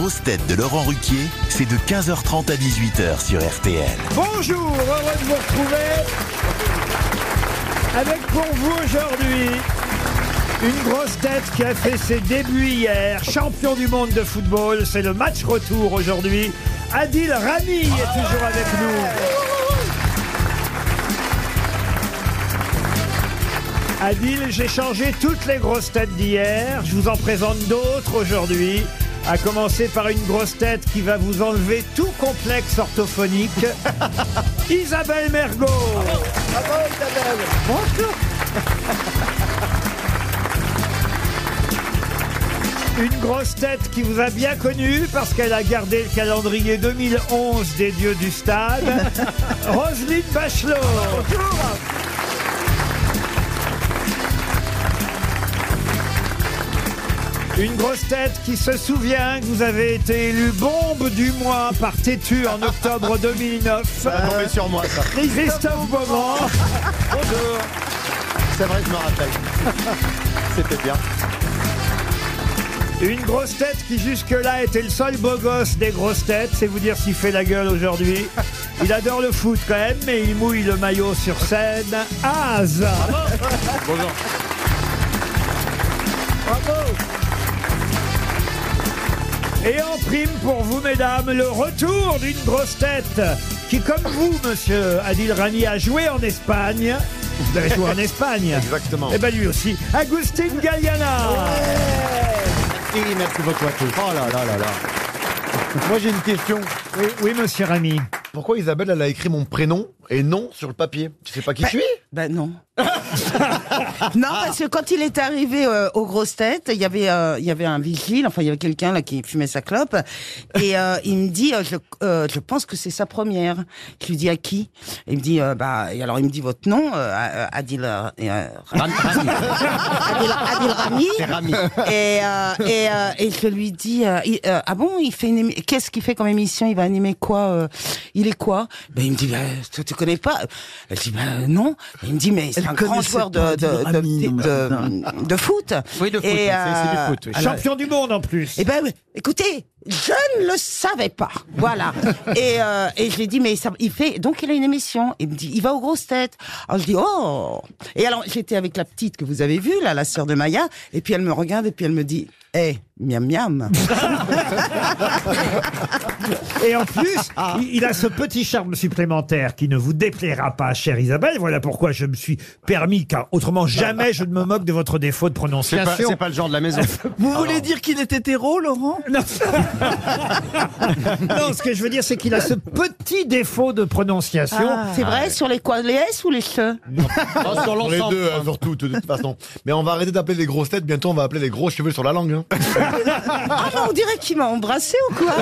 grosses têtes de Laurent Ruquier, c'est de 15h30 à 18h sur RTL. Bonjour, heureux de vous retrouver. Avec pour vous aujourd'hui une grosse tête qui a fait ses débuts hier, champion du monde de football. C'est le match retour aujourd'hui. Adil Rami est toujours avec nous. Adil, j'ai changé toutes les grosses têtes d'hier. Je vous en présente d'autres aujourd'hui. À commencer par une grosse tête qui va vous enlever tout complexe orthophonique. Isabelle Mergo. Bravo Isabelle. Bonjour. Une grosse tête qui vous a bien connu parce qu'elle a gardé le calendrier 2011 des dieux du stade. Roselyne Bachelot. Bonjour. Une grosse tête qui se souvient que vous avez été élu bombe du mois par Tétu en octobre 2009. Ça va tomber sur moi, ça. Christophe Beaugrand. Bonjour. C'est vrai, je me rappelle. C'était bien. Une grosse tête qui jusque-là était le seul beau gosse des grosses têtes, c'est vous dire s'il fait la gueule aujourd'hui. Il adore le foot quand même, mais il mouille le maillot sur scène. Az. Bonjour. Bravo. Et en prime pour vous, mesdames, le retour d'une grosse tête qui, comme vous, monsieur Adil Rami, a joué en Espagne. Vous avez joué en Espagne. Exactement. Et bien lui aussi. Agustin Galliana. Merci beaucoup à tous. Oh là là là là. Moi j'ai une question. Oui, monsieur Rami. Pourquoi Isabelle, elle a écrit mon prénom et nom sur le papier? Tu sais pas qui je suis? Ben non. Non, parce que quand il est arrivé aux grosses têtes, il y avait un vigile, enfin il y avait quelqu'un là qui fumait sa clope, et il me dit, je pense que c'est sa première. Je lui dis à qui? Il me dit, et alors il me dit votre nom, Adil Rami. Adil Rami. C'est Rami. Et je lui dis, ah bon, il fait qu'est-ce qu'il fait comme émission? Il va animer quoi? Il est quoi? Ben il me dit, tu connais pas? Je dis, non. Il me dit, mais c'est un grand joueur de foot. Oui, de foot. Et, c'est du foot. Oui. Champion du monde en plus. Eh ben, écoutez, je ne le savais pas. Voilà. Et je lui ai dit, mais ça, donc il a une émission. Il me dit, il va aux grosses têtes. Alors je dis, oh. Et alors, j'étais avec la petite que vous avez vue, là, la sœur de Maya. Et puis elle me regarde et puis elle me dit, miam miam. Et en plus, il a ce petit charme supplémentaire qui ne vous déplaira pas, chère Isabelle. Voilà pourquoi je me suis permis, car autrement jamais je ne me moque de votre défaut de prononciation. C'est pas le genre de la maison. Vous voulez dire qu'il est hétéro, Laurent? Non. Non, ce que je veux dire, c'est qu'il a ce petit défaut de prononciation. C'est vrai, sur les quoi? Les S ou les che? Sur Pour les l'ensemble. deux, surtout, de toute façon. Mais on va arrêter d'appeler les grosses têtes, bientôt on va appeler les gros cheveux sur la langue. Hein. Ah, mais on dirait qu'il m'a embrassé ou quoi?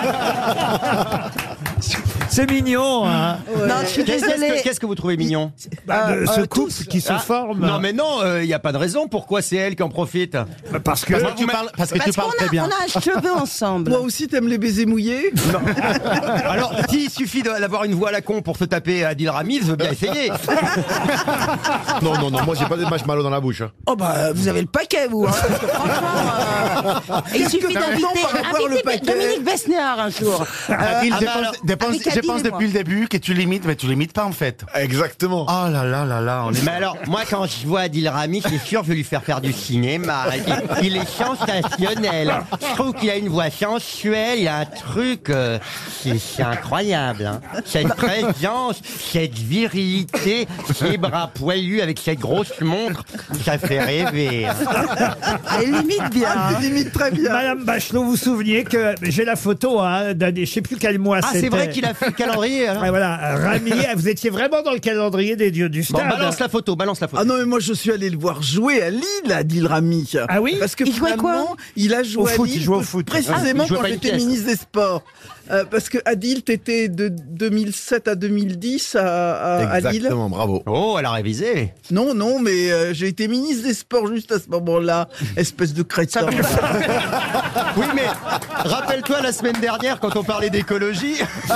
C'est mignon, hein. Non, je suis désolée. Qu'est-ce que vous trouvez mignon? Ce couple tous. qui se forme. Non mais non, il n'y a pas de raison. Pourquoi c'est elle qui en profite? Parce que... Parce que tu parles qu'on très bien. on a un cheveu ensemble. Moi aussi, t'aimes les baisers mouillés? Alors, s'il suffit d'avoir une voix à la con pour se taper Adil Rami, je veux bien essayer. Non, moi j'ai pas des marshmallows dans la bouche. Hein. Oh bah, vous avez le paquet, vous. Hein, parce que franchement, il suffit d'inviter Dominique Besnéard un jour. Adil, avec je Adil pense et depuis le début que tu limites, mais tu limites pas en fait. Exactement. Oh là là là là, on est... Mais alors, moi, quand je vois Adil Rami, c'est sûr, je vais lui faire du cinéma. Il est sensationnel. Je trouve qu'il a une voix sensuelle, il a un truc... c'est incroyable. Hein. Cette présence, cette virilité, ses bras poilus avec cette grosse montre, ça fait rêver. Elle limite bien. Ah, il limite très bien. Madame Bachelot, vous vous souvenez que j'ai la photo d'année, je sais plus quel mois c'était. C'est vrai qu'il a fait le calendrier. Hein. Ouais, voilà, Rami, vous étiez vraiment dans le calendrier des dieux du Bon, stade. balance la photo. Ah non, mais moi je suis allé le voir jouer à Lille, Adil Rami. Ah oui? Parce que Il jouait quoi? finalement, il a joué Au à foot, Lille, il jouait au foot. précisément Il jouait quand pas une j'étais pièce. ministre des Sports. Parce que Adil, t'étais de 2007 à 2010 à Lille. Exactement, bravo. Oh, elle a révisé. Non, mais j'ai été ministre des Sports juste à ce moment-là. Espèce de crétin. Oui, mais rappelle-toi la semaine dernière, quand on parlait d'écologie, j'avais quel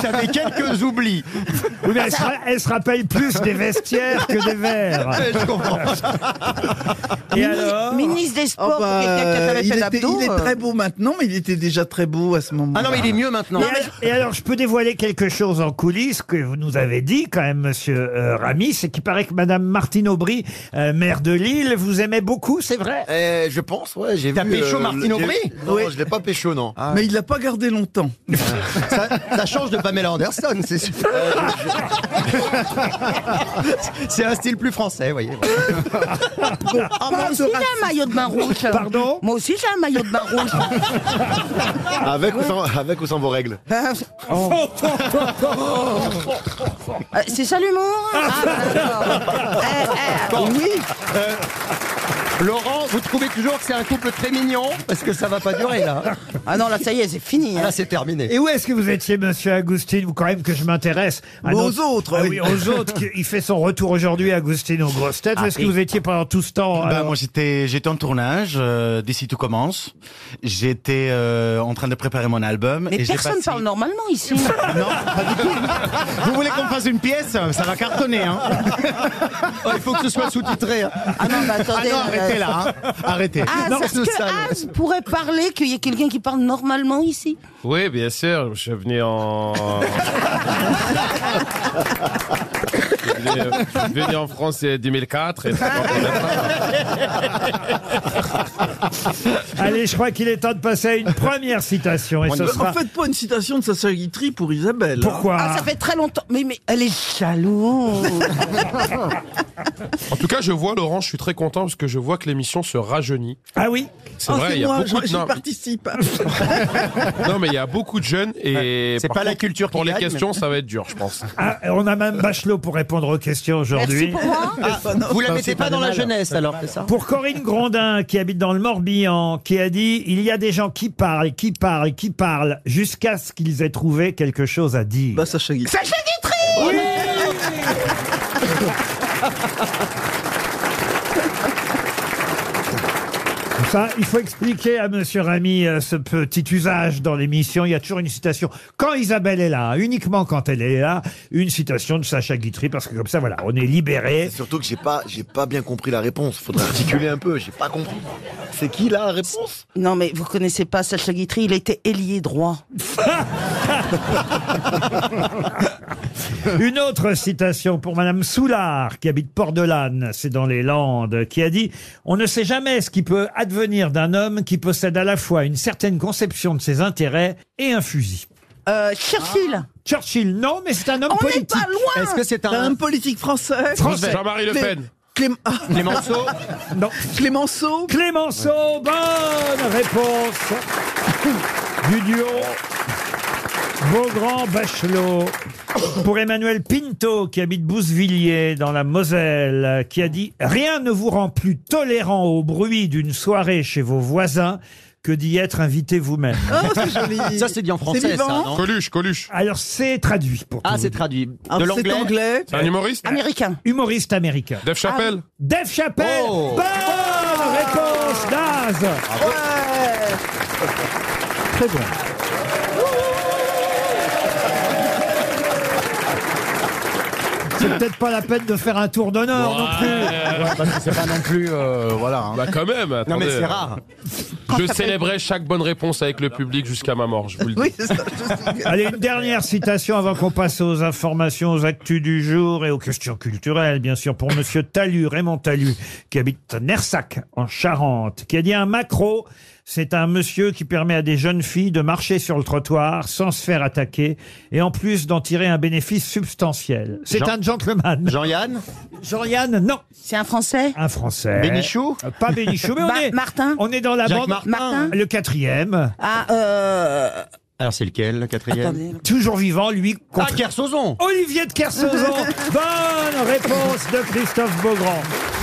quelques oublis. Oui, mais elle se rappelle plus des vestiaires que des verres. Je comprends. Et alors Ministre des Sports, pour quelqu'un qui a jamais fait d'abdos. il est très beau maintenant, mais il était déjà très beau à ce moment-là. Ah non, mais il est mieux maintenant. Et alors, je peux dévoiler quelque chose en coulisses que vous nous avez dit quand même, monsieur Rami, c'est qu'il paraît que madame Martine Aubry, maire de Lille, vous aimait beaucoup, c'est vrai? Je pense, ouais, j'ai vu. T'as pécho Martine Aubry? Non, Oui. je l'ai pas pécho, non. Mais il l'a pas gardé longtemps. Ça change de Pamela Anderson, c'est super. C'est un style plus français, voyez. Oh, moi aussi, j'ai un maillot de bain rouge. Pardon? Moi aussi, j'ai un maillot de bain rouge. Avec ou sans vos règles. C'est ça l'humour? Oui. Laurent, vous trouvez toujours que c'est un couple très mignon? Parce que ça va pas durer, là. Ah non, là, ça y est, c'est fini. Là, c'est terminé. Et où est-ce que vous étiez, monsieur Agustine? Vous, quand même, que je m'intéresse. à Aux notre- autres, Ah oui. aux autres. Il fait son retour aujourd'hui, Agustine, aux grosses têtes. Où est-ce que vous étiez pendant tout ce temps? Bah, alors moi j'étais en tournage d'ici tout commence. J'étais en train de préparer mon album. Mais et j'ai personne passé- parle normalement ici. Non, pas du tout. Vous voulez qu'on fasse une pièce? Ça va cartonner, hein. Oh, il faut que ce soit sous-titré. Hein. Ah non, bah Ah attendez. non, arrêtez là, hein. Arrêtez. Ah, Non, est-ce c'est que sale. Az pourrait parler qu'il y ait quelqu'un qui parle normalement ici? Oui, bien sûr, je suis venu en... je suis venu en France en 2004. Allez, je crois qu'il est temps de passer à une première citation. Et ce sera... En fait, pas une citation de Sacha Guitry pour Isabelle. Pourquoi? Ah, ça fait très longtemps. Mais elle est jalouse. En tout cas, je vois, Laurent, je suis très content parce que je vois que l'émission se rajeunit. Ah oui? C'est Oh, vrai, c'est il y a moi, beaucoup de... j'y Non, participe. non, mais il y a beaucoup de jeunes et... C'est par pas la contre, culture qui pour les gagne, questions, ça va être dur, je pense. Ah, on a même Bachelot pour répondre aux questions Merci aujourd'hui. pour moi. Vous la Ça, mettez c'est pas pas dans la mal. jeunesse, alors, c'est ça? Pour Corinne Grondin, qui habite dans le Morbihan, qui a dit « Il y a des gens qui parlent, qui parlent, qui parlent, jusqu'à ce qu'ils aient trouvé quelque chose à dire. Bah, Sacha Guitry. Sacha Guitry. Ça, il faut expliquer à Monsieur Rami ce petit usage dans l'émission. Il y a toujours une citation. Quand Isabelle est là, uniquement quand elle est là, une citation de Sacha Guitry, parce que comme ça, voilà, on est libéré. C'est surtout que j'ai pas bien compris la réponse. Faudrait articuler un peu. J'ai pas compris. C'est qui là la réponse? Non, mais vous connaissez pas Sacha Guitry, il était ailier droit. Une autre citation pour Madame Soulard, qui habite Port-de-Lanne, c'est dans les Landes, qui a dit « On ne sait jamais ce qui peut advenir d'un homme qui possède à la fois une certaine conception de ses intérêts et un fusil. » Churchill. Churchill, non, mais c'est un homme On n'est politique. pas loin. Est-ce que c'est Un un homme politique français. Français. Jean-Marie Le Pen. Clémenceau? Non. Clémenceau. Clémenceau, bonne réponse du duo Beaugrand-Bachelot. Pour Emmanuel Pinto, qui habite Bouzevilliers, dans la Moselle, qui a dit « Rien ne vous rend plus tolérant au bruit d'une soirée chez vos voisins que d'y être invité vous-même. Oh, c'est joli. » Ça, c'est dit en français, C'est ça, vivant. non? Coluche. Alors, c'est traduit pour tout Ah, vous c'est dire. traduit. Alors, De c'est l'anglais? anglais. C'est un humoriste Américain. Humoriste américain. Dave Chappelle. Dave Chappelle, Oh. bonne réponse d'Az. Ouais. Très bon. C'est peut-être pas la peine de faire un tour d'honneur non plus. C'est pas non plus, voilà. hein. Bah quand même, Non, attendez. mais c'est rare. Je célébrais chaque bonne réponse avec le public jusqu'à ma mort, je vous le dis. Oui, c'est ça. je sais. Allez, une dernière citation avant qu'on passe aux informations, aux actus du jour et aux questions culturelles, bien sûr, pour Monsieur Talus, Raymond Talus, qui habite Nersac, en Charente, qui a dit un macro. C'est un monsieur qui permet à des jeunes filles de marcher sur le trottoir sans se faire attaquer et en plus d'en tirer un bénéfice substantiel. C'est Jean- un gentleman. Jean-Yann? Jean-Yann, non. C'est un Français. Un Français. Bénichou? Pas Bénichou, mais on est, Martin. on est dans la Jacques bande. Martin. Martin. Le quatrième. Ah, Alors, c'est lequel, le quatrième? attendez. Toujours vivant, lui. Ah, contre- Kersozon! Olivier de Kersauzon. Bonne réponse de Christophe Beaugrand.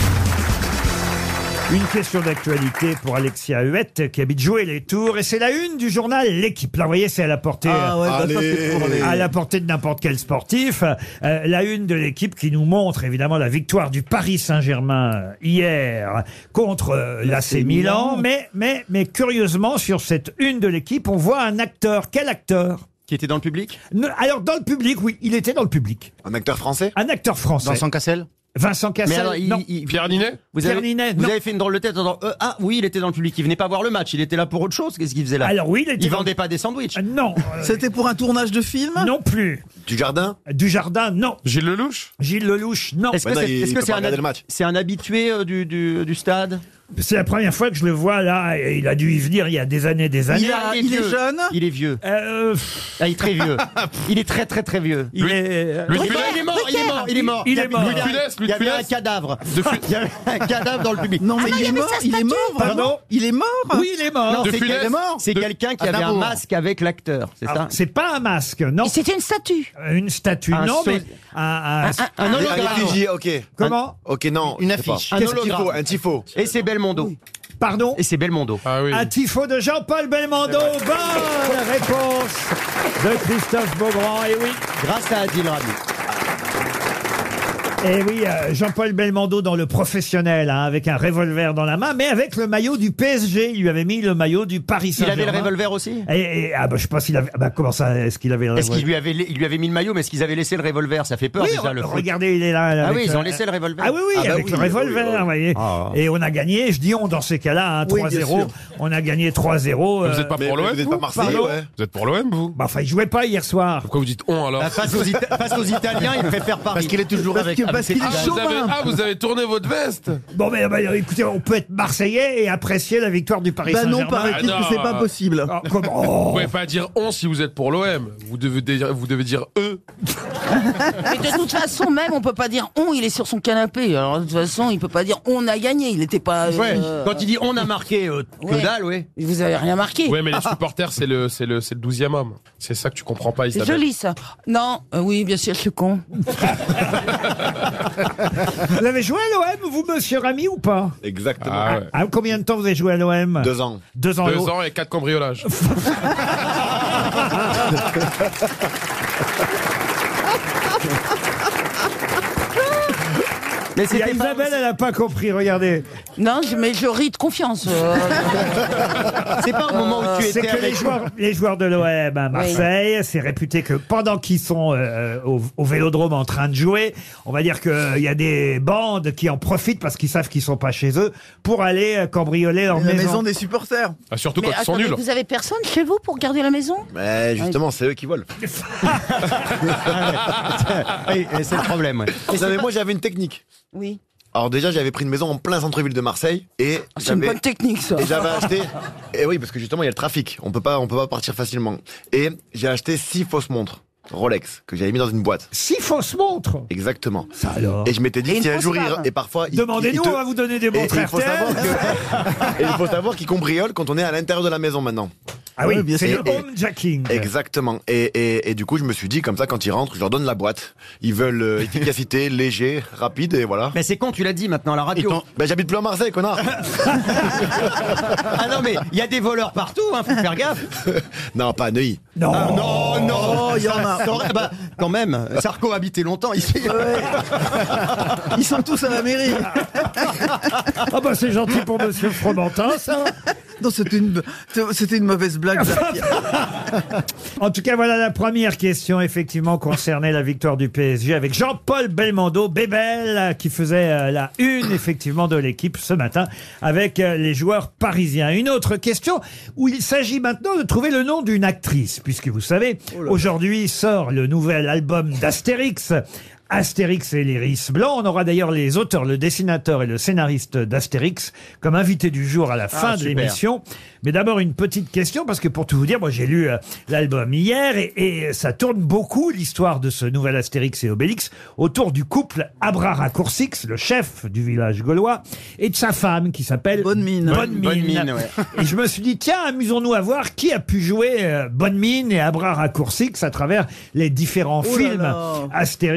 Une question d'actualité pour Alexia Huette, qui habite Joué-les-Tours. Et c'est la une du journal L'Équipe. Là, vous voyez, c'est à la portée... Ah ouais, bah, ça, c'est pour les... à la portée de n'importe quel sportif. La une de L'Équipe qui nous montre évidemment la victoire du Paris Saint-Germain hier contre l'AC Milan. Mais curieusement, sur cette une de L'Équipe, on voit un acteur. Quel acteur? Qui était dans le public? Alors, dans le public, oui, il était dans le public. Un acteur français? Un acteur français. Vincent Cassel? Vincent Cassel, Mais alors, non. Pierre Ninet? Pierre Ninet, vous non. avez fait une drôle de tête en disant, ah oui, il était dans le public, il venait pas voir le match, il était là pour autre chose, qu'est-ce qu'il faisait là? Alors oui, il était Il dans- vendait pas des sandwichs. Non. C'était pour un tournage de film? Non plus. Dujardin? Dujardin, non. Gilles Lelouch? Gilles Lelouch, non. Est-ce que Ouais, non, c'est il est-ce peut que c'est pas regarder le match. c'est un habitué du stade? C'est la première fois que je le vois là, et il a dû y venir il y a des années, des années. Il est vieux. jeune? Il est vieux. Euh, Ah, il est très vieux. Il est très très très vieux. il est... Louis de Il Funès? est mort, il est mort, il est mort. Il est mort. Louis de Funès? Il Louis y de avait un Funès? cadavre. De Fu- Il y avait un cadavre dans le public. Non, mais il est mort, il est mort, Pardon? vraiment? Il est mort? Oui, il est mort. Non, De c'est Funès? quel- c'est De- quelqu'un qui avait un Aznavour. masque avec l'acteur, c'est Alors, ça? c'est pas un masque, non. Et c'était une statue. Une statue, Un non, saut- mais un- Un Un hologramme. effigie, ok. Comment? Ok, non. Une je sais pas. affiche. Un Qu'est-ce qu'il hologramme. faut? Un tifo. Et c'est Belmondo. Pardon? Et c'est Belmondo. Ah oui. Un tifo de Jean-Paul Belmondo. Bonne réponse de Christophe Beaugrand. Et oui, Grâce à Adil Rami. et oui, Jean-Paul Belmondo dans le professionnel, hein, avec un revolver dans la main, mais avec le maillot du PSG. Il lui avait mis le maillot du Paris Il Saint-Germain. avait le revolver aussi? Je sais pas s'il avait. Comment ça? Est-ce qu'il avait le Est-ce revolver? qu'il lui avait mis le maillot, mais est-ce qu'ils avaient laissé le revolver? Ça fait peur Oui, déjà, le foot. regardez, il est là. Ah avec oui, ils ont laissé le revolver. Ah oui, oui, Ah bah avec oui, le oui, revolver, oui, oui. vous voyez. Ah. Et on a gagné, je dis on dans ces cas-là, hein, Oui, bien 3-0. sûr. On a gagné 3-0. Vous êtes pas Mais pour vous l'OM? n'êtes pas Marseille, Pardon ouais. Vous êtes pour l'OM, vous? Bah, enfin, il jouait pas hier soir. Pourquoi vous dites on alors? Bah, face aux Italiens, il préfère Paris. Parce qu'il est toujours avec. Parce qu'il est chauvin. Vous avez tourné votre veste? Bon, mais écoutez, on peut être Marseillais et apprécier la victoire du Paris Bah Saint-Germain. non, paraît-il Ah que c'est non. pas possible. Ah, comment Vous Oh. pouvez pas dire on si vous êtes pour l'OM. Vous devez dire eux. Mais de toute façon, même, on peut pas dire on, il est sur son canapé. Alors, de toute façon, il peut pas dire on a gagné. Il était pas. Ouais. Quand il dit on a marqué, que ouais. dalle, oui. Vous avez rien marqué. Ouais, mais les supporters, c'est le 12e homme. C'est ça que tu comprends pas, C'est Isabelle. joli, ça. Non, oui, bien sûr, je suis con. Vous avez joué à l'OM, vous, monsieur Rami, ou pas? Exactement. Ah ouais. Ah, combien de temps vous avez joué à l'OM? 2 ans. 2 ans. 2 ans et 4 cambriolages. Mais Il y a c'était pas... Isabelle, elle n'a pas compris, regardez. Non, mais je ris de confiance. C'est pas au moment où tu C'est étais que avec... les joueurs de l'OM à Marseille, c'est réputé que pendant qu'ils sont au Vélodrome en train de jouer, on va dire qu'il y a des bandes qui en profitent parce qu'ils savent qu'ils sont pas chez eux pour aller cambrioler leur La maison. maison des supporters. Ah, surtout Mais quand ils sont attendez, nuls. vous avez personne chez vous pour garder la maison? Mais justement, c'est eux qui volent. Oui, et c'est le problème, ouais. Vous savez, moi, j'avais une technique. Oui. Alors déjà, j'avais pris une maison en plein centre-ville de Marseille et C'est une bonne technique, ça. et j'avais acheté. Et oui, parce que justement, il y a le trafic. On peut pas partir facilement. Et j'ai acheté 6 fausses montres Rolex que j'avais mis dans une boîte. 6 fausses montres. Exactement. Ça alors. Et je m'étais Et dit une si un fausse jour femme. et parfois Demandez-nous, il on va vous donner des et montres il faut RTL. savoir que et il faut savoir qu'ils cambriolent quand on est à l'intérieur de la maison maintenant. Ah oui, Ouais, bien c'est sûr. le homejacking. Exactement. Et du coup, je me suis dit comme ça, quand ils rentrent, je leur donne la boîte. Ils veulent efficacité, léger, rapide et voilà. Mais c'est con, tu l'as dit maintenant à la radio. Ben j'habite plus à Marseille, connard. Ah non, mais il y a des voleurs partout, hein, faut faire gaffe. Non, pas à Neuilly. Non. Non, non, Oh, il y en a. ça aurait- bah, quand même, Sarko a habité longtemps ici. Ils sont tous à la mairie. Ah bah c'est gentil pour monsieur Fromentin, ça. Non, c'était une mauvaise blague. En tout cas, voilà la première question, effectivement, concernait la victoire du PSG avec Jean-Paul Belmondo, Bébel, qui faisait la une, effectivement, de l'équipe ce matin avec les joueurs parisiens. Une autre question où il s'agit maintenant de trouver le nom d'une actrice, puisque vous savez, aujourd'hui sort le nouvel album d'Astérix. Astérix et l'Iris Blanc. On aura d'ailleurs les auteurs, le dessinateur et le scénariste d'Astérix comme invité du jour à la fin de super. l'émission. Mais d'abord une petite question, parce que pour tout vous dire, moi j'ai lu l'album hier et ça tourne beaucoup l'histoire de ce nouvel Astérix et Obélix autour du couple Abraracoursix, le chef du village gaulois, et de sa femme qui s'appelle Bonne Mine. Bonne Mine. ouais. Et je me suis dit, tiens, amusons-nous à voir qui a pu jouer Bonne Mine et Abraracoursix à travers les différents Oh là films là. Astérix et Obélix.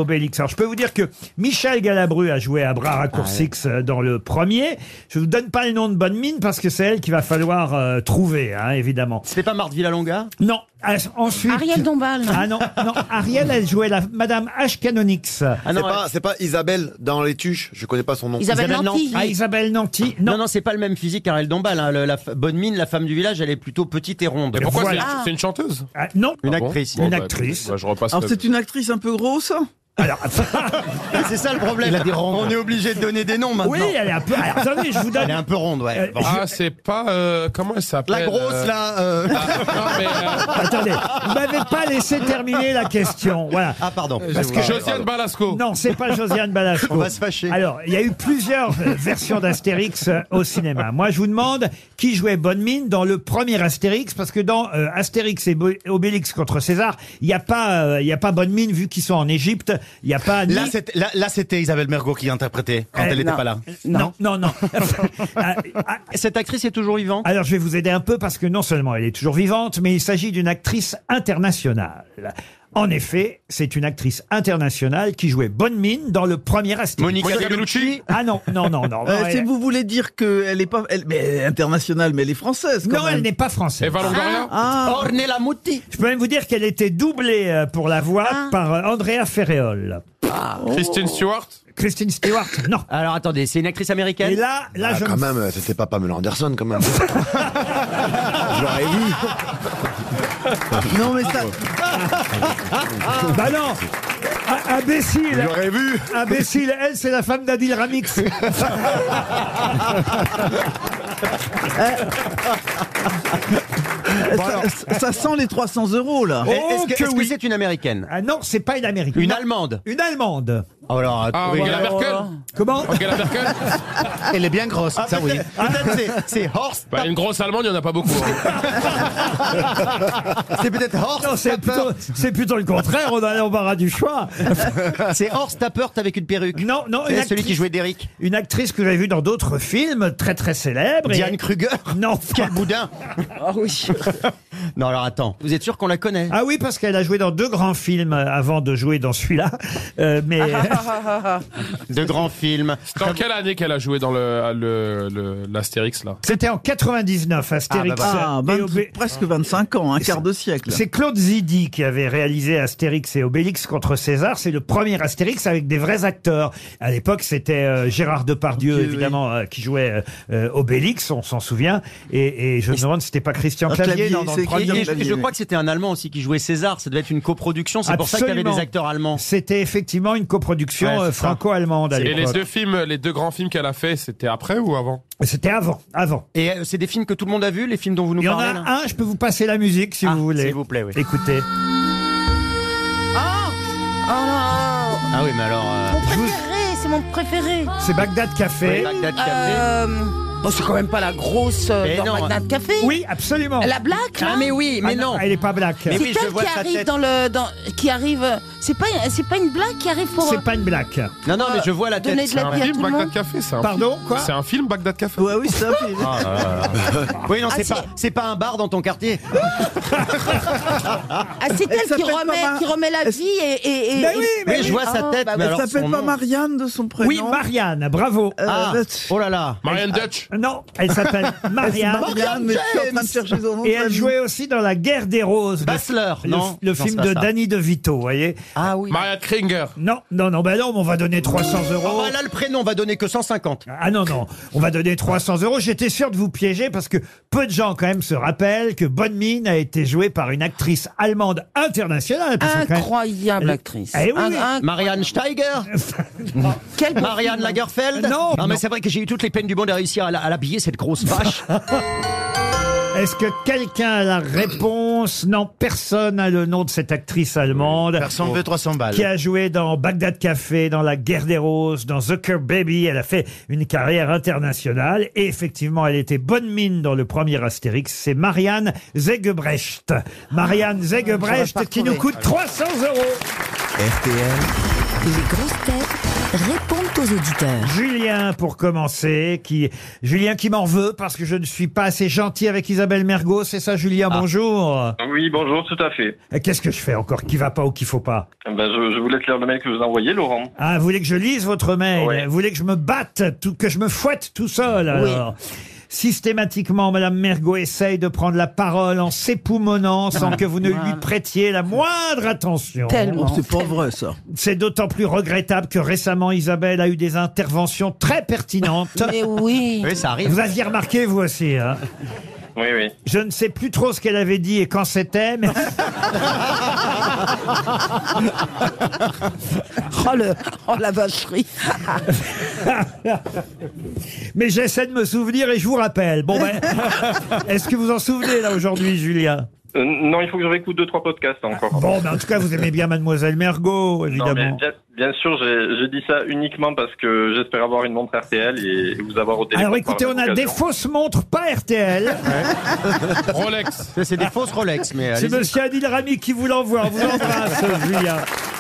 Obélix. Alors je peux vous dire que Michel Galabru a joué à Bras Raccourcix dans le premier. Je vous donne pas le nom de Bonne Mine parce que c'est elle qu'il va falloir trouver, hein, évidemment. C'était pas Marthe Villalonga? Non. Ensuite. Ariel Dombal. Ah non, non. Ariel, elle jouait la Madame Ashkanonix. Ah non, C'est pas Isabelle dans Les Tuches, je connais pas son nom. Isabelle Nanty. Ah, Isabelle Nanty. non, non, c'est pas le même physique qu'Ariel Dombal. Hein. Bonne Mine, la femme du village, elle est plutôt petite et ronde. Mais pourquoi Voilà. c'est une chanteuse? Ah, non. Une Ah bon actrice. Une Bah, actrice. bah, je repasse. Alors c'est une actrice un peu grosse. Alors, C'est ça le problème. On est obligé de donner des noms maintenant. oui, elle est un peu. Alors, attendez, je vous donne. Elle est un peu ronde, ouais. Bon. Ah, c'est pas. Comment elle s'appelle? La grosse, là. Non, mais. Attendez, vous m'avez pas laissé terminer la question. Voilà. Ah, pardon. Parce que Josiane Balasco. non, c'est pas Josiane Balasco. On va se fâcher. Alors, il y a eu plusieurs versions d'Astérix au cinéma. Moi, je vous demande qui jouait Bonne Mine dans le premier Astérix, parce que dans Astérix et Obélix contre César, il y a pas Bonne Mine vu qu'ils sont en Égypte. Il y a pas ni... Là, c'était Isabelle Mergo qui interprétait quand elle n'était non. pas là. Non. Cette actrice est toujours vivante? Alors, je vais vous aider un peu parce que non seulement elle est toujours vivante, mais il s'agit d'une actrice internationale. En effet, c'est une actrice internationale qui jouait Bonne Mine dans le premier Astérix. Monica Bellucci? Ah non. Si vous voulez dire qu'elle est pas, mais elle est internationale, mais elle est française quand Non, même. elle n'est pas française. Eva Longoria? Ornella Muti. Je peux même vous dire qu'elle était doublée pour la voix par Andrea Ferreol. Christine Stewart? Christine Stewart, non. Alors attendez, c'est une actrice américaine? Et là, je Quand même, c'était pas Pamela Anderson quand même. Je l'aurais vu. Non mais ça. Bah non. Imbécile. J'aurais vu. Imbécile. Elle, c'est la femme d'Adil Ramix. Ça sent les 300 € là. Oh, Est-ce que oui. c'est une américaine? Ah non, c'est pas une américaine. Une Non. allemande? Une allemande. Alors, Ah, Angela Merkel? Comment? Angela Merkel? Elle est bien grosse, ça oui. peut-être c'est Horst. Bah, une grosse allemande, il n'y en a pas beaucoup. Hein. C'est peut-être Horst. Non, c'est plutôt le contraire. On a l'embarras du choix. C'est Horst Tappert avec une perruque. Non, C'est celui qui jouait Derrick. Une actrice que j'avais vue dans d'autres films très très célèbres. Diane Kruger. Non. Quel boudin. Ah oui. Non, alors attends. Vous êtes sûr qu'on la connaît? Ah oui, parce qu'elle a joué dans 2 grands films avant de jouer dans celui-là. Mais De grands films. Dans quelle année qu'elle a joué dans l'Astérix, là? c'était en 99, Astérix. Ah, et Obé- presque 25 ans, un quart de siècle. C'est Claude Zidi qui avait réalisé Astérix et Obélix contre César. C'est le premier Astérix avec des vrais acteurs. À l'époque, c'était Gérard Depardieu, Oui, évidemment, qui jouait Obélix, on s'en souvient. Et je me demande si c'était pas Christian Clavier, dans le c'est premier. Clavier. Et je crois que c'était un Allemand aussi qui jouait César. Ça devait être une coproduction. C'est pour ça qu'il y avait Absolument. des acteurs allemands. C'était effectivement une coproduction Ouais, c'est ça. franco-allemande à Et l'époque. les deux grands films qu'elle a fait, c'était après ou avant? C'était avant. Et c'est des films que tout le monde a vus, les films dont vous nous Il y en parlez a là? un, je peux vous passer la musique si Ah, vous voulez. s'il vous plaît, oui. Écoutez. Oh non. Ah oui, mais alors. Mon préféré, c'est mon préféré. C'est Bagdad Café. Bagdad Café. Bon, c'est quand même pas la grosse Mais dans non. Bagdad Café. Oui, absolument. La black, là. Ah mais oui, mais Ah non. Elle est pas black. Mais C'est oui, je elle vois qui sa arrive tête. qui arrive. C'est pas une blague qui arrive pour C'est pas une black. Non, non, mais je vois la tête. donner de la C'est un vie à film tout le Bagdad monde. Café, c'est un Pardon, film. quoi C'est un film Bagdad Café. Ouais, oui, c'est un film. Oui, non, Ah, c'est pas un bar dans ton quartier. Ah, c'est Elle elle qui s'appelle remet la vie et. Mais oui, mais Oui, je vois Ah, sa tête. bah, mais Elle alors, s'appelle son pas nom. Marianne de son prénom. Oui, Marianne, bravo. Ah, oh là là. Marianne Dutch. Non, elle s'appelle Marianne. Marianne, mais je suis en train de chercher son nom. Et de elle famille. jouait aussi dans La Guerre des Roses. Bassler, non Le Non, film c'est pas de ça. Danny DeVito, vous voyez. Ah oui. Marianne Kringer. Non, bah non, mais on va donner 300 Oh, euros. bah là, le prénom, on va donner que 150. Ah non, on va donner 300 euros. J'étais sûr de vous piéger parce que peu de gens quand même se rappellent que Bonne Mine a été jouée par une actrice allemande internationale. parce que quand même- Incroyable actrice. Eh oui, oui. Marianne Steiger. Quel beau Marianne film. Lagerfeld. Non, mais non. c'est vrai que j'ai eu toutes les peines du monde à réussir à l'habiller, cette grosse vache. Est-ce que quelqu'un a la réponse? Non, personne n'a le nom de cette actrice allemande. Personne veut 300 balles. Qui a joué dans Bagdad Café, dans La Guerre des Roses, dans Zucker Baby. Elle a fait une carrière internationale. Et effectivement, elle était Bonne Mine dans le premier Astérix. C'est Marianne Zegebrecht. Marianne J'aurais Zegebrecht pas qui nous trouvé. coûte 300 euros. RTL, Les grosses têtes répondent aux auditeurs. Julien, pour commencer, Julien qui m'en veut parce que je ne suis pas assez gentil avec Isabelle Mergo, c'est ça Julien, bonjour. Oui, bonjour, tout à fait. Et qu'est-ce que je fais encore qui va pas ou qui faut pas? Je vous laisse lire le mail que vous envoyez, Laurent. Ah, vous voulez que je lise votre mail? Ouais. Vous voulez que je me batte, que je me fouette tout seul alors? Systématiquement, Madame Mergo essaye de prendre la parole en s'époumonnant sans que vous ne lui prêtiez la moindre attention. Oh, c'est pas vrai, ça. C'est d'autant plus regrettable que récemment, Isabelle a eu des interventions très pertinentes. Mais oui. Oui, ça arrive. Vous aviez remarqué, vous aussi, hein? Oui, oui. Je ne sais plus trop ce qu'elle avait dit et quand c'était, mais... Oh la vacherie. Mais j'essaie de me souvenir et je vous rappelle. Bon ben, est-ce que vous en souvenez là aujourd'hui, Julien? Non, il faut que je réécoute 2-3 podcasts encore. Bon, ben en tout cas, vous aimez bien Mademoiselle Mergo, Non, évidemment. mais bien sûr, j'ai dit ça uniquement parce que j'espère avoir une montre RTL et vous avoir au téléphone. Alors écoutez, par on a la des occasion. fausses montres, pas RTL. Rolex. C'est des fausses Rolex, mais C'est allez-y. monsieur Adil Rami qui vous l'envoie. On vous embrasse, Julien.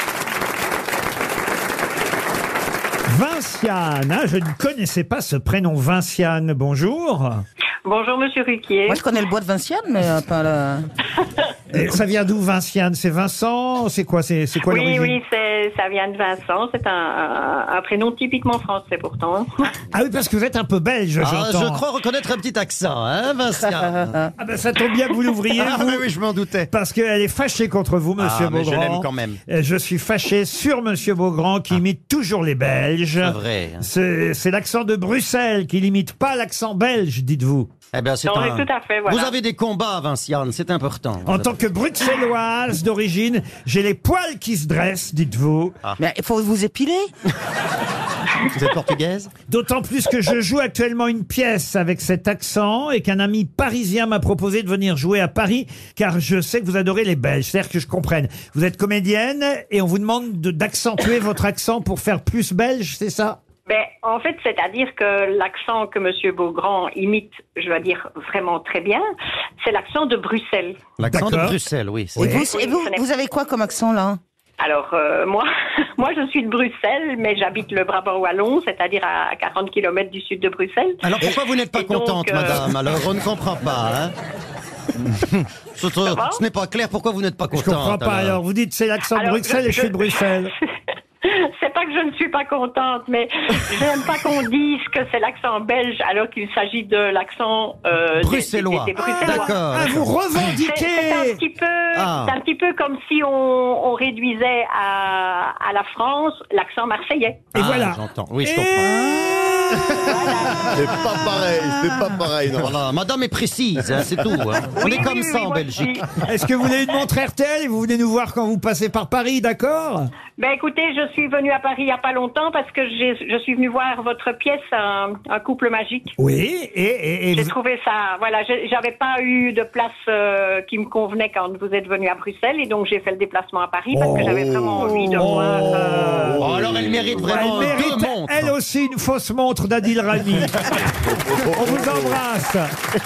Vinciane, hein, je ne connaissais pas ce prénom Vinciane. Bonjour. Bonjour Monsieur Ruquier. Moi, je connais le bois de Vinciane, mais pas le... Et ça vient d'où Vinciane? C'est Vincent? C'est quoi Oui, l'origine? oui, ça vient de Vincent. C'est un prénom typiquement français pourtant. Ah oui, parce que vous êtes un peu belge, Ah, j'entends. je crois reconnaître un petit accent, hein, Vincent? Ah ben ça tombe bien que vous l'ouvriez, Ah, vous. oui, je m'en doutais. Parce qu'elle est fâchée contre vous, Monsieur mais Beaugrand. je l'aime quand même. Et je suis fâché sur Monsieur Beaugrand qui imite toujours les Belges. C'est vrai. C'est l'accent de Bruxelles qui n'imite pas l'accent belge, dites-vous. Eh bien, c'est Non, mais tout à fait, voilà. Vous avez des combats, Vinciane, c'est important. En tant que bruxelloise d'origine, j'ai les poils qui se dressent, dites-vous. Mais il faut vous épiler. Vous êtes portugaise? D'autant plus que je joue actuellement une pièce avec cet accent et qu'un ami parisien m'a proposé de venir jouer à Paris car je sais que vous adorez les Belges. C'est-à-dire que je comprenne. Vous êtes comédienne et on vous demande d'accentuer votre accent pour faire plus belge, c'est ça? Ben, en fait, c'est-à-dire que l'accent que Monsieur Beaugrand imite, je dois dire vraiment très bien, c'est l'accent de Bruxelles. L'accent de D'accord. Bruxelles, oui. Et vous, Oui, ce n'est- vous avez quoi comme accent, là? Alors, moi, je suis de Bruxelles, mais j'habite le Brabant wallon, c'est-à-dire à 40 km du sud de Bruxelles. Alors pourquoi vous n'êtes pas Et donc, contente, madame? Alors, on ne comprend pas, hein? Ce n'est pas clair pourquoi vous n'êtes pas Je contente. comprends pas. Alors, vous dites c'est l'accent de Alors, Bruxelles et je suis de Bruxelles. C'est pas que je ne suis pas contente, mais j'aime pas qu'on dise que c'est l'accent belge alors qu'il s'agit de l'accent Bruxellois. des Bruxellois. D'accord. Ah, vous revendiquez. C'est un petit peu comme si on réduisait à la France l'accent marseillais. Et voilà. J'entends. Oui, je Et- comprends. C'est pas pareil, c'est pas pareil, non. Voilà, madame est précise, hein, c'est tout. Hein. On Oui, est comme oui, ça oui, en moi Belgique. aussi. Est-ce que vous voulez une montre RTL et vous venez nous voir quand vous passez par Paris, d'accord? Ben écoutez, je suis venue à Paris il y a pas longtemps parce que je suis venue voir votre pièce, un couple magique. Oui, et J'ai vous- trouvé ça, voilà, j'avais pas eu de place qui me convenait quand vous êtes venu à Bruxelles et donc j'ai fait le déplacement à Paris parce que j'avais vraiment envie de voir. Oh, alors elle mérite vraiment elle mérite, deux montres. elle aussi, une fausse montre d'Adil Rami. On vous embrasse.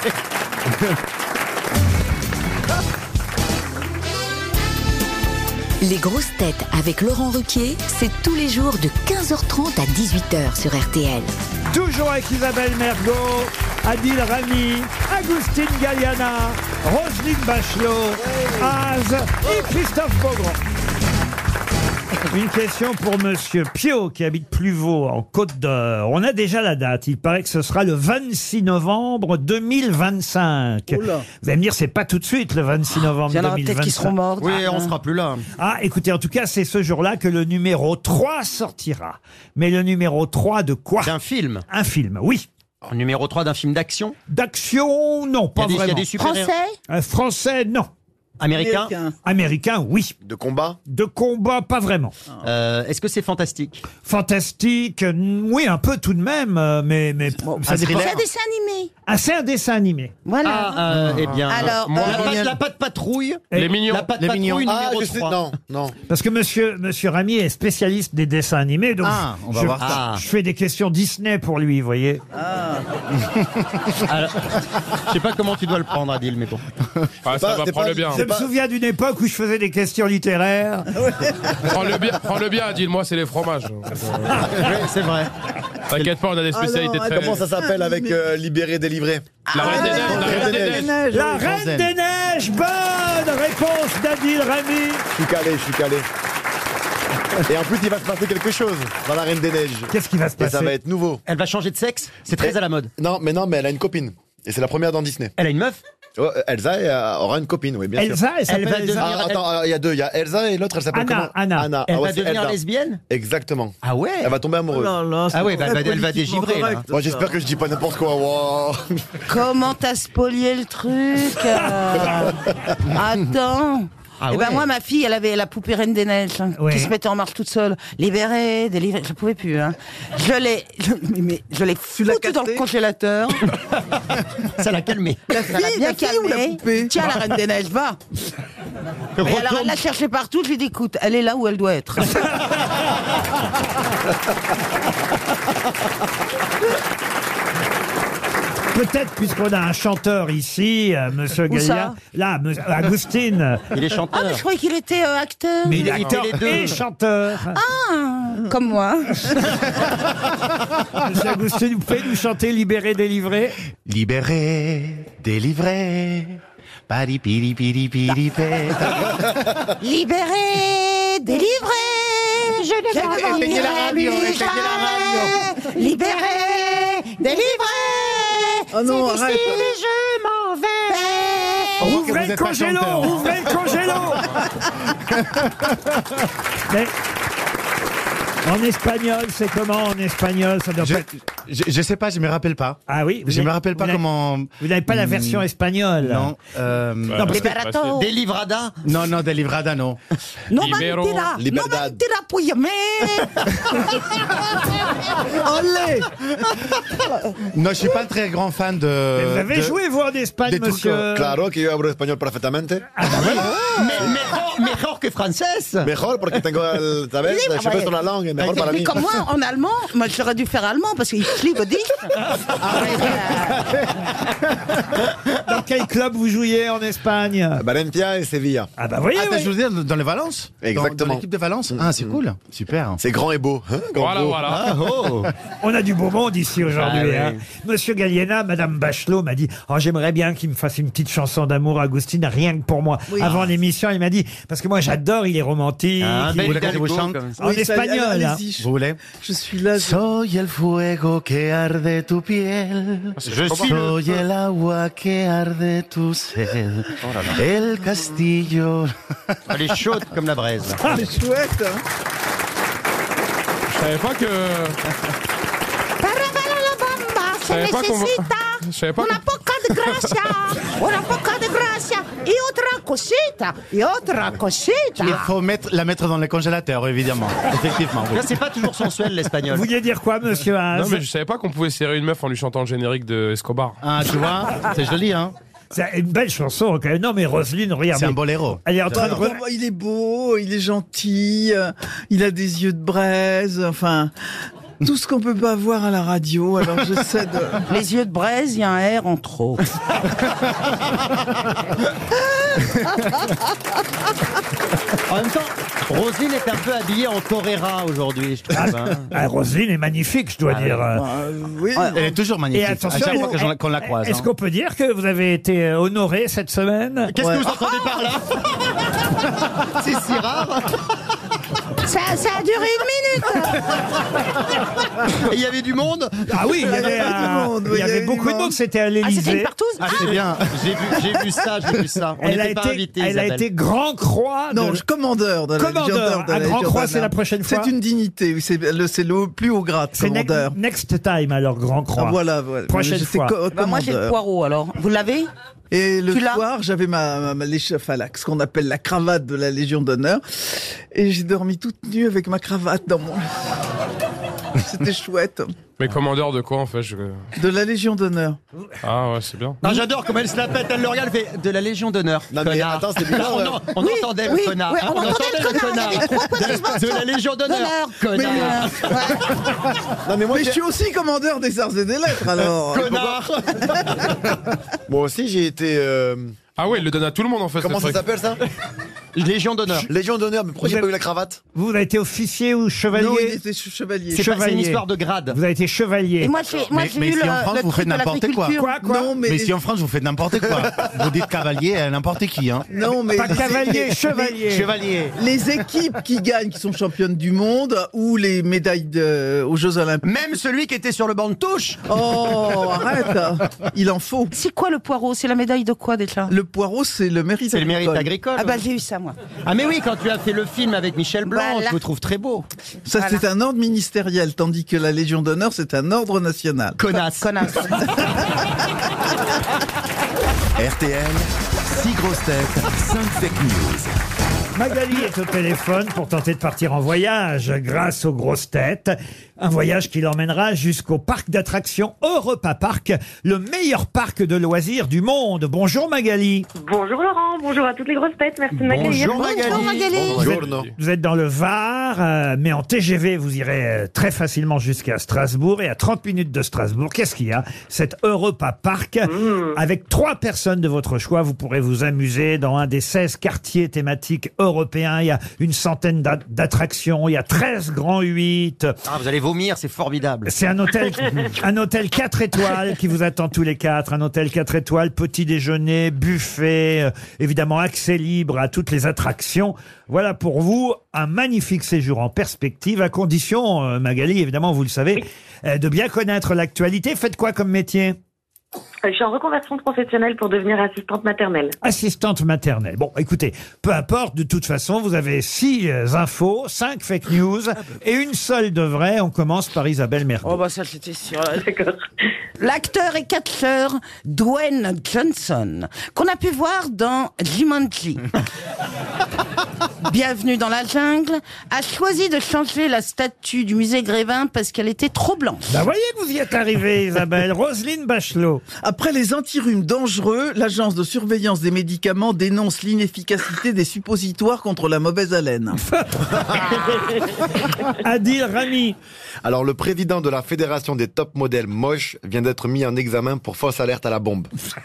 Les grosses têtes avec Laurent Ruquier, c'est tous les jours de 15h30 à 18h sur RTL. Toujours avec Isabelle Mergo, Adil Rami, Agustine Galliana, Roselyne Bachelot, Az et Christophe Beaugrand. Une question pour Monsieur Pio qui habite Pluvaux en Côte d'Or. On a déjà la date. Il paraît que ce sera le 26 novembre 2025. Oula. Vous allez me dire, c'est pas tout de suite le 26 novembre Il y en aura 2025. peut-être qui seront morts. Oui, on sera plus là. Ah, écoutez, en tout cas, c'est ce jour-là que le numéro 3 sortira. Mais le numéro 3 de quoi? D'un film. Un film, oui. Numéro 3 d'un film d'action. D'action, non, pas Il y a vraiment. des super-héros. Français? Français, non. Américain. Américain, oui. De combat? De combat, pas vraiment. Est-ce que c'est fantastique? Fantastique, oui, un peu tout de même, mais ça un dépend. thriller. C'est un dessin animé. Ah, c'est un dessin animé. Voilà. Eh bien, Alors, la patte patrouille. Les Mignons. La patte Les patrouille Mignons. Ah, numéro je sais, 3. non, non. Parce que monsieur Rami est spécialiste des dessins animés, donc Ah, on va voir ça. je fais des questions Disney pour lui, vous voyez. Alors, je sais pas comment tu dois le prendre, Adil, mais bon. Ah, ça va c'est prendre pas- bien. c'est me souviens d'une époque où je faisais des questions littéraires. Prends-le bien, Adil, moi c'est les fromages. Oui, c'est vrai. T'inquiète pas, on a des spécialités Alors, très... Comment ça s'appelle avec libéré, délivré? La Reine des Neiges, la Reine des Neiges. La Reine des Neiges. Bonne réponse d'Adil Rami. Je suis calé. Et en plus, il va se passer quelque chose dans la Reine des Neiges. Qu'est-ce qui va se Et passer? ça va être nouveau. Elle va changer de sexe. C'est très à la mode. Non, mais elle a une copine. Et c'est la première dans Disney. Elle a une meuf. Oh, Elsa aura une copine, oui, bien sûr. Elsa, elle va s'appelle Elsa. devenir- Attends, alors, il y a deux. Il y a Elsa et l'autre, elle s'appelle comment? Anna. Elle Ah ouais, va c'est devenir Elsa. lesbienne. Exactement. Ah ouais. Elle va tomber amoureuse. Ah ouais, bah, elle va dégivrer, là. Moi, j'espère que je dis pas n'importe quoi. Wow. Comment t'as spolié le truc Attends. Ah Eh ben ouais. moi, ma fille, elle avait la poupée Reine des Neiges Ouais. qui se mettait en marche toute seule. Libérée, délivrée, je pouvais plus. Hein. Je l'ai foutue dans le congélateur. Ça l'a calmé. Ça l'a bien calmé. Tiens, la Reine des Neiges, va. Et alors, elle l'a cherchée partout. Je lui ai dit, écoute, elle est là où elle doit être. Peut-être, puisqu'on a un chanteur ici, Monsieur Où ça Gallia. Là, Agustin. Il est chanteur. Ah, mais je croyais qu'il était acteur. Mais il est Il acteur fait les deux. et chanteur. Comme moi. Monsieur Agustin, vous pouvez nous chanter Libéré, délivré? Libéré, délivré. Pari piri piri piri pé. Libéré, délivré. Je ne vais pas Éteignez la radio, jamais. éteignez la radio. Libéré, délivré. Oh non, C'est arrête. difficile, je m'en vais. voit que Ouvrez vous le êtes pas congélo, chanteur. ouvrez le congélo. Mais, en espagnol, c'est comment en espagnol? Ça doit pas être- Je sais pas, je me rappelle pas. Ah oui, Je me rappelle pas vous n'avez- comment. Vous n'avez pas la version espagnole? Non. Non, parce que- Liberato. Délivrada. Non, de livrada, non. No Libero. mentira, no Libertad. mentira, puyame. Olé. Non, je suis pas un très grand fan de. Mais vous avez de- joué, vous, en Espagne, des trucs, monsieur? Claro que yo hablo español perfectamente. Mejor que française. Mejor porque tengo el, ¿sabes? Sí, Je fais sur la langue, mejor para Mais mí. comme moi, en allemand, moi j'aurais dû faire allemand parce qu'il liebe dich. Dans quel club vous jouiez en Espagne? Valencia et Sevilla. Ah bah voyez, Ah, t'as oui. joué dans les Valence. Exactement. Dans l'équipe de Valence. Ah, c'est cool. Super. C'est grand et beau. Hein, grand beau. Voilà. Ah oh. On a du beau monde ici aujourd'hui. Ah hein. oui. Monsieur Galliena, Madame Bachelot m'a dit « Oh, j'aimerais bien qu'il me fasse une petite chanson d'amour, Agustin, rien que pour moi. Avant l'émission, il m'a dit « Parce que moi, j'adore, il est romantique. Un il- bel Vous voulez que je Hidalgo, vous chante comme ça. En espagnol, hein. allez-y, Vous voulez? je suis là. Soy el fuego que arde tu piel. Je suis Soy el agua que arde tu sed. El castillo. Elle est chaude comme la braise. C'est chouette. Hein. Je savais pas que... Se savais pas qu'on va- necesita Je savais pas una qu'on- poca de gracia, una poca de gracia y otra cosita, y otra cosita. Il faut la mettre dans le congélateur, évidemment. Effectivement. oui. Là, c'est pas toujours sensuel, l'espagnol. Vous vouliez dire quoi, monsieur Haas? Non, mais je savais pas qu'on pouvait serrer une meuf en lui chantant le générique de Escobar. Ah, tu vois, c'est joli, hein. C'est une belle chanson, quand même. Non, mais Roselyne, regardez. C'est un boléro. Elle est en train de... Bah, il est beau, il est gentil, il a des yeux de braise, enfin, tout ce qu'on peut pas voir à la radio, alors j'essaie de... Les yeux de braise, il y a un R en trop. En même temps, Roselyne est un peu habillée en torera aujourd'hui, je trouve. hein. Ah, Roselyne est magnifique, je dois dire. oui, Elle est toujours magnifique. Et attention, à chaque fois qu'on la croise. Est-ce hein. qu'on peut dire que vous avez été honoré cette semaine? Qu'est-ce que vous entendez par là? C'est si rare. Ça a duré 1 minute. Et il y avait du monde. Ah oui, il y avait, du monde, oui, il y avait beaucoup de monde, c'était à Ah, c'était une l'Élysée. partouze. Ah, c'est bien. J'ai vu ça. On Elle a n'était pas été, invités, elle a Isabelle. été grand croix. non, de- commandeur de la Commandeur, Légion d'honneur de à la Grand Légion Croix, c'est d'honneur. la prochaine fois. C'est une dignité, oui, c'est le plus haut grade, C'est commandeur. next time alors grand croix. Ah, voilà. Prochaine J'étais fois. Bah, moi, j'ai le commandeur. poireau, alors. Vous l'avez? Et le Tu l'as soir, j'avais ce qu'on appelle la cravate de la Légion d'honneur. Et j'ai dormi toute nue avec ma cravate dans mon... C'était chouette. Mais commandeur de quoi en fait De la Légion d'honneur. Ah ouais, c'est bien. Ah, j'adore comment elle se la pète, elle le regarde, elle fait de la Légion d'honneur. Non, mais connard. attends, c'est bizarre, Là, on entendait le connard. oui, hein, on entendait le connard, il y avait 3 points de la Légion d'honneur. Connard. Non, mais moi, Mais je suis aussi commandeur des arts et des lettres, alors. Connard. Moi aussi, j'ai été. Ah ouais, il le donne à tout le monde en fait. Comment ça s'appelle ça? Légion d'honneur. Légion d'honneur, mais pourquoi j'ai pas eu la cravate? Vous avez été officier ou chevalier? Non, il était chevalier. C'est une histoire de grade. Vous avez été chevalier. Et moi, j'ai Mais eu si en France, le vous truc faites de n'importe quoi. l'agriculture. Quoi Non, Mais si en France, vous faites n'importe quoi. Vous dites cavalier à n'importe qui. Hein. Non, mais Pas cavalier, chevalier. Chevalier. les équipes qui gagnent, qui sont championnes du monde, ou les médailles aux Jeux Olympiques. Même celui qui était sur le banc de touche. Oh, arrête. Il en faut. C'est quoi le poireau? C'est la médaille de quoi déjà? Le poireau, c'est le mérite C'est le agricole. mérite agricole. Ah bah j'ai eu ça moi. Ah mais oui, quand tu as fait le film avec Michel Blanc, Voilà. je vous trouve très beau. Ça, Voilà. c'est un ordre ministériel, tandis que la Légion d'honneur, c'est un ordre national. Connasse. Connasse. RTL, 6 grosses têtes, 5 fake news. Magali est au téléphone pour tenter de partir en voyage grâce aux grosses têtes. Un voyage qui l'emmènera jusqu'au parc d'attractions Europa Park, le meilleur parc de loisirs du monde. Bonjour Magali. Bonjour Laurent, bonjour à toutes les grosses têtes, merci de m'accueillir. Bonjour Magali. Vous êtes dans le Var, mais en TGV, vous irez très facilement jusqu'à Strasbourg. Et à 30 minutes de Strasbourg, qu'est-ce qu'il y a? Cet Europa Park, avec 3 personnes de votre choix, vous pourrez vous amuser dans un des 16 quartiers thématiques européens. Il y a une centaine d'attractions, il y a 13 grands 8. Ah, vous allez vomir, c'est formidable. C'est un hôtel 4 étoiles qui vous attend tous les 4. Un hôtel 4 étoiles, petit déjeuner, buffet, évidemment accès libre à toutes les attractions. Voilà pour vous un magnifique séjour en perspective, à condition, Magali, évidemment, vous le savez, de bien connaître l'actualité. Faites quoi comme métier? Je suis en reconversion professionnelle pour devenir assistante maternelle. Assistante maternelle. Bon, écoutez, peu importe, de toute façon, vous avez 6 infos, 5 fake news et une seule de vraie. On commence par Isabelle Mergo. Oh bah ça c'était sûr. D'accord. L'acteur et catcheur Dwayne Johnson, qu'on a pu voir dans Jumanji. Bienvenue dans la jungle, a choisi de changer la statue du musée Grévin parce qu'elle était trop blanche. Bah voyez que vous y êtes arrivée, Isabelle. Roselyne Bachelot. Après les antirhumes dangereux, l'agence de surveillance des médicaments dénonce l'inefficacité des suppositoires contre la mauvaise haleine. Adil Rami. Alors, le président de la fédération des top modèles moches vient d'être mis en examen pour fausse alerte à la bombe.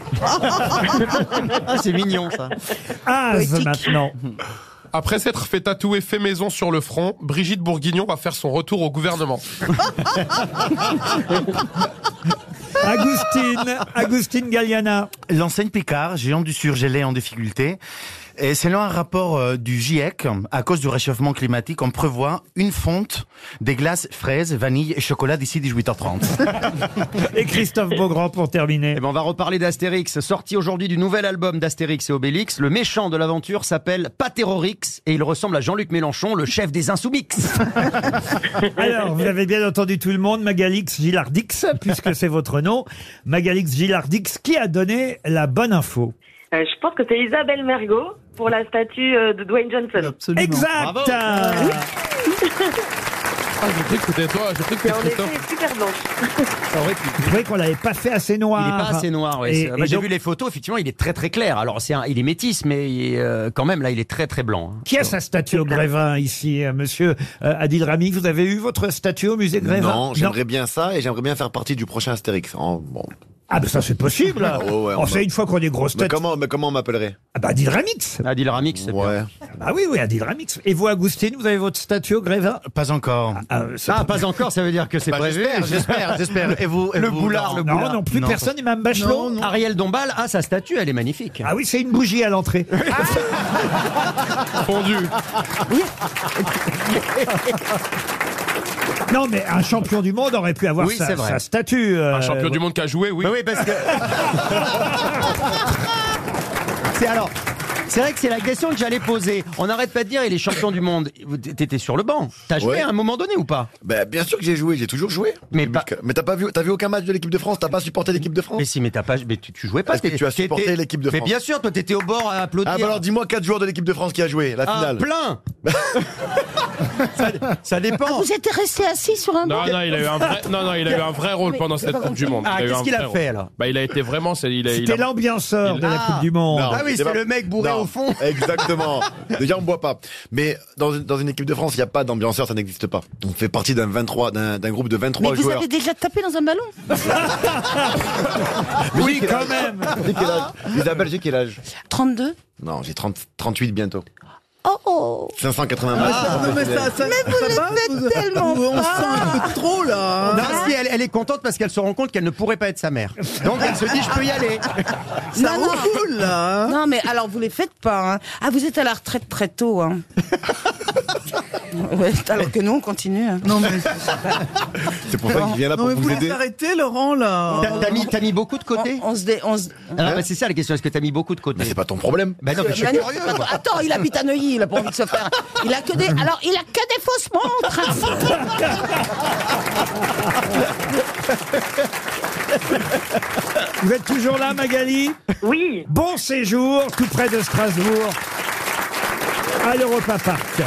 Ah, c'est mignon ça. Az maintenant. Après s'être fait tatouer fait maison sur le front, Brigitte Bourguignon va faire son retour au gouvernement. Agustine Galliana. L'enseigne Picard, géant du surgelé en difficulté. Et selon un rapport du GIEC, à cause du réchauffement climatique, on prévoit une fonte des glaces fraises, vanille et chocolat d'ici 18h30. Et Christophe Beaugrand pour terminer. Eh ben, on va reparler d'Astérix. Sorti aujourd'hui du nouvel album d'Astérix et Obélix, le méchant de l'aventure s'appelle Patérorix et il ressemble à Jean-Luc Mélenchon, le chef des Insoumiques. Alors, vous avez bien entendu tout le monde, Magalix Gilardix, puisque c'est votre nom. Magalix Gilardix, qui a donné la bonne info? Je pense que c'est Isabelle Mergo pour la statue de Dwayne Johnson. Absolument. Exact. Bravo. Ah, j'ai cru que c'était toi, j'ai cru que Mais c'était en effet, Christophe. super blanche. Vous voyez qu'on l'avait pas fait assez noir. Il est pas assez noir, ouais. Et- et J'ai donc- vu les photos, effectivement, il est très très clair. Alors, il est métis, mais quand même, là, il est très très blanc. hein. Qui a sa statue au Grévin ici, monsieur Adil Rami? Vous avez eu votre statue au musée Grévin? Non, j'aimerais bien ça et j'aimerais bien faire partie du prochain Astérix. Bon. Ah ben ça c'est possible. ouais, On on sait va- une fois qu'on est grosse Mais tête. comment on m'appellerait? Ah bah Adil Ramix. Adil Ramix, c'est bien. Ouais. Ah oui, Adil Ramix. Et vous, Agustine, vous avez votre statue au Grévin? Pas encore. Pas encore, ça veut dire que c'est Bah, prévu. j'espère. Et vous, Le boulard, le Non, boulard. non plus, Non. personne, et même Bachelot. Non, non. Ariel Dombal a sa statue, elle est magnifique. Ah oui, c'est une bougie à l'entrée. Fondu. Non, mais un champion du monde aurait pu avoir Oui, c'est vrai. sa statue. Un champion du monde qui a joué, oui. Bah oui, parce que. C'est vrai que c'est la question que j'allais poser. On n'arrête pas de dire, il est champion du monde. T'étais sur le banc. T'as joué Ouais. à un moment donné ou pas? Ben, bien sûr que j'ai joué, j'ai toujours joué. Mais t'as vu aucun match de l'équipe de France? T'as pas supporté l'équipe de France? Mais si, mais t'as pas, mais tu jouais pas. Est-ce que tu as supporté l'équipe de Mais France? bien sûr, toi t'étais au bord à applaudir. Ah bah alors dis-moi 4 joueurs de l'équipe de France qui a joué, la finale. Plein. ça dépend. Ah, vous êtes resté assis sur un banc? Non, il a eu un vrai, il a eu un vrai rôle pendant cette Coupe du Monde. Ah, Il eu qu'est-ce un qu'il a vrai fait, rôle. alors? Bah, il a été vraiment, C'était l'ambianceur de la Coupe du Monde. Non. Ah oui, c'est pas- le mec bourré au fond. Exactement. Déjà, on boit pas. Mais dans une équipe de France, il n'y a pas d'ambianceur, ça n'existe pas. On fait partie d'un groupe de 23 Mais vous joueurs. avez déjà tapé dans un ballon? Oui, quand même. J'ai quel âge Isabelle, j'ai quel âge? 32? Non, j'ai 38 bientôt. Oh 580 Ah, mètres. mais ça vous le faites tellement On pas. sent un peu trop là. Non, si elle est contente parce qu'elle se rend compte qu'elle ne pourrait pas être sa mère. Donc elle se dit, je peux y aller. Ça Non, non. roule là. Non, mais alors vous les faites pas. Hein. Ah, vous êtes à la retraite très tôt. Hein. Ouais, alors que nous, on continue. Hein. Non mais, C'est pour ça qu'il vient là non, pour mais vous vous aider. laissez arrêter Laurent là. T'as mis beaucoup de côté? On se Alors, bah, c'est ça la question, est-ce que t'as mis beaucoup de côté? Mais c'est pas ton problème. Bah non, mais je suis Mais non, curieux. attends, attends, il habite à Neuilly, il a pas envie de se faire. Il a que des. Alors, il a que des fausses montres. Vous êtes toujours là, Magali? Oui. Bon séjour, tout près de Strasbourg, à l'Europa Park.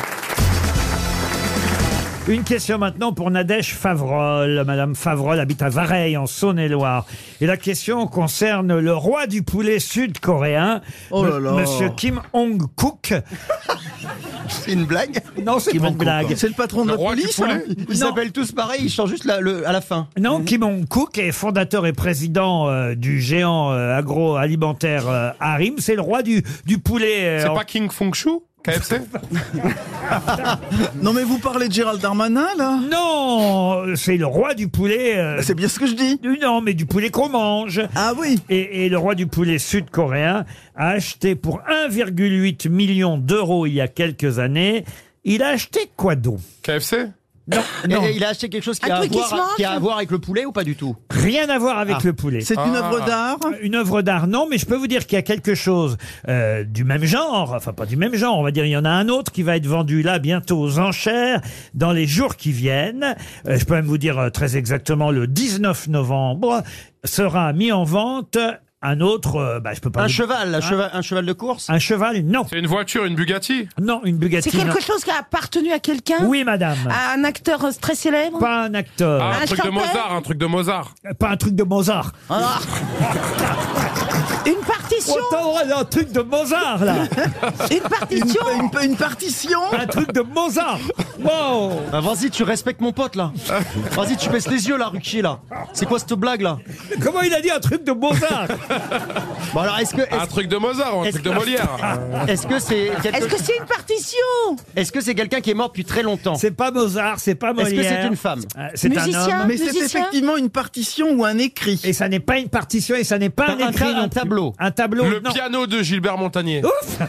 Une question maintenant pour Nadège Favrol. Madame Favrol habite à Vareille, en Saône-et-Loire. Et la question concerne le roi du poulet sud-coréen, Oh là là. Monsieur Kim Hong-kook. C'est une blague? Non, c'est pas une blague. C'est le patron de Le la roi du police. poulet. Hein. Ils s'appellent tous pareil, ils changent juste à la fin. Non, Kim Hong-kook est fondateur et président du géant agroalimentaire Harim. C'est le roi du poulet. C'est pas King Fung Shu KFC? Non mais vous parlez de Gérald Darmanin là. Non, c'est le roi du poulet. C'est bien ce que je dis. Non, mais du poulet qu'on mange. Ah oui. Et le roi du poulet sud-coréen a acheté pour 1,8 million d'euros il y a quelques années. Il a acheté quoi donc? KFC? Non, Et il a acheté quelque chose qui Un a, truc qui se mange qui a à voir avec le poulet ou pas du tout? rien à voir avec le poulet. C'est une œuvre d'art. Une œuvre d'art, non, mais je peux vous dire qu'il y a quelque chose du même genre, enfin pas du même genre, on va dire, il y en a un autre qui va être vendu là bientôt aux enchères dans les jours qui viennent. Je peux même vous dire très exactement le 19 novembre sera mis en vente un autre, je peux pas. Un vous- cheval, un cheval de course? Un cheval, non. C'est une voiture, une Bugatti? Non, une Bugatti. C'est quelque non. chose qui a appartenu à quelqu'un? Oui, madame. À un acteur très célèbre? Pas un acteur. Ah, un Un truc de chanteur? Mozart, un truc de Mozart. Pas un truc de Mozart. Ah. Une partition? Autant un truc de Mozart, là. Une partition? Une partition. Un truc de Mozart. Wow. Bah, vas-y, tu respectes mon pote là. Vas-y, tu baisses les yeux là, Ruquier là. C'est quoi cette blague là? Comment il a dit un truc de Mozart? Bon alors, Un truc de Mozart ou un truc de Molière? est-ce que c'est Est-ce que c'est une partition? est-ce que c'est quelqu'un qui est mort depuis très longtemps? C'est pas Mozart, c'est pas Est-ce Molière. que c'est une femme? C'est un Musicien? homme. Mais c'est Musicien. effectivement une partition ou un écrit. Et ça n'est pas une partition et ça n'est pas un écrit. non un plus. tableau. Un tableau, Le non. piano de Gilbert Montagnier. Ouf.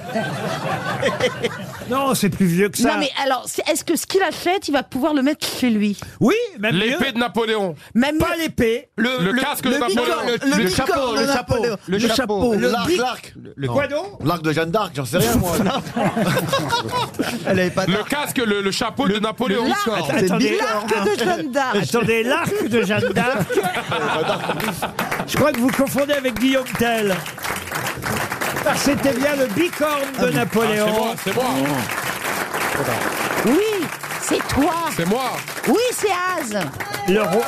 Non, c'est plus vieux que ça. Non mais alors, est-ce que ce qu'il achète, il va pouvoir le mettre chez lui? Oui, même mieux. L'épée de Napoléon. Même Pas l'épée. Le casque de Le Napoléon. bicorne, le chapeau, bicorne le de chapeau, Napoléon. le chapeau. L'arc. Quoi donc? L'arc de Jeanne d'Arc, j'en sais rien moi. Elle avait pas Le casque, le chapeau de Napoléon. Attendez, l'arc de Jeanne d'Arc. attendez, l'arc de Jeanne d'Arc. Je crois que vous confondez avec Guillaume Tell. C'était bien le bicorne de Napoléon. C'est moi. Oui, c'est toi. C'est moi. Oui, c'est Az. Le roi...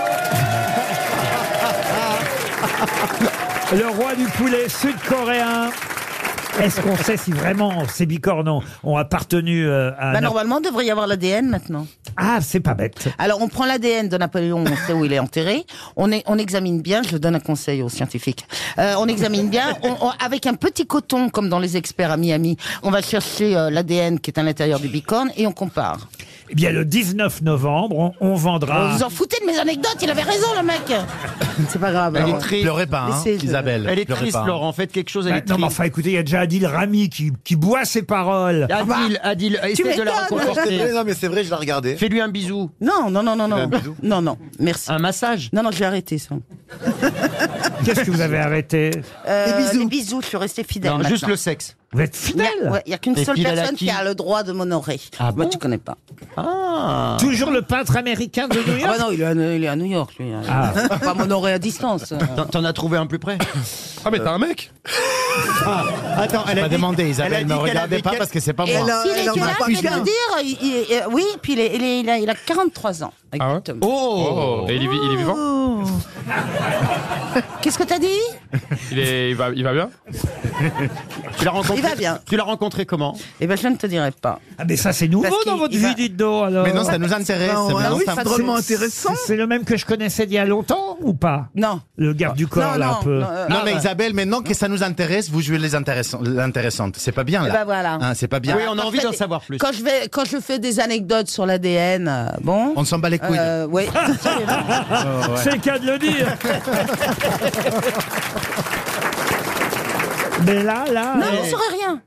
Le roi du poulet sud-coréen. Est-ce qu'on sait si vraiment ces bicornes ont appartenu à... Normalement, il devrait y avoir l'ADN maintenant. Ah, c'est pas bête. Alors, on prend l'ADN de Napoléon, on sait où il est enterré. On examine bien, je donne un conseil aux scientifiques. On examine bien, avec un petit coton, comme dans les experts à Miami, on va chercher l'ADN qui est à l'intérieur du bicorne et on compare. Eh bien, le 19 novembre, on vendra... Vous en foutez de mes anecdotes, il avait raison, le mec. C'est pas grave. Elle est alors. triste. Pleurez pas, hein, Laissez- Isabelle. Elle est pleurez triste, pas. Laurent. Faites quelque chose, elle est non, mais triste. enfin, écoutez, il y a déjà Adil Rami qui boit ses paroles. Adil, essaie de la m'étonnes. reconforter. Non mais c'est vrai, je l'ai regardé. Fais-lui un bisou. Non, Un bisou. non, merci. Un massage. Non, j'ai arrêté ça. Qu'est-ce que vous avez arrêté? Les bisous, je suis restée fidèle. Non, maintenant. juste le sexe. Vous êtes fidèle? Il n'y a qu'une Et seule puis, il a personne qui qui a le droit de m'honorer. Ah Moi, bon tu connais pas. Ah. Toujours le peintre américain de New Ah York? bah non, il est à New York, lui. Ah. Il peut pas m'honorer à distance. T'en as trouvé un plus près? Ah, mais t'as un mec? Attends, elle Pas demandé, elle a Isabelle, dit ne qu'elle regardez avait pas quel- parce que c'est pas Et moi. s'il est elle en là, a pas je vais qu'un. le dire, oui, puis il a 43 ans. Ah ouais? Exactement. Oh. Et il est vivant? Qu'est-ce que t'as dit? Il va bien? Tu l'as rencontré, Il va bien. Tu l'as rencontré comment? Eh ben, je ne te dirai pas. Ah, mais ça, c'est nouveau Parce dans qu'il- votre il vie, va- dites donc, alors. Mais non, ça nous intéresse. Ah, ouais, Maintenant, oui, ça- c'est vraiment intéressant. C'est le même que je connaissais d'il y a longtemps ou pas? Non. Le garde du corps, Non, là, non, un peu. non, Non, mais ouais. Isabelle, maintenant que ça nous intéresse, vous jouez l'intéressantes. C'est pas bien, là. Eh ben voilà. Hein, c'est pas bien. Oui, on a Quand envie je fais d'en des- savoir plus. Quand je fais des anecdotes sur l'ADN, bon. On s'en bat les couilles. Oui. C'est le cas de le dire. Mais là, Non, on ne saurait rien.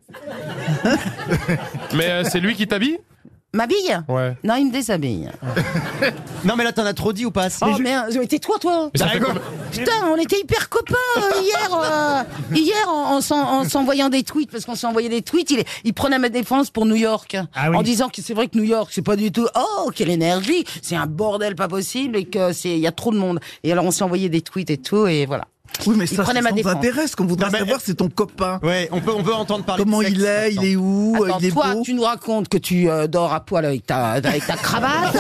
Mais c'est lui qui t'habille? M'habille? Ouais. Non, il me déshabille. Non, mais là, t'en as trop dit ou pas assez? Oh merde, tais-toi, toi. Mais ça fait combien- Putain, on était hyper copains hier. Hier, en s'envoyant des tweets, parce qu'on s'est envoyé des tweets, il prenait ma défense pour New York, Ah oui. en disant que c'est vrai que New York, c'est pas du tout. Oh, quelle énergie, c'est un bordel pas possible et que il y a trop de monde. Et alors on s'est envoyé des tweets et tout, et voilà. Oui, mais Il ça, prenait ma ça nous défense. intéresse. Ce qu'on voudrait Non, mais- savoir, c'est ton copain. Ouais, on peut entendre parler Comment de sexe il est, maintenant. il est où, Attends, il est toi, beau. tu nous racontes que tu dors à poil avec ta cravate.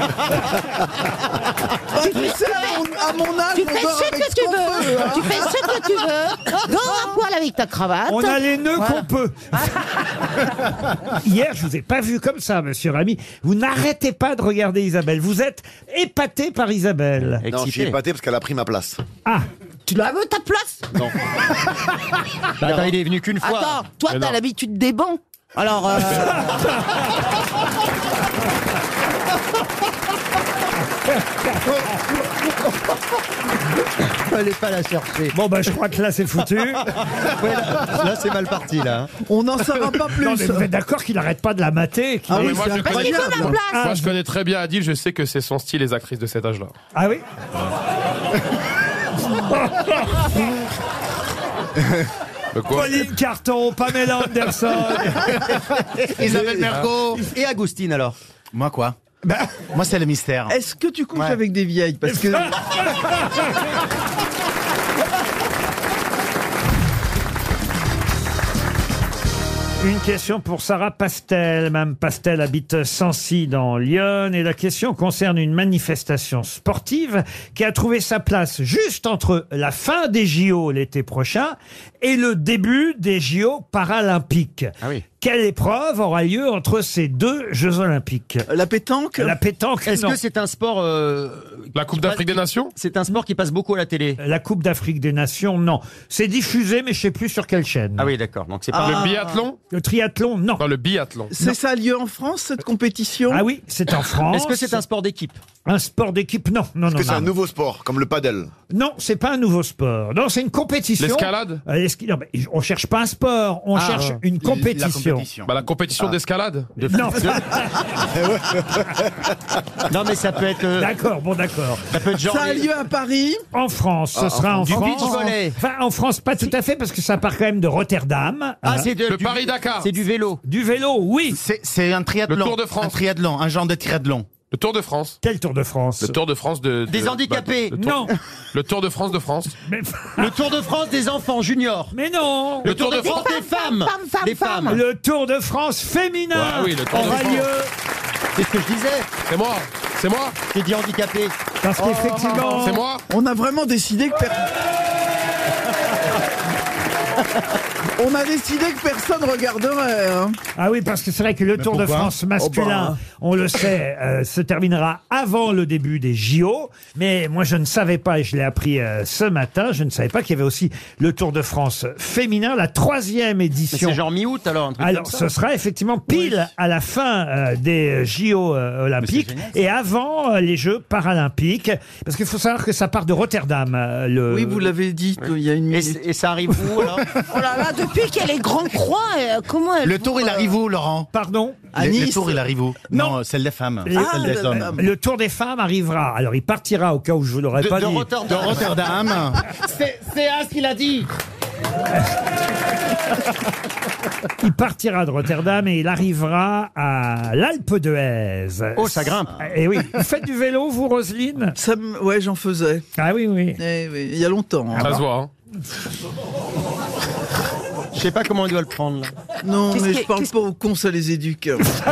Ah, tu sais, à mon âge, Tu on fais dort ce avec que tu qu'on veux. peut, hein. Tu fais ce que tu veux. Dors à poil avec ta cravate. on a les nœuds Voilà. qu'on peut. Hier, je vous ai pas vu comme ça, monsieur Rami. Vous n'arrêtez pas de regarder Isabelle. Vous êtes épaté par Isabelle. Non, je suis Excité. épaté parce qu'elle a pris ma place. Ah, Tu la veux ta place? Non. Bah, attends, il est venu qu'une fois. Attends, toi, Mais t'as non. l'habitude des bancs. Alors, Fallait pas la chercher. bon, bah, je crois que là, c'est foutu. Ouais, là, c'est mal parti, là. On n'en saura pas plus. Non, mais vous êtes d'accord qu'il n'arrête pas de la mater qu'il- Ah oui, mais moi, c'est je parce qu'il incroyable. veut la place. Moi, je connais très bien Adil, je sais que c'est son style, les actrices de cet âge-là. Ah oui? Quoi? Pauline Carton, Pamela Anderson. Isabelle Mergo. Et Agustine, alors? Moi, quoi? Moi, c'est le mystère. Est-ce que tu couches Ouais. avec des vieilles? Parce que Une question pour Sarah Pastel. Mme Pastel habite Sancy dans l'Yonne et la question concerne une manifestation sportive qui a trouvé sa place juste entre la fin des JO l'été prochain et le début des JO paralympiques. Ah oui. Quelle épreuve aura lieu entre ces deux Jeux olympiques? la pétanque. La pétanque, Est-ce non. que c'est un sport... La Coupe d'Afrique des Nations? C'est un sport qui passe beaucoup à la télé. La Coupe d'Afrique des Nations, non. C'est diffusé, mais je sais plus sur quelle chaîne. Ah oui, d'accord. Donc c'est pas... Le biathlon? Le triathlon, non. Non, le biathlon. C'est ça a lieu en France, cette compétition? Ah oui, c'est en France. Est-ce que c'est un sport d'équipe? Un sport d'équipe? Non, non, Est-ce non. que c'est non. un nouveau sport, comme le padel? Non, c'est pas un nouveau sport. Non, c'est une compétition. L'escalade? Non, mais on cherche pas un sport, on cherche une La compétition. compétition. Bah, la compétition d'escalade? Non, Non, mais ça peut être... d'accord, bon, d'accord. Ça peut être genre... Ça a lieu à Paris. En France, ce sera en Du France. beach volley. Enfin, en France, pas tout à fait, parce que ça part quand même de Rotterdam. Ah, Hein. c'est Le Paris-Dakar? C'est du vélo. Du vélo, oui. C'est un triathlon. Le Tour de France. Un triathlon, un genre de triathlon. Le Tour de France? Quel Tour de France? Le Tour de France Des handicapés. le tour- Non, Le Tour de France de France? mais, Le Tour de France des enfants juniors. mais non. Le Tour de France des femmes. Des femmes. Le Tour de France féminin Ah oui, le Tour de aura France. lieu C'est ce que je disais. C'est moi? C'est moi? J'ai dit handicapé. parce qu'effectivement, C'est moi? On a vraiment décidé que on a décidé que personne regarderait. Hein. ah oui, parce que c'est vrai que le Tour de pourquoi France masculin, on le sait, se terminera avant le début des JO. Mais moi, je ne savais pas, et je l'ai appris ce matin, je ne savais pas qu'il y avait aussi le Tour de France féminin, la 3e Mais édition. c'est genre mi-août alors. Un truc Alors, comme ça. ce sera effectivement pile à la fin des JO olympiques génial, et avant les Jeux paralympiques. Parce qu'il faut savoir que ça part de Rotterdam. Oui, vous l'avez dit il y a une minute. Et ça arrive où alors? Oh là là, depuis qu'elle est Grand Croix, comment elle... Le tour, il arrive où, Laurent? Pardon? À Le Nice. tour, il arrive où? Non. Celle des femmes. Ah, Celle des hommes. Le Tour des femmes arrivera. Alors, il partira, au cas où je vous l'aurais pas dit. De Rotterdam. De Rotterdam. C'est à ce qu'il a dit. Il partira de Rotterdam et il arrivera à l'Alpe d'Huez. Oh, ça grimpe. Et oui. Vous faites du vélo, vous, Roselyne? Ouais, j'en faisais. Ah oui, oui. Eh oui, il y a longtemps. hein. Ça se voit, hein? Je sais pas comment on doit le prendre. Là. Non, mais je parle pas aux cons, ça les éduque.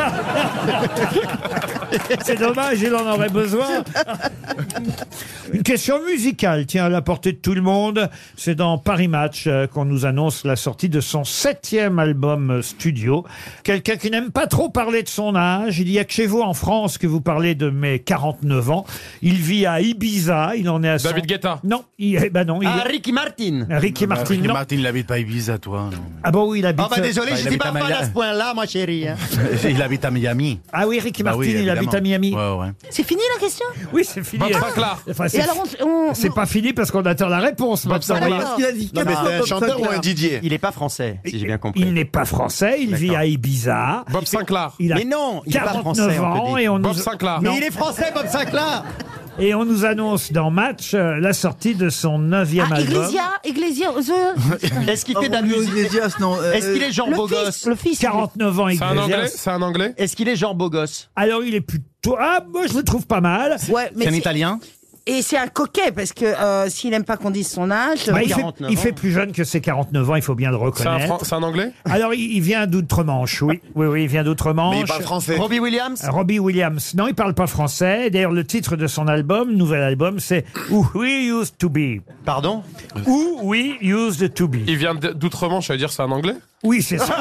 C'est dommage, il en aurait besoin. Une question musicale, tiens, à la portée de tout le monde. C'est dans Paris Match qu'on nous annonce la sortie de son 7e album studio. Quelqu'un qui n'aime pas trop parler de son âge. Il y a que chez vous en France que vous parlez de mes 49 ans. Il vit à Ibiza. Il en est à son... David Guetta. Non, non. Ricky Martin. Ricky Martin, Ricky non. Martin, il habite pas à Ibiza, toi. Non. Ah bon, oui, il habite... Ah bah désolé, Bah, je il suis pas habite à fan à ce point-là, moi chérie. Hein. Il habite à Miami. Ah oui, Ricky Bah Martin, oui, il évidemment. habite à Miami. Ouais. C'est fini la question? Oui, c'est fini. Bob Sinclair. Enfin, Et c'est alors c'est pas fini parce qu'on attend la réponse. Bob maintenant. Sinclair. Parce qu'il a dit Non, mais quatre c'est un Bob chanteur ou Sinclair. un DJ? Il est pas français, si j'ai bien compris. Il n'est pas français, il vit à Ibiza. Bob Sinclair. Il a Mais non, il est pas 49 français, on te ans dit. et on Bob nous... Sinclair. Mais Non. il est français, Bob Sinclair. Et on nous annonce dans Match la sortie de son 9e Ah, album. Iglesias, Est-ce qu'il fait de la Julio musique? Iglesias, non. Est-ce qu'il est genre beau gosse? le fils. 49 ans, C'est un anglais? Iglesias. C'est un anglais? Est-ce qu'il est genre beau gosse? Alors il est plutôt... Ah, moi je le trouve pas mal. Ouais, mais C'est un Italien? Et c'est un coquet, parce que s'il n'aime pas qu'on dise son âge... Bah, il 49 fait ans. plus jeune que ses 49 ans, il faut bien le reconnaître. C'est un anglais? Alors il vient d'Outre-Manche, oui. Oui, il vient d'Outre-Manche. Mais il parle français. Robbie Williams? Robbie Williams. Non, il parle pas français. D'ailleurs, le titre de son album, nouvel album, c'est Who We Used to Be. Pardon? Who We Used to Be. Il vient d'Outre-Manche, ça veut dire c'est un anglais? Oui, c'est ça.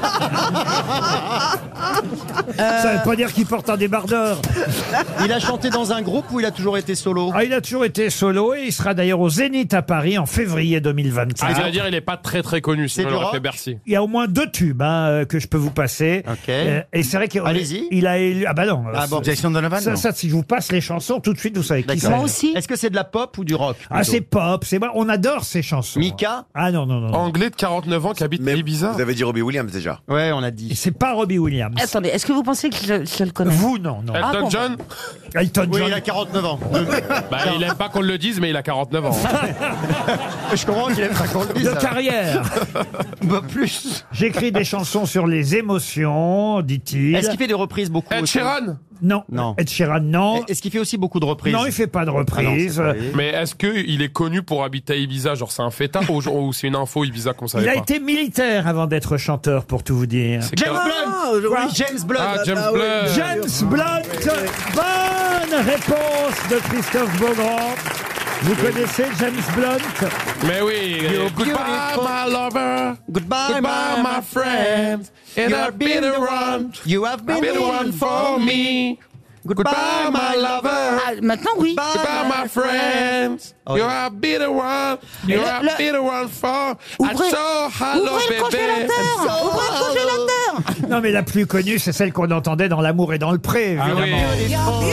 Ça veut pas dire qu'il porte un débardeur. Il a chanté dans un groupe ou il a toujours été solo? Ah, il a toujours été solo et il sera d'ailleurs au Zénith à Paris en février 2024. C'est-à-dire, il est pas très très connu, sinon C'est il du aurait rock fait Bercy. Il y a au moins 2 tubes que je peux vous passer. Ok. Et c'est vrai qu'il Allez-y. il a élu... Ah bah non. Ah bon. Jason Donovan? non. Ça, si je vous passe les chansons, tout de suite, vous savez qui c'est. Moi aussi. Est-ce que c'est de la pop ou du rock? Ah, c'est pop, c'est on adore ces chansons. Mika? Ah non. Anglais de 49 ans qui habite Mais Ibiza. vous avez dit Robbie Williams déjà. Ouais, on a Et dit. c'est pas Robbie Williams. Attendez, est-ce que vous pensez que je le connais? Vous, non. Elton bon, John? Elton Oui, John. il a 49 ans. Bah, il aime pas qu'on le dise, mais il a 49 ans. Je comprends qu'il aime pas qu'on le dise. De ça. carrière. Bah, plus. J'écris des chansons sur les émotions, dit-il. Est-ce qu'il fait des reprises beaucoup? Ed aussi? Sheeran? Non. Non. Ed Sheeran, non. Est-ce qu'il fait aussi beaucoup de reprises? Non, il fait pas de reprises. Ah non, c'est pas lui. Mais est-ce qu'il est connu pour habiter à Ibiza? Genre, c'est un fêtard ou c'est une info Ibiza qu'on savait Il a pas? été militaire avant d'être chanteur, pour tout vous dire. C'est James quel- Blunt. Quoi? James Blunt. Ah, James Ah oui. Blunt. James Blunt. Bonne réponse de Christophe Beaugrand. Vous connaissez James Blunt? Mais oui. Goodbye, my lover. Goodbye, Goodbye, my friend. And You I've have been been the around. You have been Been one for me. Goodbye, my lover. Ah, maintenant, oui. Goodbye, my friends. Oh, You yeah. have been the one. You le- have le- been the one for. Ouvrez- I so hello, Ouvrez le baby. congélateur. Ouvrez le congélateur. Non, mais la plus connue, c'est celle qu'on entendait dans L'amour et dans le pré, Ah évidemment. oui.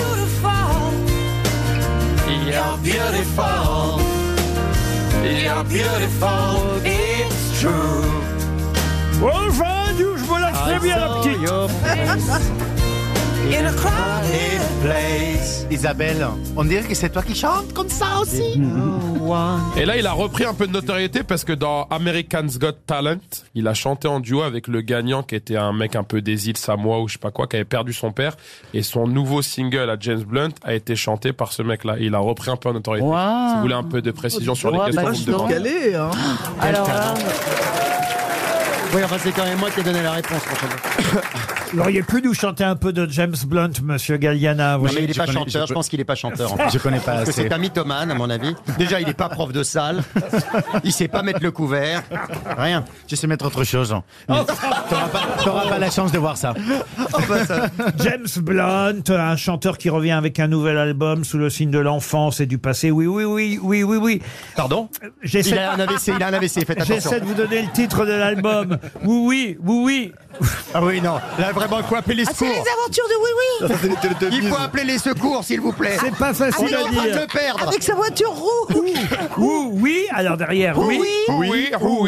You're beautiful. You're beautiful. It's true. Oh, vendu, je me la ferai bien, la petite. In a crowded place. Isabelle, on dirait que c'est toi qui chantes comme ça aussi. Et là, il a repris un peu de notoriété parce que dans American's Got Talent, il a chanté en duo avec le gagnant qui était un mec un peu des îles Samoa ou je sais pas quoi, qui avait perdu son père. Et son nouveau single à James Blunt a été chanté par ce mec-là. Il a repris un peu en notoriété. Wow. Si vous voulez un peu de précision sur les Ouais, questions bah, que vous Je me suis demandez. calé, hein. Alors là, Oui, enfin, c'est quand même moi qui ai donné la réponse. Vous auriez pu nous chanter un peu de James Blunt, monsieur Galliana. vous Non, mais il est je pas connais- chanteur, je pense qu'il est pas chanteur. En fait. Je connais pas Parce que assez. c'est un mythomane, à mon avis. Déjà, il est pas prof de salle. Il sait pas mettre le couvert. Rien. Je sais mettre autre chose. T'auras pas la chance de voir ça. James Blunt, un chanteur qui revient avec un nouvel album sous le signe de l'enfance et du passé. Oui. Pardon? J'essaie Il a un AVC, faites attention. j'essaie de vous donner le titre de l'album. Oui. Ah oui, non. Là, vraiment, il faut appeler les ah, c'est secours. les aventures de Oui Il faut appeler les secours, s'il vous plaît. C'est pas On facile est en à train de dire. le perdre. Avec sa voiture rouge. Oui, alors derrière, oui. Oui,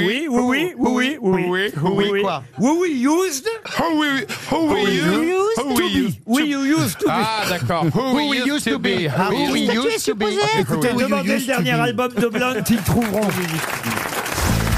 quoi? We used to be. Ah, d'accord. Who we used to be. Ah, Who who we Qu'est-ce que tu es used to be. supposé Écoutez, Who you demandez le used to dernier be. album de Blunt, ils trouveront.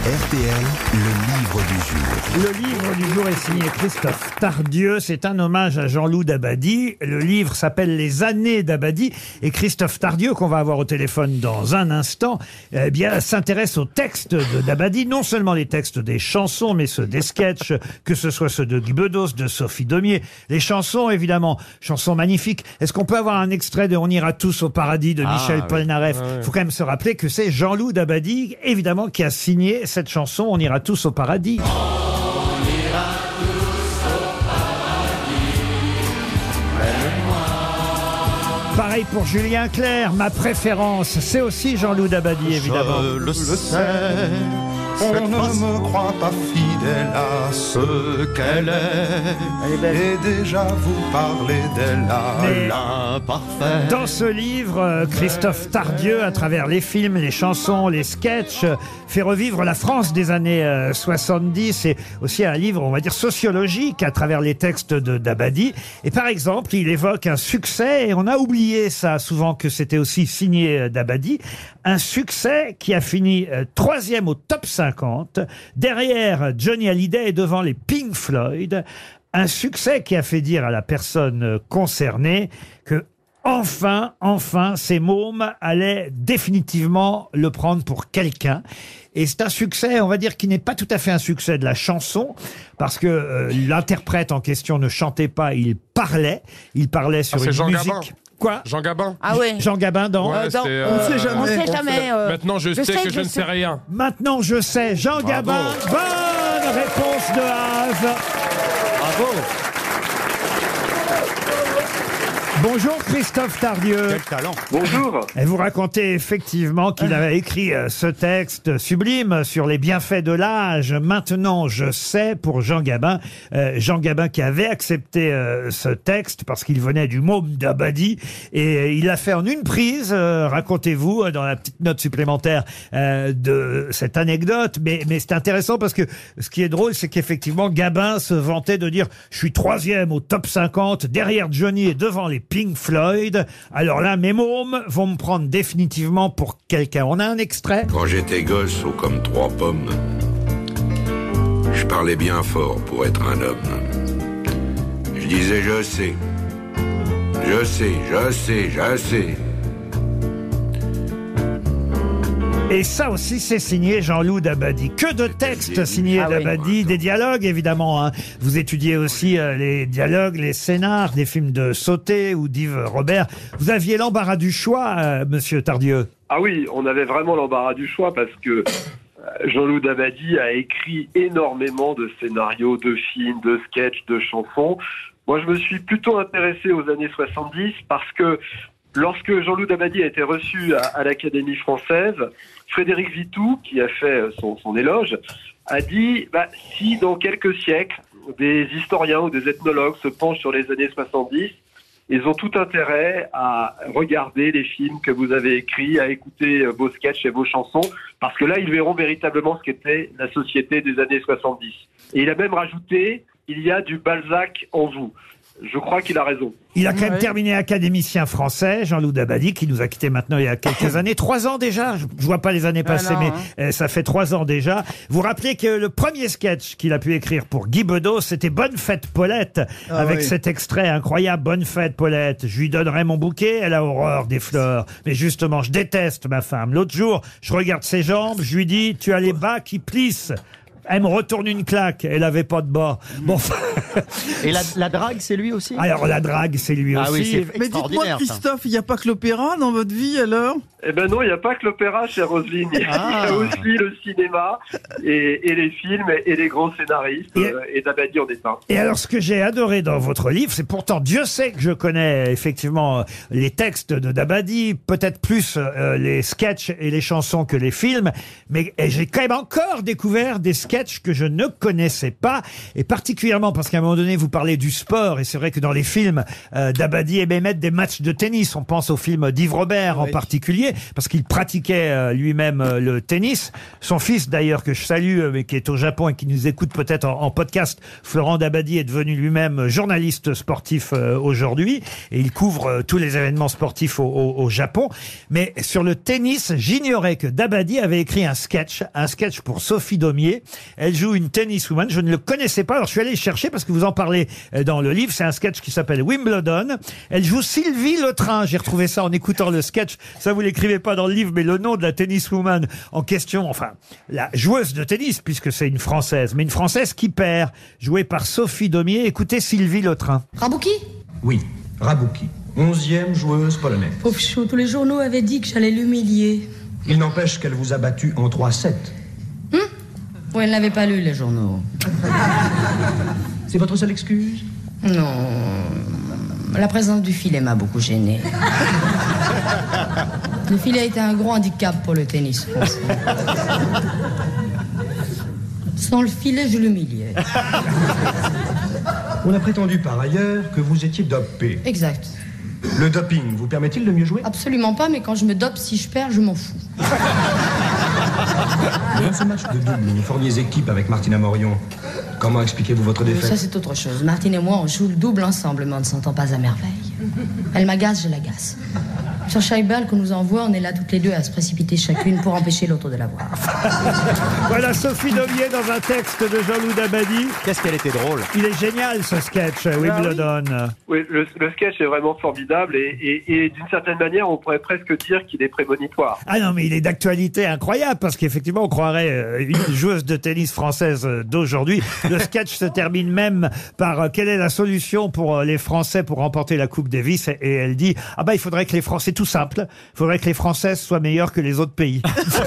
RTL, le livre du jour. Le livre du jour est signé Christophe Tardieu. C'est un hommage à Jean-Loup Dabadi. Le livre s'appelle Les années Dabadi. Et Christophe Tardieu, qu'on va avoir au téléphone dans un instant, eh bien, s'intéresse aux textes de Dabadi. Non seulement les textes des chansons, mais ceux des sketchs, que ce soit ceux de Guy Bedos, de Sophie Daumier. Les chansons, évidemment, chansons magnifiques. Est-ce qu'on peut avoir un extrait de On ira tous au paradis de Michel Polnareff? Il faut quand même se rappeler que c'est Jean-Loup Dabadi, évidemment, qui a signé cette chanson On ira tous au paradis. On ira tous au paradis, près de moi. Pareil pour Julien Clerc, ma préférence, c'est aussi Jean-Loup Dabadi, évidemment. Je le sais, on ne me croit pas fidèle à ce qu'elle est. Et déjà vous parlez d'elle à l'imparfait. Dans ce livre, Christophe Tardieu, à travers les films, les chansons, les sketchs, fait revivre la France des années 70. Et aussi un livre, on va dire, sociologique à travers les textes de Dabadi. Et par exemple, il évoque un succès, et on a oublié ça souvent que c'était aussi signé Dabadi, un succès qui a fini 3e au top 50, derrière Johnny Hallyday et devant les Pink Floyd. Un succès qui a fait dire à la personne concernée que enfin, ces mômes allaient définitivement le prendre pour quelqu'un. Et c'est un succès, on va dire, qui n'est pas tout à fait un succès de la chanson, parce que l'interprète en question ne chantait pas, il parlait sur une Jean musique... Gabin. Quoi? Jean Gabin. Ah ouais. Jean Gabin dans... Ouais, on sait jamais. On sait jamais. Maintenant, je sais que je ne sais rien. Maintenant, je sais. Jean Gabin. Bonne réponse de Haas. Bravo. Bonjour Christophe Tardieu. Quel talent. Bonjour. Et vous racontez effectivement qu'il avait écrit ce texte sublime sur les bienfaits de l'âge. Maintenant, je sais, pour Jean Gabin. Jean Gabin qui avait accepté ce texte parce qu'il venait du môme Dabadi. Et il l'a fait en une prise, racontez-vous, dans la petite note supplémentaire de cette anecdote. Mais c'est intéressant parce que ce qui est drôle, c'est qu'effectivement, Gabin se vantait de dire « Je suis 3e au top 50, derrière Johnny et devant les Pink Floyd. Alors là, mes mômes vont me prendre définitivement pour quelqu'un. » On a un extrait. Quand j'étais gosse, haut comme 3 pommes, je parlais bien fort pour être un homme. Je disais je sais, je sais, je sais, je sais. Et ça aussi, c'est signé Jean-Loup Dabadi. Que de textes signés Dabadi, des dialogues évidemment. Hein. Vous étudiez aussi les dialogues, les scénars des films de Sauté ou d'Yves Robert. Vous aviez l'embarras du choix, Monsieur Tardieu. Ah oui, on avait vraiment l'embarras du choix parce que Jean-Loup Dabadi a écrit énormément de scénarios, de films, de sketchs, de chansons. Moi, je me suis plutôt intéressé aux années 70 parce que lorsque Jean-Loup Dabadi a été reçu à l'Académie française, Frédéric Vitou, qui a fait son éloge, a dit si dans quelques siècles, des historiens ou des ethnologues se penchent sur les années 70, ils ont tout intérêt à regarder les films que vous avez écrits, à écouter vos sketchs et vos chansons, parce que là, ils verront véritablement ce qu'était la société des années 70. Et il a même rajouté, il y a du Balzac en vous. Je crois qu'il a raison. Il a quand même terminé académicien français, Jean-Loup Dabadi, qui nous a quittés maintenant il y a quelques années. 3 ans déjà. Je vois pas les années passées, mais ça fait 3 ans déjà. Vous rappelez que le premier sketch qu'il a pu écrire pour Guy Bedos, c'était Bonne fête Paulette, avec cet extrait incroyable. Bonne fête Paulette, je lui donnerai mon bouquet, elle a horreur des fleurs. Mais justement, je déteste ma femme. L'autre jour, je regarde ses jambes, je lui dis, tu as les bas qui plissent. Elle me retourne une claque. Elle avait pas de bas. Bon. Et la drague, c'est lui aussi? Alors, la drague, c'est lui aussi. Oui, mais dites-moi, Christophe, il n'y a pas que l'opéra dans votre vie, alors? Eh ben non, il n'y a pas que l'opéra, chère Roselyne. Il y a aussi le cinéma et les films et les grands scénaristes. Et Dabadi en est un. Et alors, ce que j'ai adoré dans votre livre, c'est pourtant, Dieu sait que je connais effectivement les textes de Dabadi, peut-être plus les sketchs et les chansons que les films, mais j'ai quand même encore découvert des sketchs que je ne connaissais pas, et particulièrement parce qu'à un moment donné, vous parlez du sport, et c'est vrai que dans les films, Dabadi aimait mettre des matchs de tennis. On pense au film d'Yves Robert en particulier. parce qu'il pratiquait lui-même le tennis. Son fils, d'ailleurs, que je salue, mais qui est au Japon et qui nous écoute peut-être en podcast, Florent Dabadi, est devenu lui-même journaliste sportif aujourd'hui. Et il couvre tous les événements sportifs au Japon. Mais sur le tennis, j'ignorais que Dabadi avait écrit un sketch pour Sophie Daumier. Elle joue une tenniswoman. Je ne le connaissais pas. Alors je suis allé chercher parce que vous en parlez dans le livre. C'est un sketch qui s'appelle Wimbledon. Elle joue Sylvie Le Train. J'ai retrouvé ça en écoutant le sketch. Ça, vous l'écrivez pas dans le livre, mais le nom de la tenniswoman en question, enfin, la joueuse de tennis, puisque c'est une Française, mais une Française qui perd, jouée par Sophie Daumier. Écoutez Sylvie Le Train. Rabouki ? Oui, Rabouki, 11e joueuse polonaise. Pauvre chou, tous les journaux avaient dit que j'allais l'humilier. Il n'empêche qu'elle vous a battu en 3-7. Oui, elle n'avait pas lu les journaux. C'est votre seule excuse ? Non, la présence du filet m'a beaucoup gênée. Le filet a été un gros handicap pour le tennis français. Sans le filet, je l'humiliais. On a prétendu par ailleurs que vous étiez dopé. Exact. Le doping vous permet-il de mieux jouer ? Absolument pas, mais quand je me dope, si je perds, je m'en fous. Dans ce match de double, vous formiez équipe avec Martina Morion. Comment expliquez-vous votre défaite ? Ça, c'est autre chose. Martine et moi, on joue le double ensemble, mais on ne s'entend pas à merveille. Elle m'agace, je l'agace. Sur chaque balle qu'on nous envoie, on est là toutes les deux à se précipiter chacune pour empêcher l'autre de la voir. Voilà Sophie Daumier dans un texte de Jean-Loup Dabadi. Qu'est-ce qu'elle était drôle. Il est génial ce sketch, Wimbledon. Oui, le sketch est vraiment formidable et d'une certaine manière, on pourrait presque dire qu'il est prémonitoire. Ah non, mais il est d'actualité incroyable parce qu'effectivement, on croirait une joueuse de tennis française d'aujourd'hui. Le sketch se termine même par quelle est la solution pour les Français pour remporter la Coupe Davis, et elle dit il faudrait que les Français, tout simple, il faudrait que les Françaises soient meilleures que les autres pays.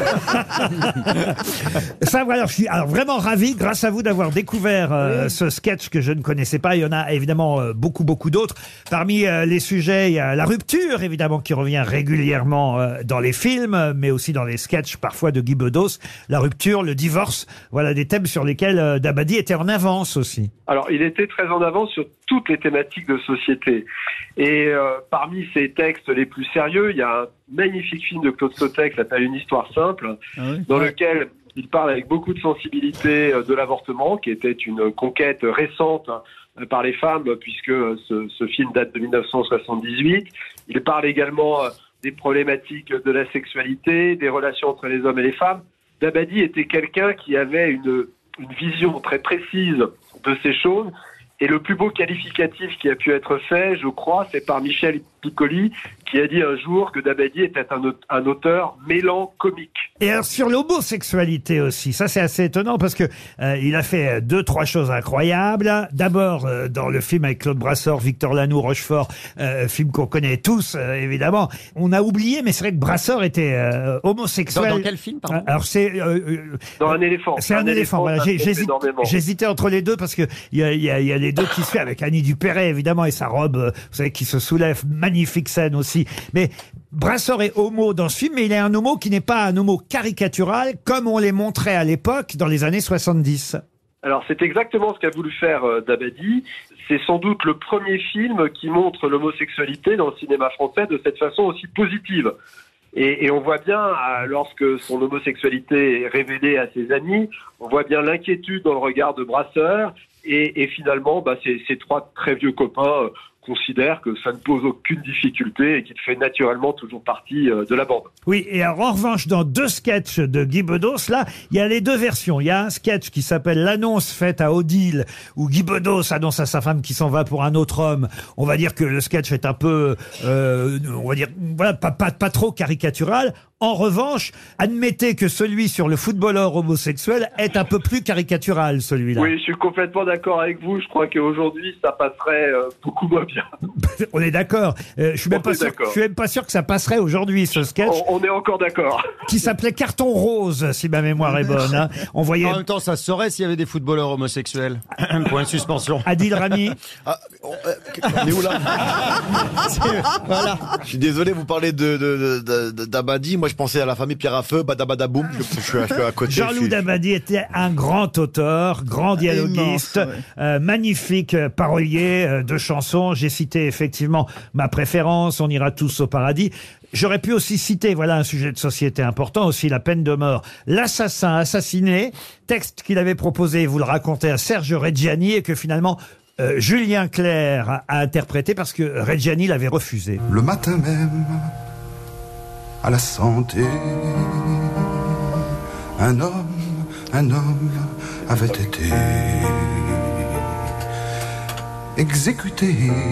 Ça, voilà, je suis vraiment ravi, grâce à vous, d'avoir découvert ce sketch que je ne connaissais pas. Il y en a évidemment beaucoup d'autres. Parmi les sujets, il y a la rupture, évidemment, qui revient régulièrement dans les films, mais aussi dans les sketchs parfois de Guy Bedos. La rupture, le divorce, voilà des thèmes sur lesquels Dabadi était en avance aussi. Alors, il était très en avance sur toutes les thématiques de société. Et parmi ses textes les plus sérieux, il y a un magnifique film de Claude Sautet qui s'appelle Une histoire simple, dans lequel il parle avec beaucoup de sensibilité de l'avortement, qui était une conquête récente par les femmes, puisque ce film date de 1978. Il parle également des problématiques de la sexualité, des relations entre les hommes et les femmes. Dabadi était quelqu'un qui avait une vision très précise de ces choses. Et le plus beau qualificatif qui a pu être fait, je crois, c'est par Michel Piccoli, qui a dit un jour que Dabadi était un auteur mélancomique. Et alors sur l'homosexualité aussi, ça c'est assez étonnant parce que il a fait 2-3 choses incroyables. D'abord dans le film avec Claude Brasseur, Victor Lanoux, Rochefort, film qu'on connaît tous évidemment. On a oublié, mais c'est vrai que Brasseur était homosexuel. Dans quel film, pardon ? Alors c'est dans Un éléphant. C'est un éléphant. Voilà. J'hésitais entre les deux parce que il y a les deux qui se fait avec Annie Dupéret évidemment et sa robe, vous savez, qui se soulève. Magnifique scène aussi. Mais Brasseur est homo dans ce film, mais il est un homo qui n'est pas un homo caricatural comme on les montrait à l'époque dans les années 70. Alors c'est exactement ce qu'a voulu faire Dabadi. C'est sans doute le premier film qui montre l'homosexualité dans le cinéma français de cette façon aussi positive. Et on voit bien, lorsque son homosexualité est révélée à ses amis, on voit bien l'inquiétude dans le regard de Brasseur. Et finalement, ces trois très vieux copains considèrent que ça ne pose aucune difficulté et qu'il fait naturellement toujours partie de la bande. Oui, et alors, en revanche, dans 2 sketchs de Guy Bedos, là, il y a les 2 versions. Il y a un sketch qui s'appelle L'annonce faite à Odile, où Guy Bedos annonce à sa femme qu'il s'en va pour un autre homme. On va dire que le sketch est un peu, on va dire, voilà, pas trop caricatural. En revanche, admettez que celui sur le footballeur homosexuel est un peu plus caricatural, celui-là. Oui, je suis complètement d'accord avec vous. Je crois qu'aujourd'hui, ça passerait beaucoup moins bien. On est d'accord. Je suis même pas sûr que ça passerait aujourd'hui, ce sketch. On est encore d'accord. Qui s'appelait Carton Rose, si ma mémoire est bonne. Hein. On voyait... En même temps, ça se saurait s'il y avait des footballeurs homosexuels. Point de suspension. Adil Rami. On est où là? Voilà. Je suis désolé, vous parlez de Dabadi. Moi, je pensais à la famille Pierre à Feu, Badabadaboum. Je suis à côté. Jean-Loup Dabadi était un grand auteur, grand dialoguiste, magnifique parolier de chansons. J'ai cité effectivement ma préférence, On ira tous au paradis. J'aurais pu aussi citer, voilà un sujet de société important aussi, la peine de mort. L'assassin assassiné, texte qu'il avait proposé, vous le racontez, à Serge Reggiani et que finalement Julien Clerc a interprété parce que Reggiani l'avait refusé. Le matin même, à la santé, un homme avait été exécuté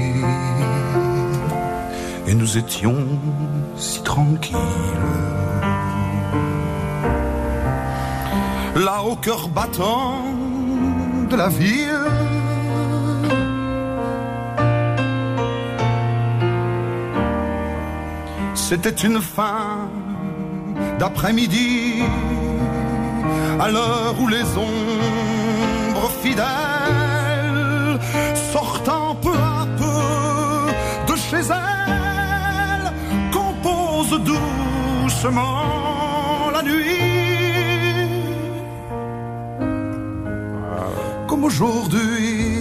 et nous étions si tranquilles. Là au cœur battant de la ville, c'était une fin d'après-midi, à l'heure où les ombres fidèles, sortant peu à peu de chez elles, composent doucement la nuit, comme aujourd'hui.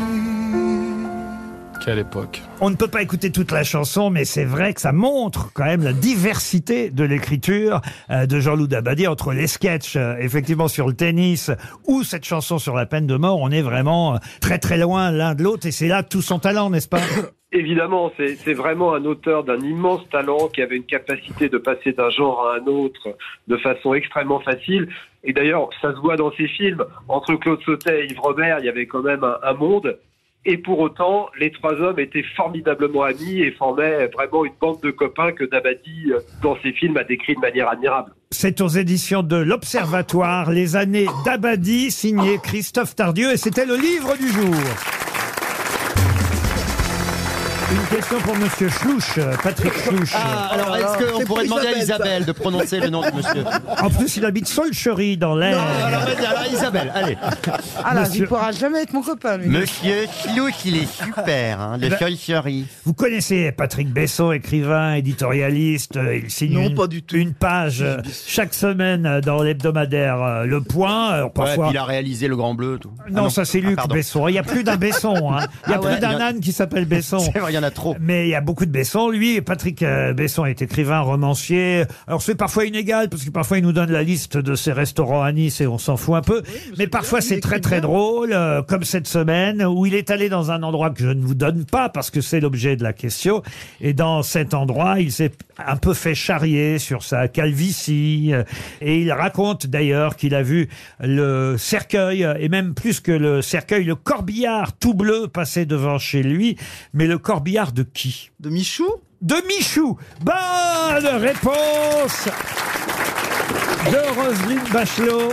Quelle époque. On ne peut pas écouter toute la chanson, mais c'est vrai que ça montre quand même la diversité de l'écriture de Jean-Loup Dabadi entre les sketchs, effectivement, sur le tennis ou cette chanson sur la peine de mort. On est vraiment très très loin l'un de l'autre et c'est là tout son talent, n'est-ce pas? Évidemment, c'est vraiment un auteur d'un immense talent qui avait une capacité de passer d'un genre à un autre de façon extrêmement facile. Et d'ailleurs, ça se voit dans ses films. Entre Claude Sautet et Yves Robert, il y avait quand même un monde. Et pour autant, les trois hommes étaient formidablement amis et formaient vraiment une bande de copains que Dabadi, dans ses films, a décrit de manière admirable. C'est aux éditions de l'Observatoire, Les années Dabadi, signé Christophe Tardieu, et c'était le livre du jour. Une question pour Monsieur Schlouch, Patrick Schlouch. Ah, alors est-ce qu'on pourrait demander à Isabelle de prononcer le nom de monsieur? En plus, il habite Solchery dans l'Air. Alors Isabelle, allez. Ah là, Monsieur- il pourra jamais être mon copain, lui. Monsieur Schlouch, il est super, hein, de Ben- Solchery. Vous connaissez Patrick Besson, écrivain, éditorialiste. Il signe Non, pas du tout. une page chaque semaine dans l'hebdomadaire Le Point. Alors, Ouais, parfois... puis il a réalisé Le Grand Bleu, tout. Non, ça c'est Luc pardon. Besson. Il n'y a plus d'un Besson. Hein. Il n'y a Ah plus ouais, d'un il y a- âne qui s'appelle Besson. C'est vrai, il y en a trop. Mais il y a beaucoup de Besson. Lui, Patrick Besson est écrivain, romancier. Alors c'est parfois inégal parce que parfois il nous donne la liste de ses restaurants à Nice et on s'en fout un peu. Mais parfois c'est très très drôle, comme cette semaine où il est allé dans un endroit que je ne vous donne pas parce que c'est l'objet de la question. Et dans cet endroit, il s'est un peu fait charrier sur sa calvitie. Et il raconte d'ailleurs qu'il a vu le cercueil, et même plus que le cercueil, le corbillard tout bleu passer devant chez lui. Mais le corbillard de qui? De Michou? De Michou. Bonne réponse de Roselyne Bachelot.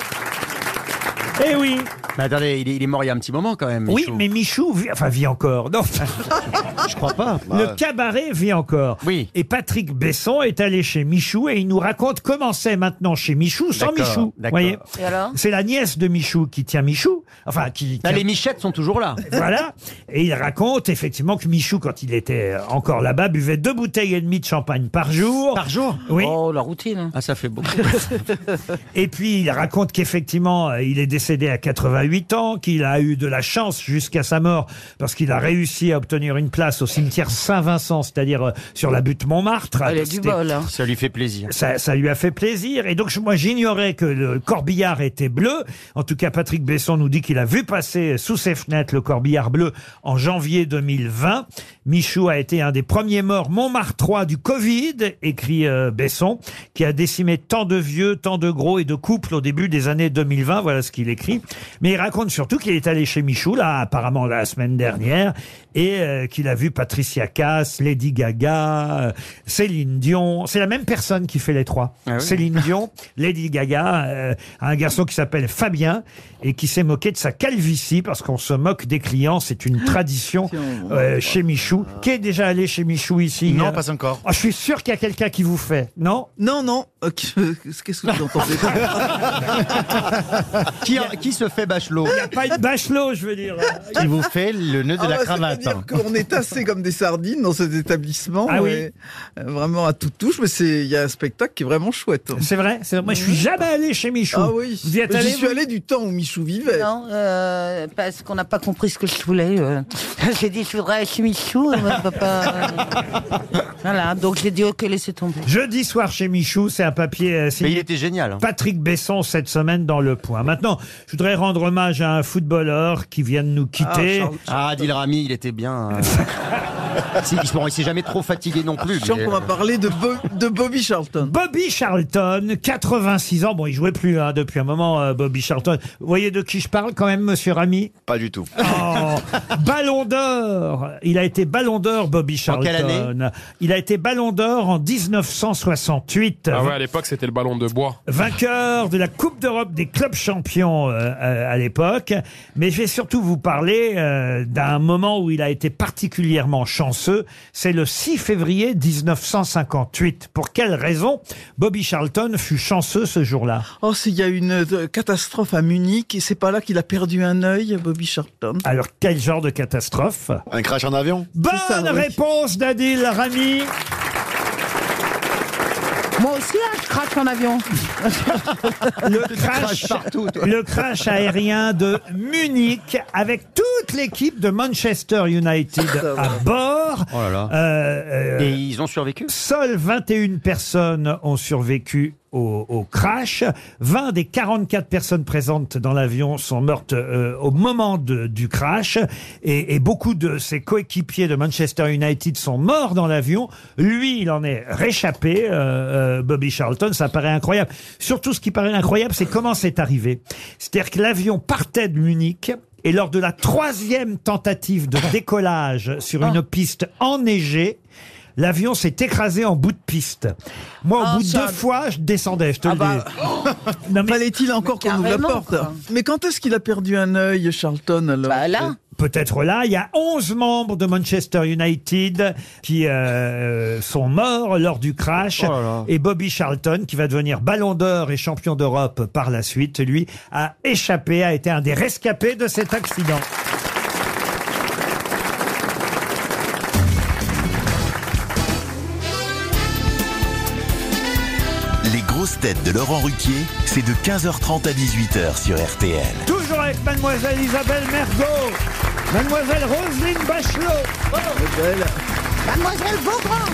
Eh oui. Mais attendez, il est mort il y a un petit moment quand même. Oui, Michou. mais Michou vit encore. Non. Je crois pas. Le cabaret vit encore. Oui. Et Patrick Besson est allé chez Michou et il nous raconte comment c'est maintenant chez Michou sans D'accord, Michou. d'accord. Voyez. Et alors? C'est la nièce de Michou qui tient Michou. Enfin, qui Ah, tient- les Michettes sont toujours là. Voilà. Et il raconte effectivement que Michou, quand il était encore là-bas, buvait 2 bouteilles et demie de champagne par jour. Par jour? Oui. Oh, la routine. Ah, ça fait beaucoup. Et puis il raconte qu'effectivement, il est décédé à 88 ans, qu'il a eu de la chance jusqu'à sa mort parce qu'il a réussi à obtenir une place au cimetière Saint-Vincent, c'est-à-dire sur la butte Montmartre. Ah, il a du C'était- bol, hein. Ça lui fait plaisir. Ça lui a fait plaisir. Et donc, moi, j'ignorais que le corbillard était bleu. En tout cas, Patrick Besson nous dit qu'il a vu passer sous ses fenêtres le corbillard bleu en janvier 2020. Michou a été un des premiers morts montmartrois du Covid, écrit Besson, qui a décimé tant de vieux, tant de gros et de couples au début des années 2020. Voilà ce qu'il écrit. Mais il raconte surtout qu'il est allé chez Michou, là, apparemment la semaine dernière, et qu'il a vu Patricia Cass, Lady Gaga, Céline Dion. C'est la même personne qui fait les trois. Ah oui. Céline Dion, Lady Gaga, un garçon qui s'appelle Fabien et qui s'est moqué de sa calvitie parce qu'on se moque des clients. C'est une tradition chez Michou. Qui est déjà allé chez Michou ici? Non, pas encore. Oh, je suis sûr qu'il y a quelqu'un qui vous fait. Non? Non, non. Qu'est-ce que vous entendez? Qui se fait Bachelot? Il n'y a pas une Bachelot, je veux dire. Qui vous fait le nœud de la cravate. C'est-à-dire qu'on est tassé comme des sardines dans cet établissement. Ah oui. et, vraiment à toute touche, mais il y a un spectacle qui est vraiment chouette. C'est vrai? Moi, je suis jamais allé chez Michou. Ah oui. Vous y êtes allé, J'y suis vous allé du temps où Michou vivait. Non. Non, parce qu'on n'a pas compris ce que je voulais. J'ai dit, je voudrais chez Michou. Voilà, donc j'ai dit, ok, laissez tomber. Jeudi soir chez Michou, c'est un papier signé Mais il était génial. Patrick Besson cette semaine dans Le Point. Maintenant, je voudrais rendre hommage à un footballeur qui vient de nous quitter. Adil Rami, il était bien. Il s'est jamais trop fatigué non plus. Je sens qu'on va parler de Bobby Charlton. Bobby Charlton, 86 ans. Bon, il jouait plus depuis un moment, Bobby Charlton. Vous voyez de qui je parle quand même, monsieur Rami? Pas du tout. Oh, Ballon d'Or. Il a été Ballon d'Or, Bobby Charlton. quelle année? Il a été Ballon d'Or en 1968. Ah ouais, à l'époque, c'était le ballon de bois. Vainqueur de la Coupe d'Europe des clubs champions à l'époque. Mais je vais surtout vous parler d'un moment où il a été particulièrement chanceux. C'est le 6 février 1958. Pour quelle raison Bobby Charlton fut chanceux ce jour-là? Oh, il y a une catastrophe à Munich et c'est pas là qu'il a perdu un œil, Bobby Charlton. Alors, quel genre de catastrophe? Un crash en avion? Bonne réponse d'Adil Rami. Moi aussi, je crache en avion. Le crash aérien de Munich avec toute l'équipe de Manchester United à bord. Oh là là. Et ils ont survécu? Seules 21 personnes ont survécu au crash. 20 des 44 personnes présentes dans l'avion sont mortes au moment du crash. Et beaucoup de ses coéquipiers de Manchester United sont morts dans l'avion. Lui, il en est réchappé, Bobby Charlton. Ça paraît incroyable. Surtout, ce qui paraît incroyable, c'est comment c'est arrivé. C'est-à-dire que l'avion partait de Munich. Et lors de la 3e tentative de décollage sur une piste enneigée, l'avion s'est écrasé en bout de piste. Moi, au bout de 2 fois, je descendais, je te le dis. Non, mais fallait-il encore qu'on ouvre la porte? Quoi. Mais quand est-ce qu'il a perdu un œil, Charlton, alors? Bah là. Peut-être là, il y a 11 membres de Manchester United qui sont morts lors du crash. Et Bobby Charlton, qui va devenir Ballon d'Or et champion d'Europe par la suite, lui, a échappé, a été un des rescapés de cet accident. Les grosses têtes de Laurent Ruquier, c'est de 15h30 à 18h sur RTL. Toujours avec mademoiselle Isabelle Mergo, mademoiselle Roselyne Bachelot, Mademoiselle Beaugrand,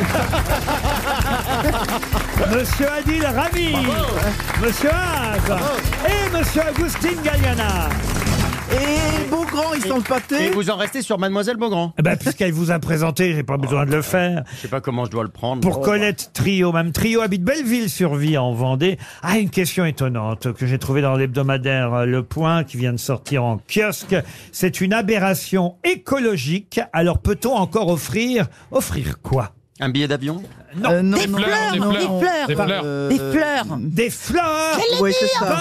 monsieur Adil Rami, monsieur Haas et monsieur Agustin Galliana. Et Beaugrand, ils sont le pâté. Et vous en restez sur Mademoiselle Beaugrand? Eh ben, puisqu'elle vous a présenté, j'ai pas besoin de le faire. Je sais pas comment je dois le prendre. Pour Colette Trio, même Trio habite Belleville-sur-Vie en Vendée. Ah, une question étonnante que j'ai trouvée dans l'hebdomadaire Le Point qui vient de sortir en kiosque. C'est une aberration écologique. Alors peut-on encore offrir quoi? Un billet d'avion? Non. des fleurs. Des fleurs. Des fleurs. Des fleurs. Oui, c'est ça.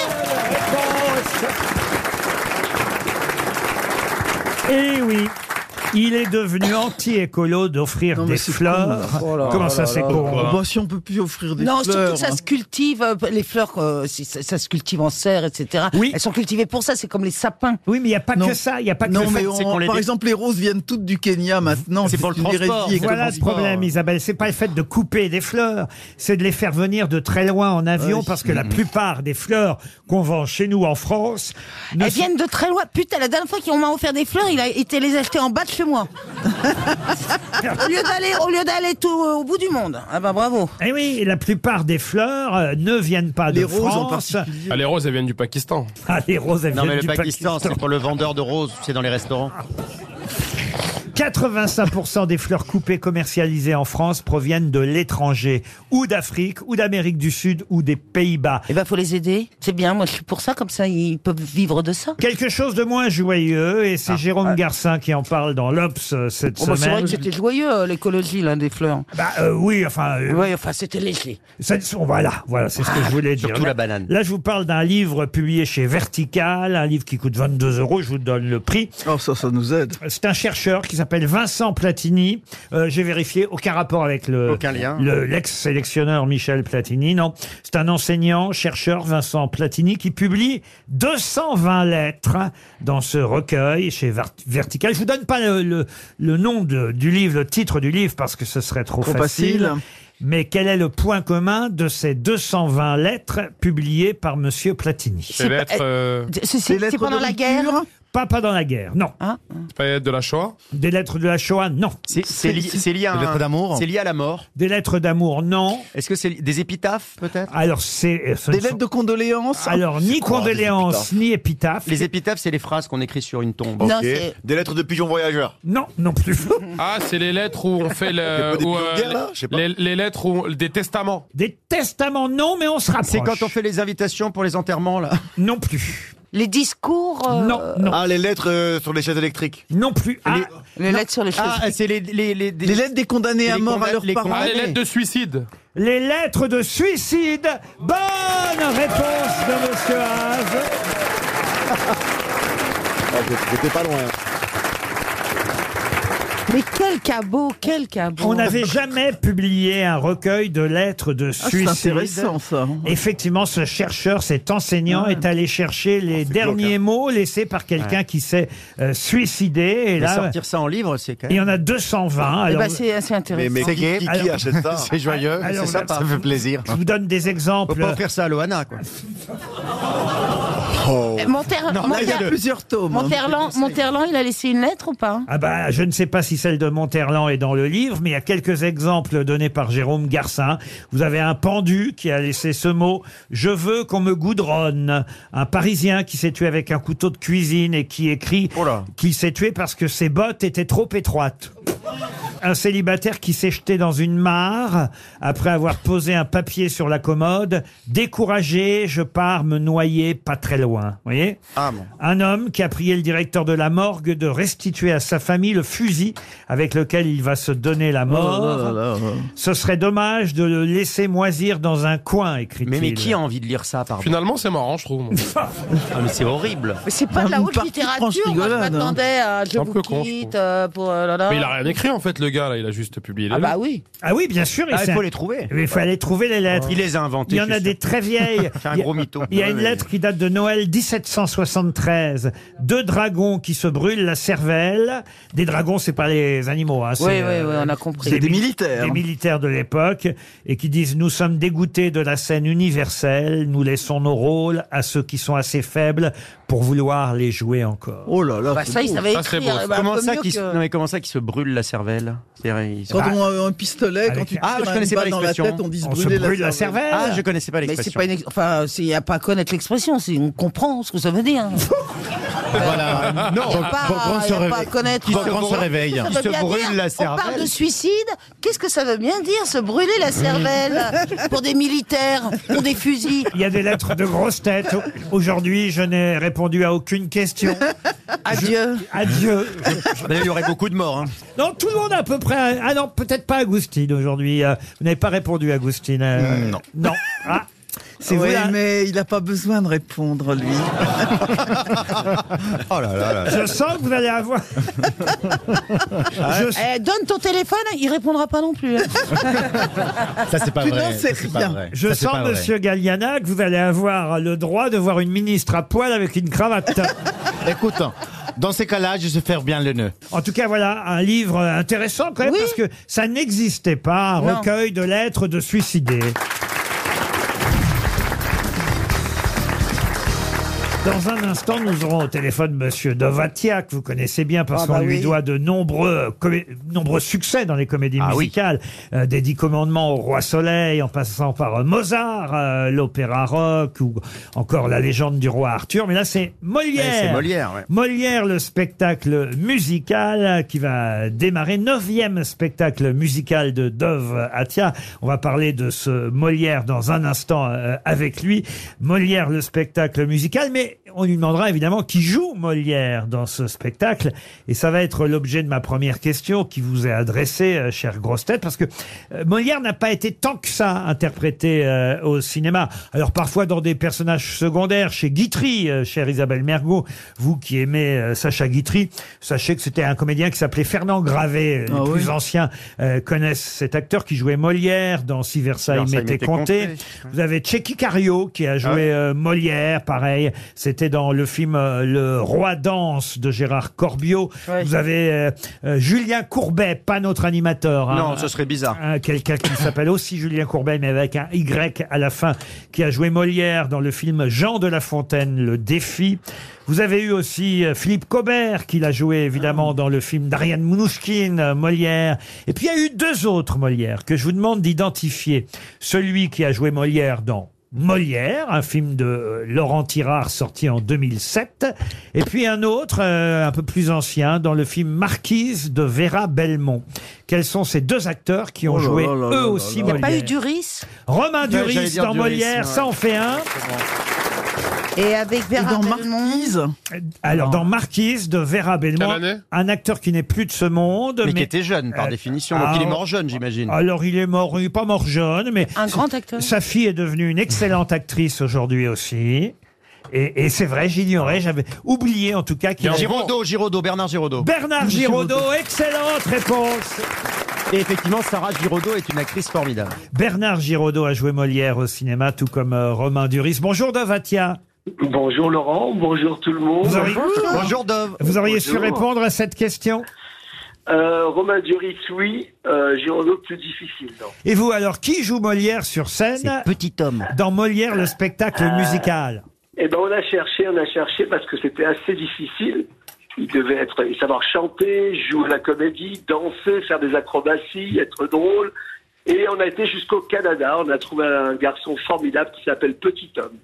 Eh oui, il est devenu anti-écolo d'offrir des fleurs. Comment ça, c'est con? Bah, si on peut plus offrir des Non, fleurs. surtout que ça se cultive, les fleurs, ça se cultive en serre, etc. Oui. Elles sont cultivées pour ça, c'est comme les sapins. Oui, mais il n'y a pas que ça. Il n'y a pas que Non, le mais fait. par exemple, les roses viennent toutes du Kenya maintenant. C'est pour le une transport. hérésie Voilà le écologique. problème, Isabelle. C'est pas le fait de couper des fleurs, c'est de les faire venir de très loin en avion, Oui. parce que la plupart des fleurs qu'on vend chez nous en France ne Elles sont- viennent de très loin. Putain, la dernière fois qu'on m'a offert des fleurs, il a été les acheter en bas de chez moi. au lieu d'aller tout au bout du monde. Ah bah bravo. Eh oui, et la plupart des fleurs ne viennent pas Les de roses en France. particulier. Ah, les roses, elles viennent du Pakistan. Ah, les roses, elles Non, mais viennent le du Pakistan, c'est pour le vendeur de roses, c'est dans les restaurants. 85% des fleurs coupées commercialisées en France proviennent de l'étranger, ou d'Afrique, ou d'Amérique du Sud, ou des Pays-Bas. Eh ben faut les aider. C'est bien, moi je suis pour ça, comme ça ils peuvent vivre de ça. Quelque chose de moins joyeux, et c'est Jérôme Garcin qui en parle dans l'Obs cette Oh, bah, c'est vrai semaine. que c'était joyeux l'écologie là des fleurs. Oui, enfin... Oui, enfin c'était léger. Voilà, c'est ce que je voulais dire. Surtout la banane. Là, je vous parle d'un livre publié chez Vertical, un livre qui coûte 22 €, je vous donne le prix. Oh, ça nous aide. C'est un chercheur qui s'appelle Vincent Platini. J'ai vérifié, aucun rapport avec Aucun lien. l'ex-sélectionneur Michel Platini, non. C'est un enseignant, chercheur, Vincent Platini, qui publie 220 lettres dans ce recueil chez Vertical. Je vous donne pas le nom du livre, le titre du livre, parce que ce serait trop facile. Mais quel est le point commun de ces 220 lettres publiées par Monsieur Platini? Ces lettres, C'est pendant la guerre. Pas pendant la guerre, non. c'est pas les lettres de la Shoah? Des lettres de la Shoah, non. C'est lié à Des lettres d'amour. C'est lié à la mort. Des lettres d'amour, non. Est-ce que c'est des épitaphes peut-être? Alors ce Des ne lettres sont- de condoléances. Alors ni quoi, condoléances, ni épitaphes. Les épitaphes, c'est les phrases qu'on écrit sur une tombe. Non, Ok. c'est- Des lettres de pigeons voyageurs. Non, non plus. Ah, c'est les lettres où on fait C'est pas des où, pigeons de guerre, là Je sais pas. les lettres des testaments. Des testaments, non, mais on se rapproche. C'est quand on fait les invitations pour les enterrements là. Non plus. Les discours. Non, non. Ah, les lettres sur les chaises électriques. Non plus. Ah, Les lettres sur les choses. Ah, c'est les Les lettres des condamnés à mort à leurs parents. Ah, les lettres de suicide. les lettres de suicide. Bonne réponse de Monsieur Haas. J'étais pas loin. Mais quel cabot, quel cabot. On n'avait jamais publié un recueil de lettres de Ah, c'est suicide. intéressant ça. Effectivement, ce chercheur, cet enseignant, est allé chercher les derniers mots laissés par quelqu'un qui s'est suicidé. Et Mais là, sortir ça en livre, c'est quand il y même. en a 220. Eh Alors, ben, c'est intéressant. Mais C'est qui, gay. qui Alors- achète ça? C'est joyeux, alors, c'est sympa, ça fait plaisir. je vous donne des Faut exemples. pas offrir ça à Loana quoi. Là, il y a plusieurs tomes. Monterland, il a laissé une lettre ou pas? Ah bah, je ne sais pas si celle de Monterland est dans le livre, mais il y a quelques exemples donnés par Jérôme Garcin. Vous avez un pendu qui a laissé ce mot « Je veux qu'on me goudronne ». Un Parisien qui s'est tué avec un couteau de cuisine et qui écrit qu'il s'est tué parce que ses bottes étaient trop étroites. Un célibataire qui s'est jeté dans une mare après avoir posé un papier sur la commode. Découragé, je pars me noyer pas très loin. Vous voyez? Ah bon. Un homme qui a prié le directeur de la morgue de restituer à sa famille le fusil avec lequel il va se donner la mort. Ce serait dommage de le laisser moisir dans un coin, écrit-il. Mais qui a envie de lire ça, pardon? Finalement, c'est marrant, je trouve. Ah, mais c'est horrible. Mais c'est pas de la Une haute partie de franche littérature. Moi, je rigolade, m'attendais à Je Un vous peu con, je quitte pour là. Mais il a rien écrit en fait, le gars là. Il a juste publié les Ah bah lettres. oui. Ah oui, bien sûr. Ah, il faut les trouver. Il faut aller trouver les lettres. Il les a inventées. Il y en a des très vieilles. C'est un Il y a- gros mytho. Il y a une lettre qui date de Noël 1773. Deux dragons qui se brûlent la cervelle. Des dragons, c'est pas les animaux. Hein, Oui, on a compris. C'est des militaires. Des militaires de l'époque et qui disent: nous sommes dégoûtés de la scène universelle. Nous laissons nos rôles à ceux qui sont assez faibles pour vouloir les jouer encore. Oh là là. Bah, ça, il savait Ça, c'est écrire. beau, ça. Bah, Comment un peu ça mieux qui que- non mais comment ça qui se brûle la cervelle? Quand on a un pistolet, Avec- quand tu Ah, tires je une connaissais pas balle dans la l'expression. tête, on dit se On se brûler brûle la la cervelle. Ah, je connaissais pas Mais c'est l'expression. pas une. Enfin, il n'y a pas à connaître l'expression. On comprend ce que ça veut dire. Voilà. Non, il n'y a pas à connaître. Quand on se réveille. Ça Qui veut se bien brûle dire, la on cervelle. parle de suicide. Qu'est-ce que ça veut bien dire, se brûler la cervelle pour des militaires, pour des fusils? Il y a des lettres de grosses têtes. Aujourd'hui, je n'ai répondu à aucune question. Adieu. Adieu. Mais il y aurait beaucoup de morts. Hein. Non, tout le monde à peu près. Ah non, peut-être pas Agustine aujourd'hui. Vous n'avez pas répondu, Agustine. Non. Non. Ah, c'est Oui, vous là. mais il n'a pas besoin de répondre, lui. Oh là là là. Je sens que vous allez avoir. Donne ton téléphone, il répondra pas non plus. Ça, c'est pas Tu vrai. n'en sais Ça, c'est pas rien. vrai. Je Ça, c'est sens, pas vrai. monsieur Galliana, que vous allez avoir le droit de voir une ministre à poil avec une cravate. Écoute, dans ces cas-là, je sais faire bien le nœud. En tout cas, voilà un livre intéressant quand même, Oui. parce que ça n'existait pas, un Non. recueil de lettres de suicidés. Dans un instant, nous aurons au téléphone Monsieur Dovatia, que vous connaissez bien parce Ah qu'on bah lui oui. doit de nombreux succès dans les comédies musicales, des 10 commandements au Roi Soleil, en passant par Mozart, l'opéra rock, ou encore la légende du roi Arthur. Mais là, c'est Molière. Ouais, c'est Molière, ouais. Molière, le spectacle musical qui va démarrer, 9e spectacle musical de Dov Atia. On va parler de ce Molière dans un instant avec lui. Molière, le spectacle musical, mais on lui demandera évidemment qui joue Molière dans ce spectacle. Et ça va être l'objet de ma première question qui vous est adressée, chère grosse tête, parce que Molière n'a pas été tant que ça interprété au cinéma. Alors parfois dans des personnages secondaires, chez Guitry, chère Isabelle Mergo, vous qui aimez Sacha Guitry, sachez que c'était un comédien qui s'appelait Fernand Gravé. Les plus anciens connaissent cet acteur qui jouait Molière dans Si Versailles m'était compté. Vous avez Tchéky Cario qui a joué Molière, pareil. C'était était dans le film Le Roi danse de Gérard Corbiot. Vous avez Julien Courbet, pas notre animateur. Hein, Non, ce serait bizarre. Quelqu'un qui s'appelle aussi Julien Courbet, mais avec un Y à la fin, qui a joué Molière dans le film Jean de La Fontaine, Le Défi. Vous avez eu aussi Philippe Cobert, qui l'a joué évidemment dans le film d'Ariane Mnouchkine, Molière. Et puis il y a eu 2 autres Molières que je vous demande d'identifier. Celui qui a joué Molière dans Molière, un film de Laurent Tirard sorti en 2007. Et puis un autre, un peu plus ancien, dans le film Marquise de Vera Belmont. Quels sont ces 2 acteurs qui ont joué eux aussi Il n'y a Molière? pas eu Duris Romain Duris dans Molière, ça en fait un. Et avec Vera Belmont. Alors, dans Marquise de Vera Belmont, un acteur qui n'est plus de ce monde. Mais qui était jeune, par définition. Donc, il est mort jeune, j'imagine. Alors, il est pas mort jeune, mais... Un grand acteur. Sa fille est devenue une excellente actrice aujourd'hui aussi. Et c'est vrai, j'ignorais, j'avais oublié en tout cas qu'il... Bernard Giraudot. Bernard Giraudot, excellente réponse. Et effectivement, Sarah Giraudot est une actrice formidable. Bernard Giraudot a joué Molière au cinéma, tout comme Romain Duris. Bonjour Davatia. Bonjour Laurent, bonjour tout le monde. Bonjour Dove. Vous auriez su répondre à cette question? Romain Duris, oui. Giraudot, plus difficile, non. Et vous, alors, qui joue Molière sur scène? C'est Petit Homme. Dans Molière, le spectacle musical. Eh ben, on a cherché parce que c'était assez difficile. Il devait savoir chanter, jouer à la comédie, danser, faire des acrobaties, être drôle. Et on a été jusqu'au Canada. On a trouvé un garçon formidable qui s'appelle Petit Homme.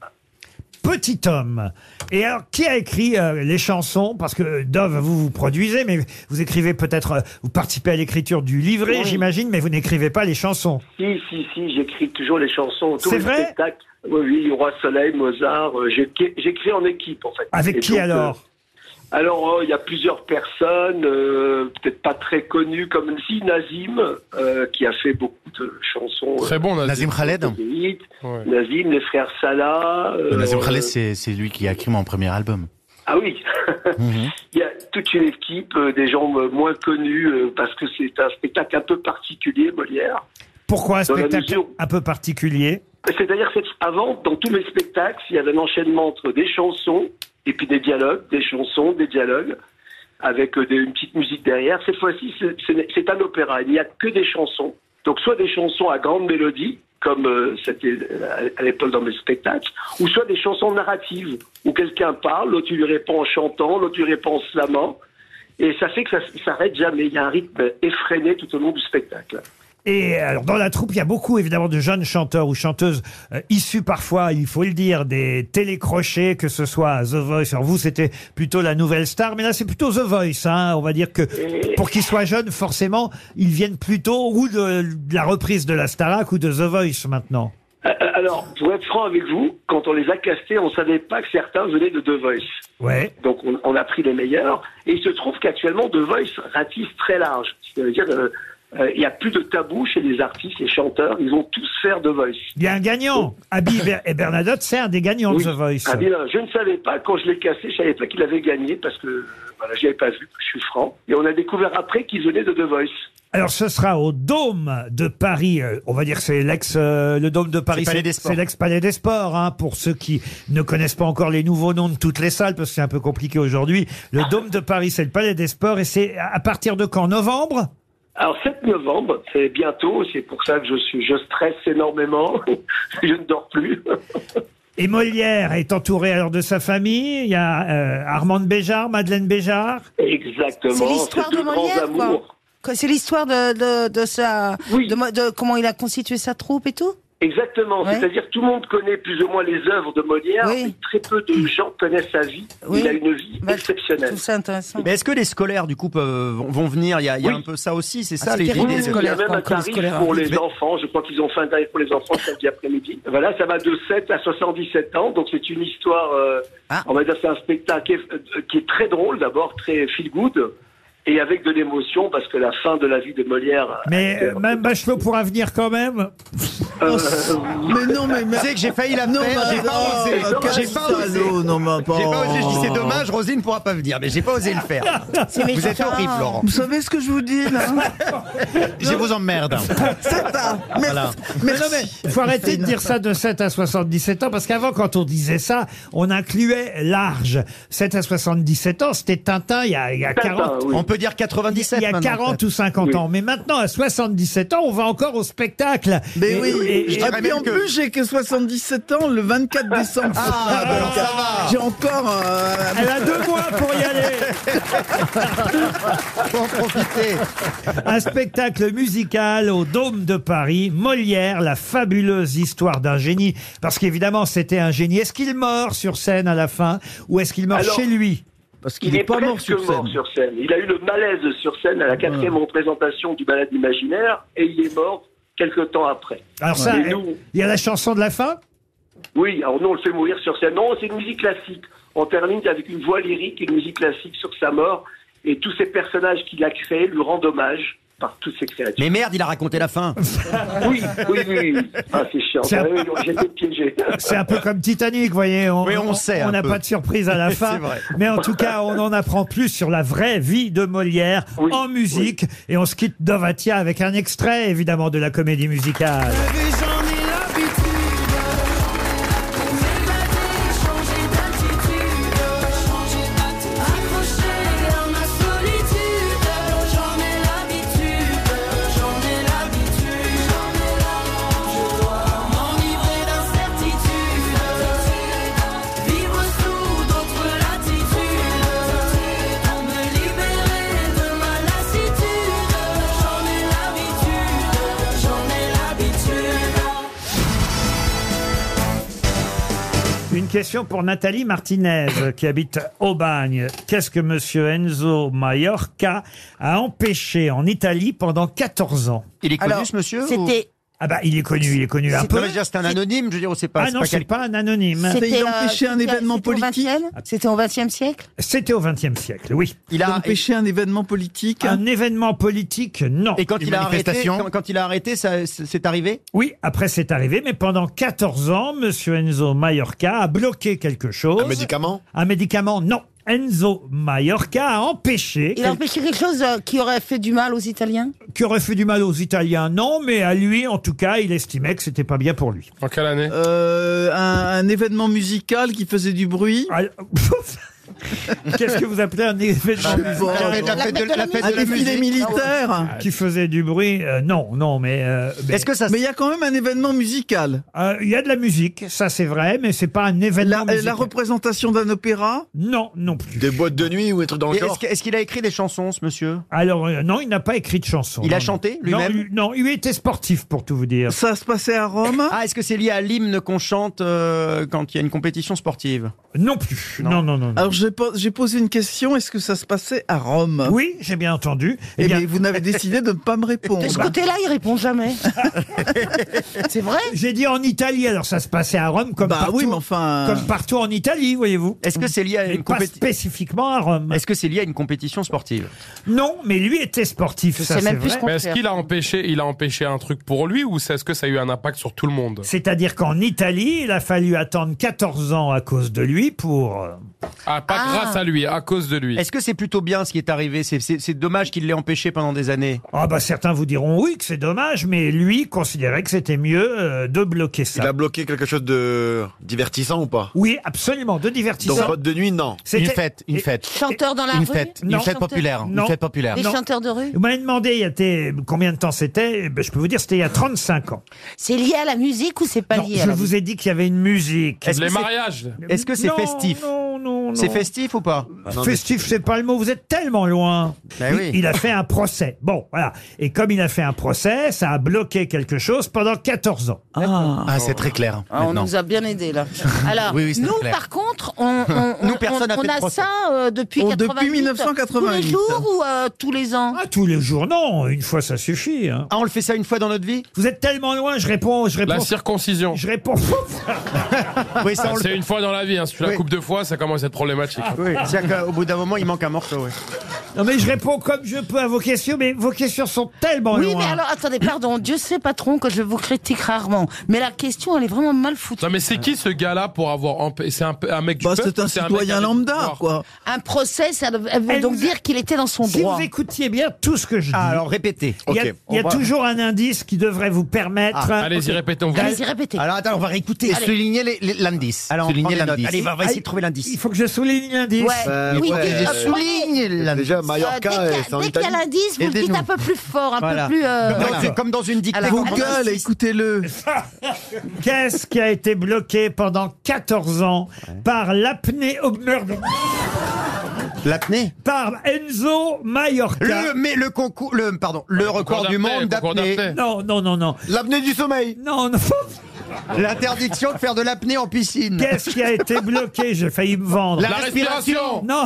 Petit Homme. Et alors, qui a écrit les chansons? Parce que Dove, vous produisez, mais vous écrivez peut-être, vous participez à l'écriture du livret, j'imagine, mais vous n'écrivez pas les chansons. Si, j'écris toujours les chansons. C'est vrai? Spectacles. Oui, Roi Soleil, Mozart. J'écris en équipe, en fait. Avec qui alors? Alors, il y a plusieurs personnes, peut-être pas très connues, comme Nazim, qui a fait beaucoup de chansons. Très bon, Nazim Khaled. Ouais. Nazim, les frères Salah. Nazim Khaled, c'est lui qui a écrit mon premier album. Ah oui. Il y a toute une équipe, des gens moins connus, parce que c'est un spectacle un peu particulier, Molière. Pourquoi un spectacle un peu particulier? C'est-à-dire qu'avant, dans tous les spectacles, il y avait un enchaînement entre des chansons et puis des dialogues, des chansons, des dialogues, avec une petite musique derrière. Cette fois-ci, c'est un opéra. Il n'y a que des chansons. Donc, soit des chansons à grande mélodie, comme c'était à l'époque dans mes spectacles, ou soit des chansons narratives, où quelqu'un parle, l'autre lui répond en chantant, l'autre lui répond en slamant. Et ça fait que ça ne s'arrête jamais. Il y a un rythme effréné tout au long du spectacle. Et alors, dans la troupe, il y a beaucoup, évidemment, de jeunes chanteurs ou chanteuses issus parfois, il faut le dire, des télécrochets, que ce soit The Voice. Alors vous, c'était plutôt la nouvelle star, mais là, c'est plutôt The Voice. Hein. On va dire que pour qu'ils soient jeunes, forcément, ils viennent plutôt ou de la reprise de la Starac ou de The Voice maintenant. Alors, pour être franc avec vous, quand on les a castés, on ne savait pas que certains venaient de The Voice. Ouais. Donc, on a pris les meilleurs. Et il se trouve qu'actuellement, The Voice ratisse très large. C'est-à-dire... il n'y a plus de tabou chez les artistes, les chanteurs, ils vont tous faire The Voice. Il y a un gagnant. Abi et Bernadotte, c'est un des gagnants de The Voice. Abi, je ne savais pas, quand je l'ai cassé, je ne savais pas qu'il avait gagné, parce que voilà, je n'y avais pas vu, je suis franc. Et on a découvert après qu'il venait de The Voice. Alors ce sera au Dôme de Paris, on va dire que c'est le Dôme de Paris, c'est l'ex-Palais des Sports, hein, pour ceux qui ne connaissent pas encore les nouveaux noms de toutes les salles, parce que c'est un peu compliqué aujourd'hui. Le Dôme de Paris, c'est le Palais des Sports, et c'est à partir de quand? Novembre? Alors 7 novembre, c'est bientôt, c'est pour ça que je stresse énormément, je ne dors plus. Et Molière est entouré alors de sa famille, il y a Armande Béjart, Madeleine Béjart. Exactement, c'est l'histoire de Molière, quoi. C'est l'histoire de sa, de comment il a constitué sa troupe et tout. Exactement, c'est-à-dire que tout le monde connaît plus ou moins les œuvres de Molière, mais très peu de gens connaissent sa vie. Il a une vie exceptionnelle. C'est intéressant. Mais est-ce que les scolaires, du coup, vont venir? Il y a un peu ça aussi, c'est ça l'idée des scolaires. Il y a même un tarif pour les enfants, je crois qu'ils ont fait un tarif pour les enfants samedi après-midi. Voilà, ça va de 7 à 77 ans, donc c'est une histoire, on va dire c'est un spectacle qui est très drôle d'abord, très feel-good. Et avec de l'émotion, parce que la fin de la vie de Molière... Mais même Bachelot pourra venir quand même. Mais non, mais... Tu sais que j'ai failli la faire, j'ai pas osé. J'ai pas osé. Non, mais J'ai pas osé, je dis c'est dommage, Roselyne pourra pas venir, mais j'ai pas osé le faire. Vous êtes horrible, Laurent. Vous savez ce que je vous dis, là? Je vous emmerde. C'est ça. Voilà. Mais non, mais il faut arrêter de dire ça de 7 à 77 ans, parce qu'avant, quand on disait ça, on incluait l'âge. 7 à 77 ans, c'était Tintin il y a 40... On peut dire 97 Il y a maintenant, 40 ou 50 ans. Mais maintenant, à 77 ans, on va encore au spectacle. Mais oui. Et Et puis en plus, j'ai que 77 ans le 24 décembre. Ah, ben alors ça va. J'ai encore... Elle a 2 mois pour y aller. Faut en profiter. Un spectacle musical au Dôme de Paris, Molière, la fabuleuse histoire d'un génie. Parce qu'évidemment, c'était un génie. Est-ce qu'il meurt sur scène à la fin ou est-ce qu'il meurt chez lui? Parce Il est pas mort sur scène. Il a eu le malaise sur scène à la 4e représentation du Malade imaginaire et il est mort quelque temps après. Alors ça, Et nous, il y a la chanson de la fin? oui, alors nous on le fait mourir sur scène. Non, c'est une musique classique. On termine avec une voix lyrique et une musique classique sur sa mort et tous ces personnages qu'il a créés lui rendent hommage par toutes ces créatures. Mais merde, il a raconté la fin. Oui. Ah, c'est chiant. C'est un- J'ai été piégé. C'est un peu comme Titanic, vous voyez. Oui, on sait On un n'a peu. pas de surprise à la fin. C'est vrai. Mais en tout cas, on en apprend plus sur la vraie vie de Molière en musique. Et on se quitte Dovatia avec un extrait, évidemment, de la comédie musicale. J'en ai l'habitude. On m'évader, changer d'attitude. Accroché à ma solitude. J'en ai l'habitude. Je dois m'enivrer d'incertitude. Vivre sous d'autres latitudes. Pour me libérer de ma lassitude. J'en ai l'habitude. Une question pour Nathalie Martinez, qui habite Aubagne. Qu'est-ce que monsieur Enzo Maiorca a empêché en Italie pendant 14 ans? Il est connu, Alors, ce monsieur c'était- Ah bah, il est connu un peu. Non, mais je veux dire, c'est un anonyme, je veux dire, on sait pas. Ah non, c'est pas un anonyme. Il a empêché un événement politique. C'était au XXe siècle? C'était au XXe siècle, oui. Il a empêché un événement politique. Un événement politique, non. Et quand il a arrêté, quand il a arrêté, ça, c'est arrivé? Oui, après c'est arrivé, mais pendant 14 ans, monsieur Enzo Maiorca a bloqué quelque chose. Un médicament? Un médicament, non. Enzo Maiorca a empêché... Il a empêché quelque chose qui aurait fait du mal aux Italiens? Qui aurait fait du mal aux Italiens, non, mais à lui, en tout cas, il estimait que c'était pas bien pour lui. En quelle année? Un événement musical qui faisait du bruit. Qu'est-ce que vous appelez un événement musical? La fête de la musique. Militaire. Qui faisait du bruit? Non, mais... Est-ce que ça? Mais il y a quand même un événement musical. Il y a de la musique, ça c'est vrai, mais c'est pas un événement musical. La représentation d'un opéra? Non, non plus. Des boîtes de nuit ou des trucs dans le genre? Est-ce qu'il a écrit des chansons, ce monsieur? Alors, non, il n'a pas écrit de chansons. Il a Non, chanté, non. lui-même? Non, il était sportif, pour tout vous dire. Ça se passait à Rome? Ah, est-ce que c'est lié à l'hymne qu'on chante quand il y a une compétition sportive? Non plus. Non. Alors j'ai posé une question, est-ce que ça se passait à Rome? Oui, j'ai bien entendu. Eh bien, vous n'avez décidé de ne pas me répondre. De ce côté-là, il répond jamais. C'est vrai? J'ai dit en Italie, alors ça se passait à Rome comme partout. oui, mais enfin... Comme partout en Italie, voyez-vous. Est-ce que c'est lié à Mais une pas compétition? spécifiquement à Rome. Est-ce que c'est lié à une compétition sportive? Non, mais lui était sportif, ça c'est vrai. Mais est-ce qu'il a empêché un truc pour lui ou est-ce que ça a eu un impact sur tout le monde? C'est-à-dire qu'en Italie, il a fallu attendre 14 ans à cause de lui pour... Ah, pas grâce à lui, à cause de lui. Est-ce que c'est plutôt bien ce qui est arrivé? C'est dommage qu'il l'ait empêché pendant des années. Ah bah certains vous diront oui que c'est dommage, mais lui considérait que c'était mieux de bloquer ça. Il a bloqué quelque chose de divertissant ou pas? Oui, absolument, de divertissant. Donc boîte de nuit, non. C'était- Une fête. Chanteur dans la rue? Une fête populaire. Non. Une fête populaire. Les chanteurs de rue? Vous m'avez demandé il y a combien de temps c'était. Eh ben, je peux vous dire c'était il y a 35 ans. C'est lié à la musique ou c'est pas Non, lié à je la vous ai dit qu'il y avait une musique. Les mariages. Est-ce que c'est Non, festif? Non. C'est festif ou pas? Festif, c'est pas le mot. Vous êtes tellement loin. Ben oui. Il a fait un procès. Bon, voilà. Et comme il a fait un procès, ça a bloqué quelque chose pendant 14 ans. Ah, c'est très clair. Ah, on maintenant. nous a bien aidés là. Alors, Oui, c'est nous clair. par contre, on Nous, personne n'a fait de a procès. ça depuis Oh, 88. depuis 1988. Tous les jours ou tous les ans? Ah, tous les jours, non. Une fois, ça suffit. Hein. Ah, on le fait ça une fois dans notre vie? Vous êtes tellement loin, je réponds. La circoncision. Je réponds. Oui, ça, on le C'est une fois dans la vie, hein. Si tu la Oui. coupes deux fois, ça commence à être problématique. Oui, c'est-à-dire Au bout d'un moment, il manque un morceau. Ouais. Non mais je réponds comme je peux à vos questions, mais vos questions sont tellement Oui, loin. mais alors, attendez, pardon, Dieu sait, patron, que je vous critique rarement. Mais la question, elle est vraiment mal foutue. Non mais c'est qui ce gars-là pour avoir c'est un mec du Bah, peuple c'est un ou c'est citoyen mec avec lambda, pouvoir quoi. Un procès, ça veut donc dire qu'il était dans son Si droit. vous écoutiez bien tout ce que je dis, Alors, répétez. il y a toujours un indice qui devrait vous permettre... Allez-y, répétons. Allez-y, répétez. Alors, attends, on va réécouter. Et souligner l'indice. Alors, on Souligner prend des notes. l'indice. Allez, on va essayer de trouver l'indice. Il faut que je souligne l'indice. Oui, Souligne l'indice. Déjà, Mallorca, c'est en dès qu'il y a Italie. l'indice, vous le dites un peu plus fort, un Voilà. peu plus... Comme dans une dictée. Alors, Google, écoutez-le. Qu'est-ce qui a été bloqué pendant 14 ans par l'apnée... Oh, merde. L'apnée. Par Enzo Mallorca. Le record du monde d'apnée. Non. L'apnée du sommeil. Non. L'interdiction de faire de l'apnée en piscine. Qu'est-ce qui a été bloqué? J'ai failli me vendre. La respiration. Non.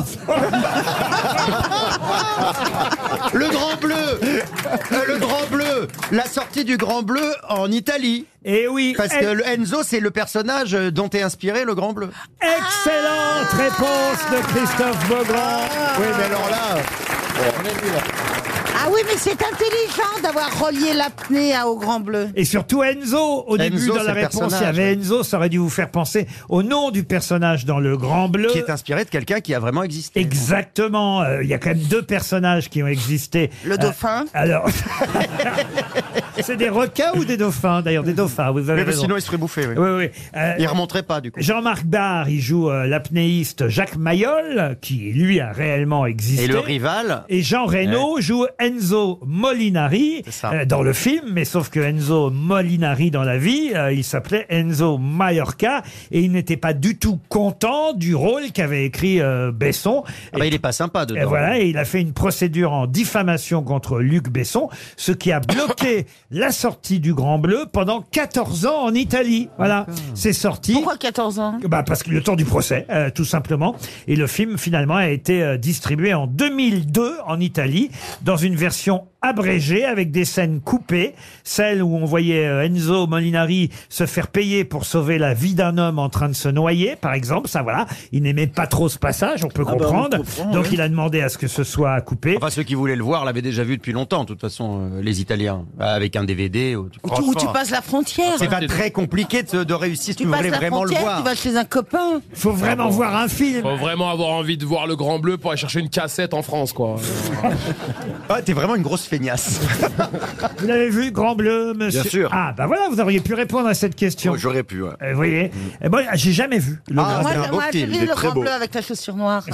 Le Grand Bleu. Le Grand Bleu. La sortie du Grand Bleu en Italie. Et oui. Parce que le Enzo, c'est le personnage dont est inspiré le Grand Bleu. Excellente réponse de Christophe Beaugrand. Oui, mais alors là... Ah oui, mais c'est intelligent d'avoir relié l'apnée au Grand Bleu. Et surtout Enzo, au début dans c'est la le réponse, il y personnage, avait Enzo, ça aurait dû vous faire penser au nom du personnage dans le Grand Bleu. Qui est inspiré de quelqu'un qui a vraiment existé. Exactement, il y a quand même deux personnages qui ont existé. Le dauphin. Alors, c'est des requins ou des dauphins? D'ailleurs, des dauphins, vous avez Mais raison. sinon, il serait bouffé. Oui. Oui. Il remonterait pas, du coup. Jean-Marc Barr, il joue l'apnéiste Jacques Mayol, qui lui a réellement existé. Et le rival. Et Jean Reno joue Enzo Molinari dans le film, mais sauf que Enzo Molinari dans la vie, il s'appelait Enzo Mallorca et il n'était pas du tout content du rôle qu'avait écrit Besson. Il est pas sympa dedans. Et voilà, et il a fait une procédure en diffamation contre Luc Besson, ce qui a bloqué la sortie du Grand Bleu pendant 14 ans en Italie. Voilà, c'est sorti. Pourquoi 14 ans? Parce que le temps du procès, tout simplement. Et le film, finalement, a été distribué en 2002 en Italie, dans une version abrégée avec des scènes coupées, celle où on voyait Enzo Molinari se faire payer pour sauver la vie d'un homme en train de se noyer, par exemple. Ça, voilà, il n'aimait pas trop ce passage, on peut comprendre. Donc il a demandé à ce que ce soit coupé. Enfin, ceux qui voulaient le voir l'avaient déjà vu depuis longtemps, de toute façon, les Italiens, avec un DVD. Ou tu passes la frontière. C'est pas très compliqué de réussir si tu voulais vraiment le voir. Tu vas chez un copain. Faut vraiment voir un film. Faut vraiment avoir envie de voir le Grand Bleu pour aller chercher une cassette en France, quoi. T'es vraiment une grosse feignasse. Vous l'avez vu, Grand Bleu, monsieur? Bien sûr. Ah, voilà, vous auriez pu répondre à cette question. J'aurais pu, ouais. Vous voyez, j'ai jamais vu. Le Grand Moi, Bleu. j'ai vu le Grand Bleu avec la chaussure noire.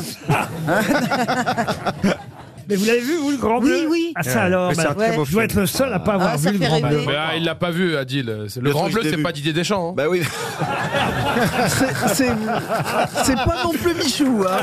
Mais vous l'avez vu, vous, le Grand Bleu? Oui. Ah, ça alors, c'est un très beau je dois être le seul à pas avoir ça vu le fait Grand Bleu. rêver. Mais il l'a pas vu, Adil. Le Grand truc, Bleu, je l'ai c'est vu. pas Didier Deschamps. Hein. Bah oui. C'est pas non plus Michou. Hein.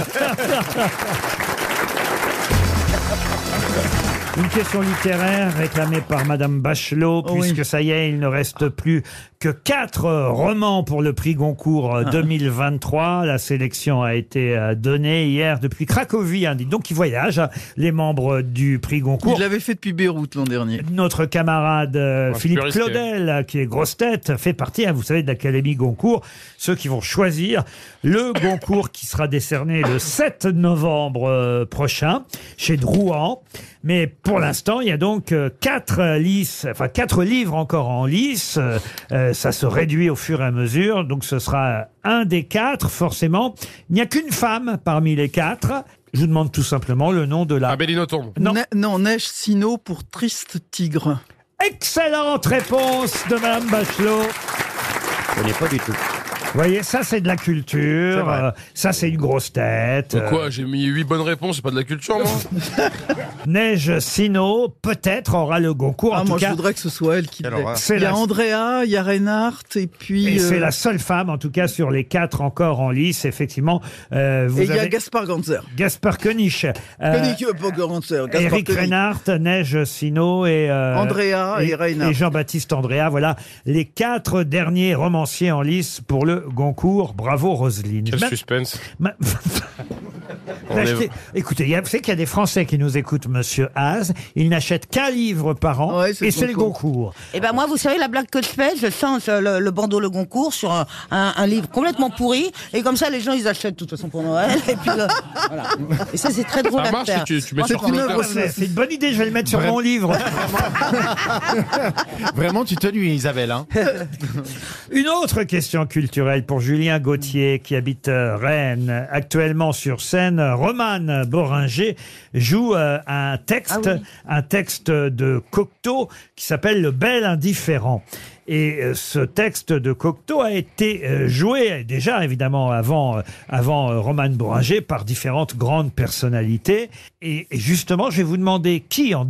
Une question littéraire réclamée par Madame Bachelot, puisque ça y est, il ne reste plus que 4 romans pour le prix Goncourt 2023. La sélection a été donnée hier depuis Cracovie. Dites donc, ils voyagent, les membres du prix Goncourt. Il l'avait fait depuis Beyrouth l'an dernier. Notre camarade Philippe plus risqué. Claudel, qui est grosse tête, fait partie, vous savez, de l'Académie Goncourt, ceux qui vont choisir le Goncourt qui sera décerné le 7 novembre prochain chez Drouan. Mais pour l'instant, il y a donc 4 livres encore en lice. Ça se réduit au fur et à mesure. Donc ce sera un des 4, forcément. Il n'y a qu'une femme parmi les 4. Je vous demande tout simplement le nom de la... Abelino tombe. Non, Neige Sino pour Triste Tigre. Excellente réponse de Madame Bachelot. Je connais pas du tout. Vous voyez, ça c'est de la culture, ça c'est une grosse tête. Quoi, j'ai mis 8 bonnes réponses, c'est pas de la culture, moi. Neige Sino, peut-être aura le Goncourt. En tout moi cas, je voudrais que ce soit elle qui l'ait. C'est Il y a la- Andrea, il y a Reinhardt et puis... Et c'est la seule femme, en tout cas, sur les 4 encore en lice, effectivement. Vous Et il y a avez Gaspard Ganzer. Gaspard Koenig, Pas Ganzer, Gaspard Eric Koenig. Reinhardt, Neige Sino et Andrea et Reinhardt. et Jean-Baptiste Andrea. Voilà les 4 derniers romanciers en lice pour le Goncourt. Bravo Roselyne. Quel suspense. n'achetait- Écoutez, vous savez qu'il y a des Français qui nous écoutent, monsieur Haas. Ils n'achètent qu'un livre par an, et c'est le Goncourt. Eh ben moi, vous savez, la blague que je fais, je change le bandeau Le Goncourt sur un livre complètement pourri, et comme ça, les gens, ils achètent de toute façon pour Noël, et puis voilà. Et ça, c'est très drôle Ça à marche faire. si tu mets Moi, sur c'est une Twitter. œuvre, C'est une bonne idée, je vais le mettre sur mon livre. Vraiment, tu te nuis, Isabelle. Hein. Une autre question culturelle pour Julien Gauthier qui habite Rennes. Actuellement sur scène, Romane Boringer joue un texte de Cocteau qui s'appelle Le Bel Indifférent. Et ce texte de Cocteau a été joué déjà évidemment avant Romane Boringer par différentes grandes personnalités. Et justement, je vais vous demander qui en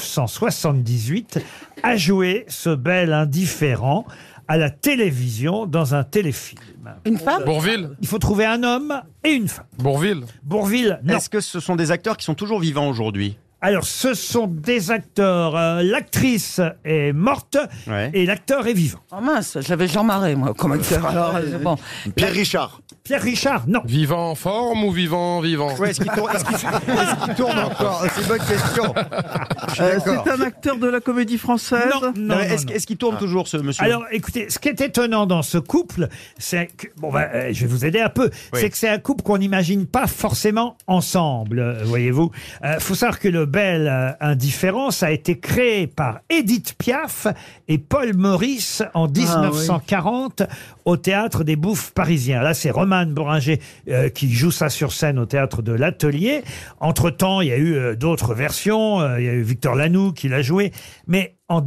1978 a joué ce Bel Indifférent à la télévision dans un téléfilm. Une femme ? Bourvil. Il faut trouver un homme et une femme. Bourvil. Bourvil, non. Est-ce que ce sont des acteurs qui sont toujours vivants aujourd'hui? Alors, ce sont des acteurs. L'actrice est morte et l'acteur est vivant. Oh mince, j'avais Jean Marais, moi, comme acteur. Alors, bon. Pierre Richard. Pierre Richard, non. Vivant en forme ou vivant vivant? Ouais, est-ce qu'il tourne encore? C'est une bonne question. C'est un acteur de la comédie française. Non, Est-ce qu'il tourne toujours, ce monsieur? Alors, écoutez, ce qui est étonnant dans ce couple, c'est que, je vais vous aider un peu, c'est que c'est un couple qu'on n'imagine pas forcément ensemble, voyez-vous. Faut savoir que le Bel Indifférent, ça a été créé par Édith Piaf et Paul Meurice en 1940 au Théâtre des Bouffes parisiens. Là, c'est Romane Boringer qui joue ça sur scène au Théâtre de l'Atelier. Entre-temps, il y a eu d'autres versions. Il y a eu Victor Lanoux qui l'a joué. Mais en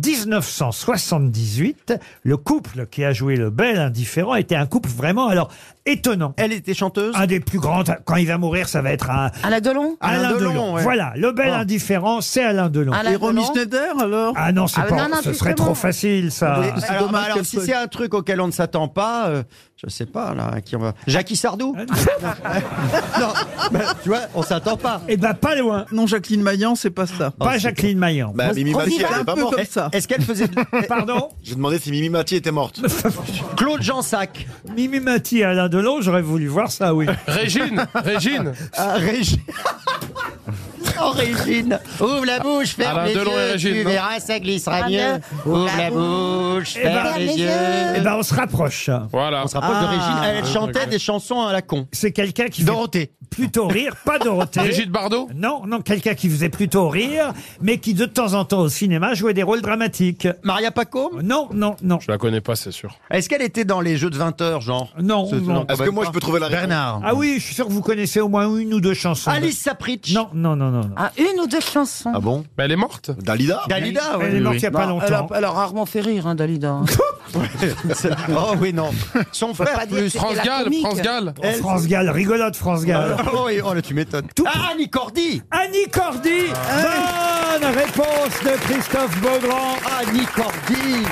1978, le couple qui a joué Le Bel Indifférent était un couple vraiment étonnant. Elle était chanteuse? Un des plus grands. Quand il va mourir, ça va être Alain Delon? Alain Delon. Voilà, Le Bel Indifférent, c'est Alain Delon. Et Romy Schneider, alors? Ah non, ce serait trop facile, ça. Alors, si c'est un truc auquel on ne s'attend pas, je sais pas, là, qui on va... Jackie Sardou? Non, tu vois, on s'attend pas. Eh ben, pas loin. Non, Jacqueline Maillan, c'est pas ça. Pas Jacqueline Maillan. Bah, Mimi Mathieu, elle est pas morte. Est-ce qu'elle faisait... Pardon? J'ai demandé si Mimi Mathieu était morte. Claude Jansac. Mimi Mathieu et Alain Delon, j'aurais voulu voir ça, oui. Régine. Régine. Oh, Régine. Ouvre la bouche, ferme Alain les Delon et yeux, Régine, tu non? verras, ça glissera mieux. Ouvre la bouche, ferme les yeux. Eh ben, on se rapproche. Voilà. On se rapproche de Régine. Elle chantait des chansons à la con. C'est quelqu'un qui Dorothée. fait plutôt rire, pas Dorothée. Brigitte Bardot? Non, quelqu'un qui faisait plutôt rire, mais qui de temps en temps au cinéma jouait des rôles dramatiques. Maria Paco? Non. Je la connais pas, c'est sûr. Est-ce qu'elle était dans les jeux de 20 heures, genre? Non. Est-ce que moi je peux trouver la réponse? Bernard. Ah oui, je suis sûr que vous connaissez au moins une ou deux chansons. Alice Sapritch. Non. Ah, une ou deux chansons. Ah bon? Mais elle est morte. Dalida? Dalida, oui. Elle est morte il n'y a pas longtemps. Elle a rarement fait rire, Dalida. Oh oui, non. Son frère plus. France Gall. France Gall, rigolote France Gall. Oh oui, oh là, tu m'étonnes. Annie Cordy. Annie Cordy. Bonne réponse de Christophe Beaugrand. Annie Cordy.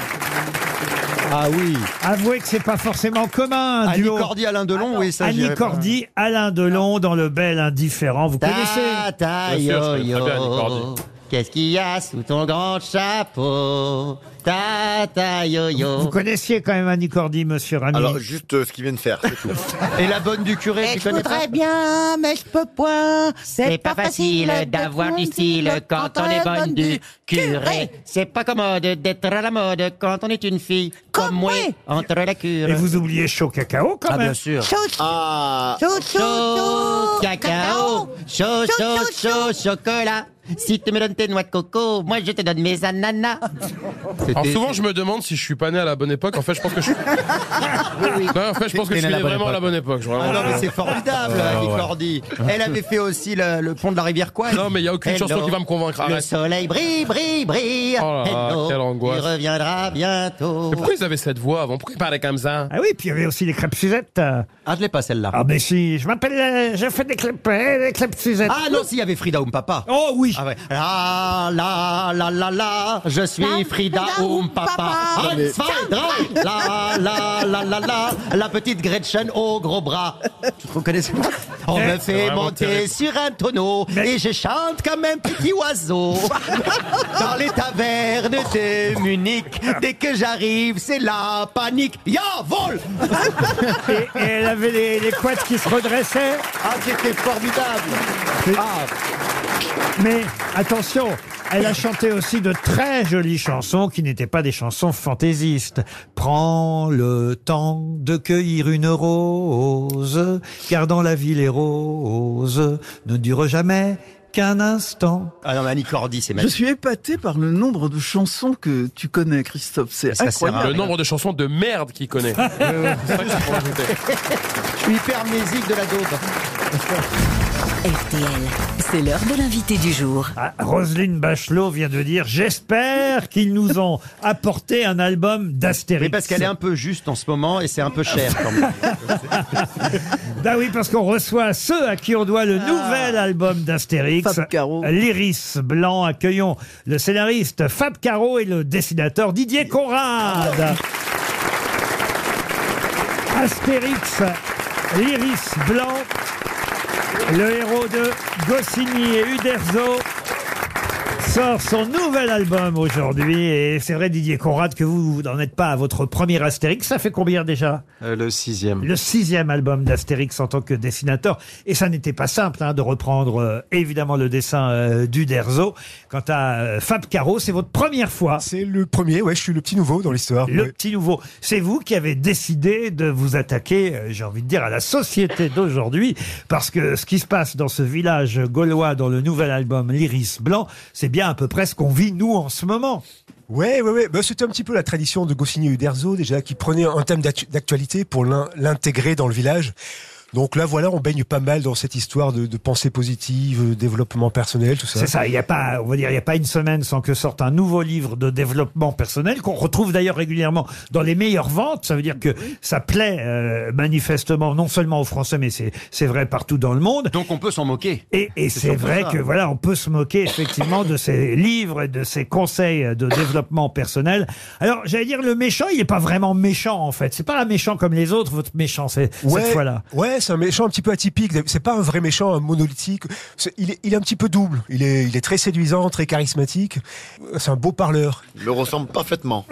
Ah oui. Avouez que c'est pas forcément commun. Annie duo. Cordy, Alain Delon, oui, ça Annie j'irais pas. Cordy, Alain Delon dans Le Bel Indifférent. Vous connaissez? Ta Bien sûr, je yo connais très bien Annie yo. Cordy. Qu'est-ce qu'il y a sous ton grand chapeau? Ta yo Vous yo. connaissiez quand même Annie Cordy, monsieur Rami. Alors, juste ce qu'il vient de faire, c'est tout. Et la bonne du curé, tu Je connais pas? voudrais bien, mais je peux point. C'est pas facile d'avoir du style quand on est bonne du curé. C'est pas commode d'être à la mode quand on est une fille comme moi entre la cure. Et vous oubliez Chaud Cacao quand Ah même. bien sûr. Ah, Chaud cacao, chaud chocolat. Si tu me donnes tes noix de coco, moi je te donne mes ananas. Alors souvent je me demande si je suis pas né à la bonne époque. En fait je pense que je suis. Non, en fait je pense que je suis né vraiment à la bonne époque. Ah non mais c'est formidable, Annie Cordy. Elle avait fait aussi le pont de la rivière Kouai. Non mais il y a aucune chanson qui va me convaincre. Le Arrête. soleil brille, brille, brille. Oh là là, Hello, quelle angoisse. il reviendra bientôt. Mais pourquoi ils avaient cette voix avant? Pourquoi ils parlaient comme ça? Ah oui, puis il y avait aussi les crêpes Suzette. Ah je l'ai pas celle-là. Ah mais si, je m'appelle, j'ai fait des crêpes Suzette. Ah non, si, il y avait Frida Papa. Oh oui. Ah ouais. La, je suis Frida Papa. Non, mais- La petite Gretchen au gros bras. Tu te reconnais pas? On me fait vraiment monter terrible. sur un tonneau et je chante comme un petit oiseau. Dans les tavernes de Munich, dès que j'arrive, c'est la panique. Ya, vol! Et elle avait les couettes qui se redressaient. Ah, c'était formidable. Mais attention, elle a chanté aussi de très jolies chansons qui n'étaient pas des chansons fantaisistes. Prends le temps de cueillir une rose, car dans la vie les roses ne durent jamais qu'un instant. Ah non, mais Annie Cordy, c'est Je magnifique. suis épaté par le nombre de chansons que tu connais, Christophe. C'est Ça, c'est incroyable. Le nombre de chansons de merde qu'il connaît. C'est ça qu'il faut rajouter. Je suis hyper amnésique de la daube. RTL, c'est l'heure de l'invité du jour. Ah, Roselyne Bachelot vient de dire « J'espère qu'ils nous ont apporté un album d'Astérix ». Oui, parce qu'elle est un peu juste en ce moment et c'est un peu cher quand même. Ben oui, parce qu'on reçoit ceux à qui on doit le nouvel album d'Astérix. Fab Caro. L'Iris Blanc. Accueillons le scénariste Fab Caro et le dessinateur Didier Conrad. Astérix, l'Iris Blanc, le héros de Goscinny et Uderzo, sort son nouvel album aujourd'hui. Et c'est vrai, Didier Conrad, que vous n'en êtes pas à votre premier Astérix. Ça fait combien déjà ? Le 6e. Le 6e album d'Astérix en tant que dessinateur. Et ça n'était pas simple de reprendre évidemment le dessin d'Uderzo. Quant à Fab Caro, c'est votre première fois. C'est le premier, ouais, je suis le petit nouveau dans l'histoire. Le Ouais. petit nouveau. C'est vous qui avez décidé de vous attaquer, j'ai envie de dire, à la société d'aujourd'hui. Parce que ce qui se passe dans ce village gaulois dans le nouvel album L'Iris Blanc, c'est bien à peu près ce qu'on vit nous en ce moment. Ouais. Bah, c'était un petit peu la tradition de Goscinny et Uderzo, déjà, qui prenaient un thème d'actualité pour l'intégrer dans le village. Donc là, voilà, on baigne pas mal dans cette histoire de pensée positive, développement personnel, tout ça. C'est ça, il n'y a pas, on va dire, il n'y a pas une semaine sans que sorte un nouveau livre de développement personnel qu'on retrouve d'ailleurs régulièrement dans les meilleures ventes. Ça veut dire que ça plaît manifestement non seulement aux Français, mais c'est vrai partout dans le monde. Donc on peut s'en moquer. Et c'est surtout vrai ça. que voilà, on peut se moquer effectivement de ces livres et de ces conseils de développement personnel. Alors j'allais dire, le méchant, il n'est pas vraiment méchant en fait. C'est pas un méchant comme les autres. Votre méchant, cette fois-là. Ouais, c'est un méchant un petit peu atypique. C'est pas un vrai méchant, un monolithique. Il est un petit peu double. Il est très séduisant, très charismatique. C'est un beau parleur. Il me ressemble parfaitement.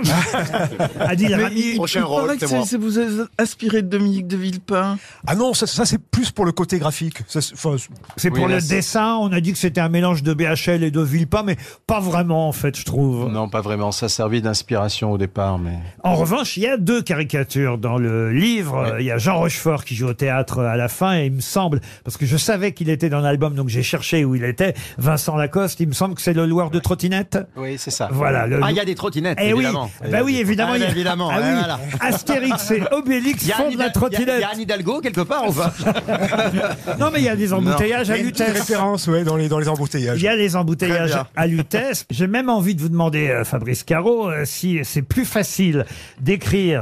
Adil Mais Rami. Prochain rôle, paraît que c'est moi. vous êtes inspiré de Dominique de Villepin. Ah non, ça c'est plus pour le côté graphique. C'est pour le dessin. On a dit que c'était un mélange de BHL et de Villepin, mais pas vraiment en fait, je trouve. Non, pas vraiment. Ça servait d'inspiration au départ, mais... En revanche, il y a deux caricatures dans le livre. Il y a Jean Rochefort qui joue au théâtre à la fin, et il me semble, parce que je savais qu'il était dans l'album, donc j'ai cherché où il était, Vincent Lacoste, il me semble que c'est le loueur de trottinette. Oui, c'est ça. Voilà. Ah, il y a des trottinettes, Eh oui, évidemment. bah oui, évidemment. Ah, il y a- évidemment, Ah ouais, oui. voilà. Astérix et Obélix font de la trottinette. Il y a Anne Hidalgo quelque part ou pas? Non, mais il y a des embouteillages à Il y a une petite Lutèce. référence, ouais, dans les embouteillages. Il y a les embouteillages Très bien. à Lutèce. J'ai même envie de vous demander, Fabrice Caro, si c'est plus facile d'écrire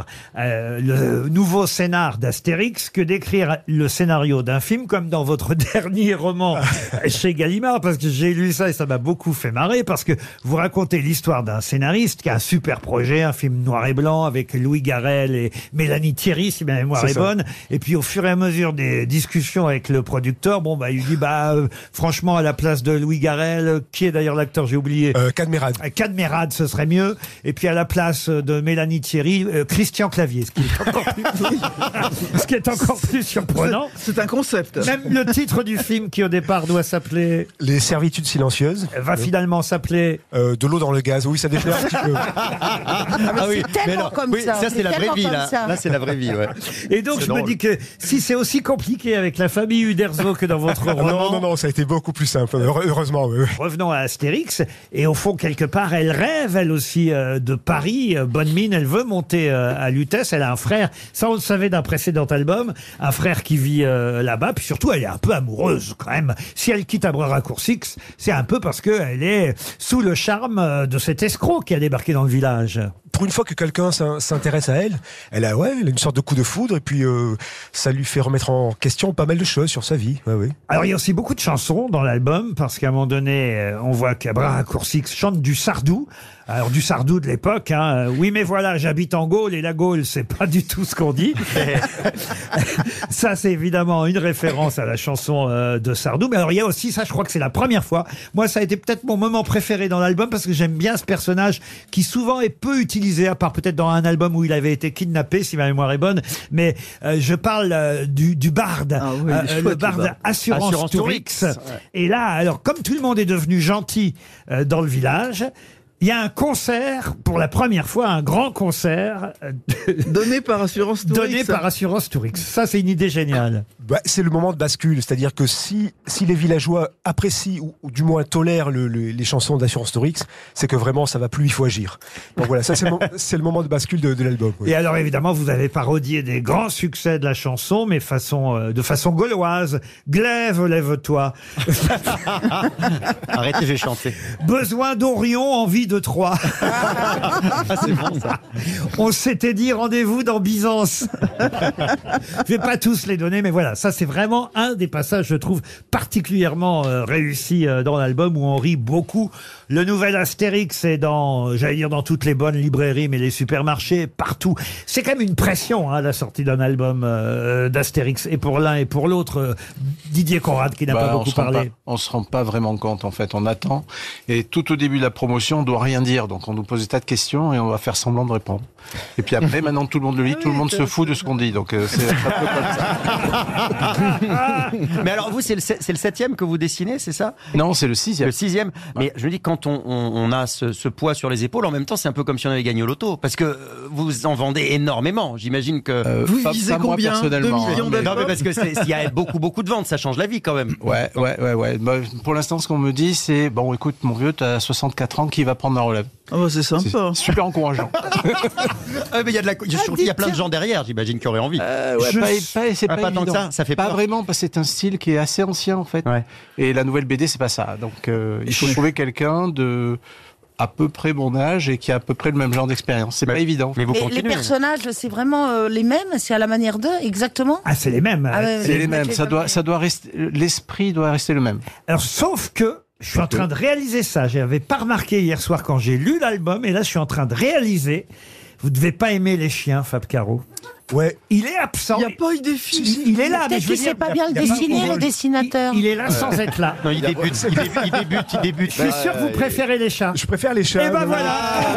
le nouveau scénar d'Astérix que d'écrire le scénario d'un film, comme dans votre dernier roman chez Gallimard, parce que j'ai lu ça et ça m'a beaucoup fait marrer, parce que vous racontez l'histoire d'un scénariste qui a un super projet, un film noir et blanc avec Louis Garrel et Mélanie Thierry, si ma mémoire C'est est ça. bonne. Et puis au fur et à mesure des discussions avec le producteur, il dit franchement, à la place de Louis Garrel, qui est d'ailleurs l'acteur, j'ai oublié. Cadmerade. Cadmerade, ce serait mieux. Et puis à la place de Mélanie Thierry, Christian Clavier, ce qui est encore plus surprenant. C'est un concept. Même le titre du film, qui au départ doit s'appeler Les servitudes silencieuses. va finalement s'appeler De l'eau dans le gaz. Oui, ça défait un petit peu. Ah oui, tellement non, comme oui, ça, c'est la vraie tellement vie comme là. ça. Là, c'est la vraie vie, ouais. Et donc C'est je me drôle. dis que si c'est aussi compliqué avec la famille Uderzo que dans votre roman. Non, ça a été beaucoup plus simple. Heureusement, oui. Revenons à Astérix, et au fond, quelque part, elle rêve, elle aussi, de Paris. Bonne mine, elle veut monter à Lutèce. Elle a un frère, ça on le savait d'un précédent album, un frère qui vit là-bas. Puis surtout, elle est un peu amoureuse quand même. Si elle quitte Abrera-Coursix, c'est un peu parce qu'elle est sous le charme de cet escroc qui a débarqué dans le village. Pour une fois que quelqu'un s'intéresse à elle, elle a une sorte de coup de foudre, et puis ça lui fait remettre en question pas mal de choses sur sa vie. Ouais, oui. Alors il y a aussi beaucoup de chansons dans l'album, parce qu'à un moment donné, on voit qu'Abrera-Coursix chante du Sardou. Alors du Sardou de l'époque, oui mais voilà, j'habite en Gaule, et la Gaule, c'est pas du tout ce qu'on dit. Ça, c'est évidemment une référence à la chanson de Sardou. Mais alors il y a aussi, ça je crois que c'est la première fois, moi ça a été peut-être mon moment préféré dans l'album, parce que j'aime bien ce personnage qui souvent est peu utilisé utilisé, à part peut-être dans un album où il avait été kidnappé, si ma mémoire est bonne. Mais je parle du Bard, le Bard Assurance Tourix. Et là, alors comme tout le monde est devenu gentil dans le village, il y a un concert, pour la première fois, un grand concert. Donné par Assurance Tourix. Donné par Assurance Tourix. Ça, c'est une idée géniale. C'est le moment de bascule. C'est-à-dire que si les villageois apprécient ou du moins tolèrent les chansons d'Assurance Tourix, c'est que vraiment, ça va plus, il faut agir. Donc voilà, ça, c'est le moment de bascule de l'album. Oui. Et alors, évidemment, vous avez parodié des grands succès de la chanson, mais de façon gauloise. Glaive, lève-toi. Arrêtez, j'ai chanté. Besoin d'Orion, envie de Troyes. C'est bon, ça. On s'était dit rendez-vous dans Byzance. Je vais pas tous les donner, mais voilà, ça c'est vraiment un des passages, je trouve, particulièrement réussi dans l'album, où on rit beaucoup. Le nouvel Astérix est dans toutes les bonnes librairies, mais les supermarchés, partout. C'est quand même une pression, la sortie d'un album d'Astérix, et pour l'un et pour l'autre. Didier Conrad, qui n'a pas beaucoup parlé. On se rend pas vraiment compte, en fait. On attend, et tout au début de la promotion, on doit rien dire. Donc on nous pose des tas de questions, et on va faire semblant de répondre. Et puis après, maintenant tout le monde le lit, tout le monde se fout de ce qu'on dit. Donc c'est un peu comme ça. Mais alors vous, c'est le 7e que vous dessinez, c'est ça? Non, c'est le 6e. Le 6e. Mais je me dis, quand on a ce poids sur les épaules, en même temps, c'est un peu comme si on avait gagné au loto. Parce que vous en vendez énormément. J'imagine que... vous visez combien? 2 millions d'albums? Non, mais parce que s'il y a beaucoup de ventes, ça change la vie quand même. Ouais. Bah, pour l'instant, ce qu'on me dit, c'est, bon, écoute, mon vieux, t'as 64 ans, qui va prendre la relève? Ah bah c'est sympa. C'est super encourageant. Mais il y a plein de gens derrière, j'imagine, qui auraient envie. C'est pas tant que ça, ça fait pas peur. vraiment, parce que c'est un style qui est assez ancien en fait. Ouais. Et la nouvelle BD, c'est pas ça. Donc il faut trouver quelqu'un de à peu près mon âge et qui a à peu près le même genre d'expérience. C'est pas évident. Mais les personnages, c'est vraiment les mêmes? C'est à la manière d'eux, exactement? Ah, c'est les mêmes. C'est les mêmes. Ça doit rester. L'esprit doit rester le même. Alors, sauf que je suis en train de réaliser ça. Je n'avais pas remarqué hier soir quand j'ai lu l'album, et là, je suis en train de réaliser. Vous devez pas aimer les chiens, Fab Caro. Ouais. Il est absent. Il n'y a pas eu des filles. Il est là, mais peut-être je veux qu'il dire. sait pas bien le dessiner, le dessinateur. Il est là sans être là. Non, il débute. Je suis sûr que vous préférez les chats. Je préfère les chats. Et ben voilà.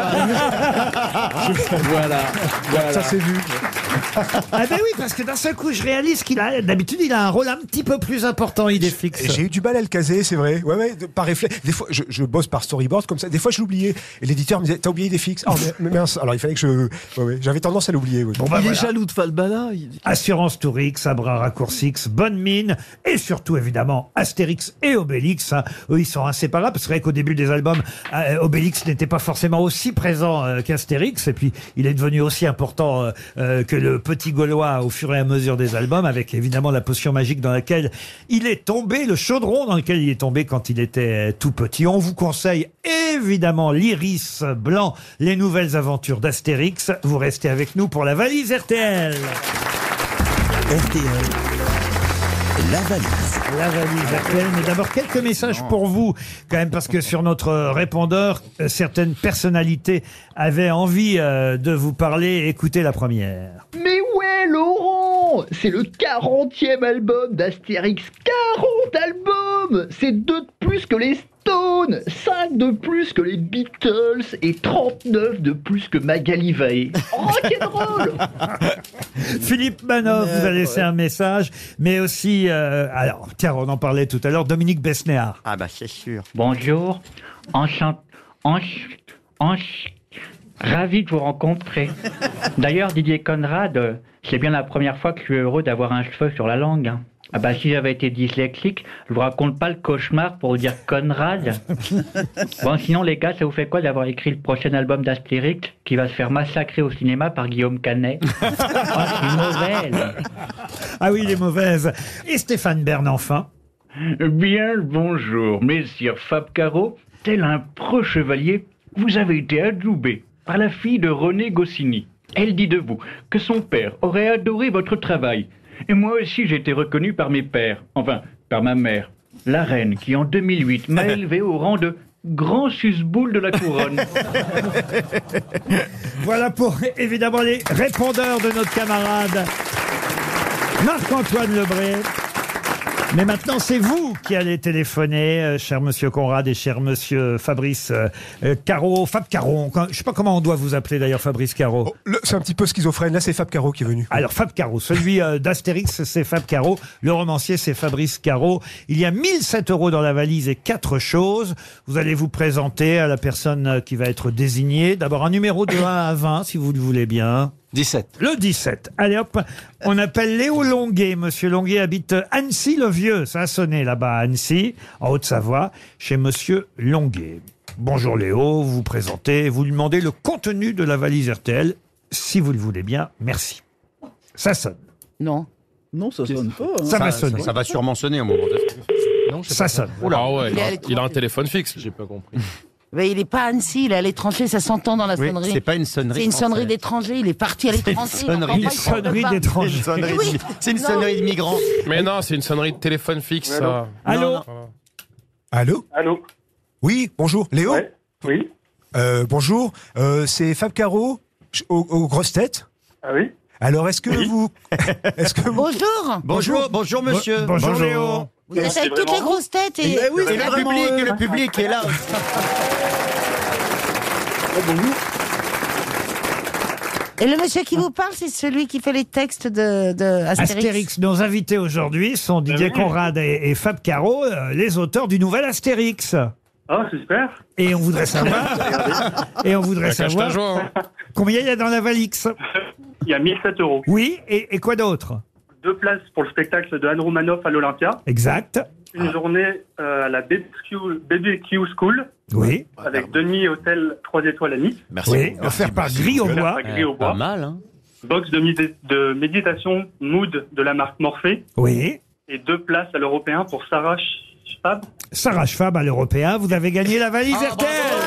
Voilà. Ça c'est vu. Ah ben oui, parce que d'un seul coup, je réalise d'habitude, il a un rôle un petit peu plus important, Idéfix. J'ai eu du mal à le caser, c'est vrai. Ouais, par réflexe. Des fois, je bosse par storyboard comme ça. Des fois, je l'oubliais. Et l'éditeur me disait, t'as oublié Idéfix. Oh, mais mince. Alors, il fallait que j'avais tendance à l'oublier. Ouais. Bon, bah, il est voilà. jaloux de Falbala. Assurance Tourix, à bras raccourcis, bonne mine, et surtout évidemment Astérix et Obélix. Eux, ils sont inséparables. Parce que c'est vrai qu'au début des albums, Obélix n'était pas forcément aussi présent qu'Astérix, et puis il est devenu aussi important que le petit Gaulois au fur et à mesure des albums, avec évidemment la potion magique dans laquelle il est tombé, le chaudron dans lequel il est tombé quand il était tout petit. On vous conseille évidemment l'Iris Blanc, les nouvelles aventures d'Astérix. Vous restez avec nous pour la valise RTL. RTL, la valise. La valise RTL, mais d'abord quelques messages pour vous, quand même, parce que sur notre répondeur, certaines personnalités avaient envie de vous parler. Écoutez la première. Mais ouais, Laurent, c'est le 40e album d'Astérix. 40 albums! C'est 2 de plus que les Stones, 5 de plus que les Beatles et 39 de plus que Magali Vaé. Rock'n'roll. Philippe Manoff vous a laissé un message, mais aussi, alors, tiens, on en parlait tout à l'heure, Dominique Besnéard. Ah bah c'est sûr. Bonjour, ravi de vous rencontrer. D'ailleurs, Didier Conrad, c'est bien la première fois que je suis heureux d'avoir un cheveu sur la langue. Hein. Ah bah si j'avais été dyslexique, je vous raconte pas le cauchemar pour vous dire Conrad. Bon sinon les gars, ça vous fait quoi d'avoir écrit le prochain album d'Astérix qui va se faire massacrer au cinéma par Guillaume Canet? Oh, c'est mauvaise. Ah oui, il est mauvaise. Et Stéphane Bern enfin. Bien le bonjour, messire Fab Caro, tel un preux chevalier, vous avez été adoubé par la fille de René Goscinny. Elle dit de vous que son père aurait adoré votre travail. Et moi aussi, j'ai été reconnu par mes pères, enfin, par ma mère, la reine qui, en 2008, m'a élevé au rang de grand susboule de la couronne. Voilà pour, évidemment, les répondeurs de notre camarade Marc-Antoine Lebré. Mais maintenant, c'est vous qui allez téléphoner, cher monsieur Conrad et cher monsieur Fabrice Caro, Fab Caro. Je sais pas comment on doit vous appeler d'ailleurs, Fabrice Caro. C'est un petit peu schizophrène. Là, c'est Fab Caro qui est venu. Alors, Fab Caro, celui d'Astérix, c'est Fab Caro. Le romancier, c'est Fabrice Caro. Il y a 1007 € dans la valise et 4 choses. Vous allez vous présenter à la personne qui va être désignée. D'abord, un numéro de 1 à 20, si vous le voulez bien. 17. Le 17. Allez hop, on appelle Léo Longuet. Monsieur Longuet habite Annecy-le-Vieux. Ça a sonné là-bas à Annecy, en Haute-Savoie, chez Monsieur Longuet. Bonjour Léo, vous vous présentez, vous lui demandez le contenu de la valise RTL, si vous le voulez bien. Merci. Ça sonne. Non. Non, ça sonne pas. Ça va sonner. Ça va sûrement sonner au moment de... Ça sonne. Ah ouais, il a un l'étranger. téléphone fixe. J'ai pas compris. Mais il est pas à Annecy, il est à l'étranger, ça s'entend dans la Oui, sonnerie. c'est pas une sonnerie C'est une sonnerie française. d'étranger, il est parti à l'étranger. sonnerie. il comprend pas, il Sonnerie parle pas. d'étranger. Mais oui. C'est une Non. sonnerie de migrants. Mais non, c'est une sonnerie de téléphone fixe, ça. Allô. Allô? Allô. Oui, bonjour. Léo? Ouais. Oui. Bonjour. C'est Fab Caro aux grosses têtes. Ah oui. Alors, est-ce que vous... Est-ce que vous... Bonjour. Bonjour monsieur. Bonjour Léo. Vous êtes avec toutes les grosses têtes et... oui, Et le public est là. Et le monsieur qui vous parle, c'est celui qui fait les textes de Astérix. Astérix, nos invités aujourd'hui sont Didier Conrad et Fab Caro, les auteurs du nouvel Astérix. Ah, c'est super. Et on voudrait savoir, combien il y a dans la valise. Il y a 1007 €. Oui, et quoi d'autre? 2 places pour le spectacle de Anne Romanoff à l'Olympia. Exact. Une journée à la BBQ School. Oui. Avec 2 nuits hôtel 3 étoiles à Nice. Merci. Oui, offert par Gris au bois. Gris au bois. Pas mal, hein. Box de méditation Mood de la marque Morphée. Oui. Et 2 places à l'Européen pour Sarah Schwab. Sarah Schwab à l'Européen, vous avez gagné la valise RTL.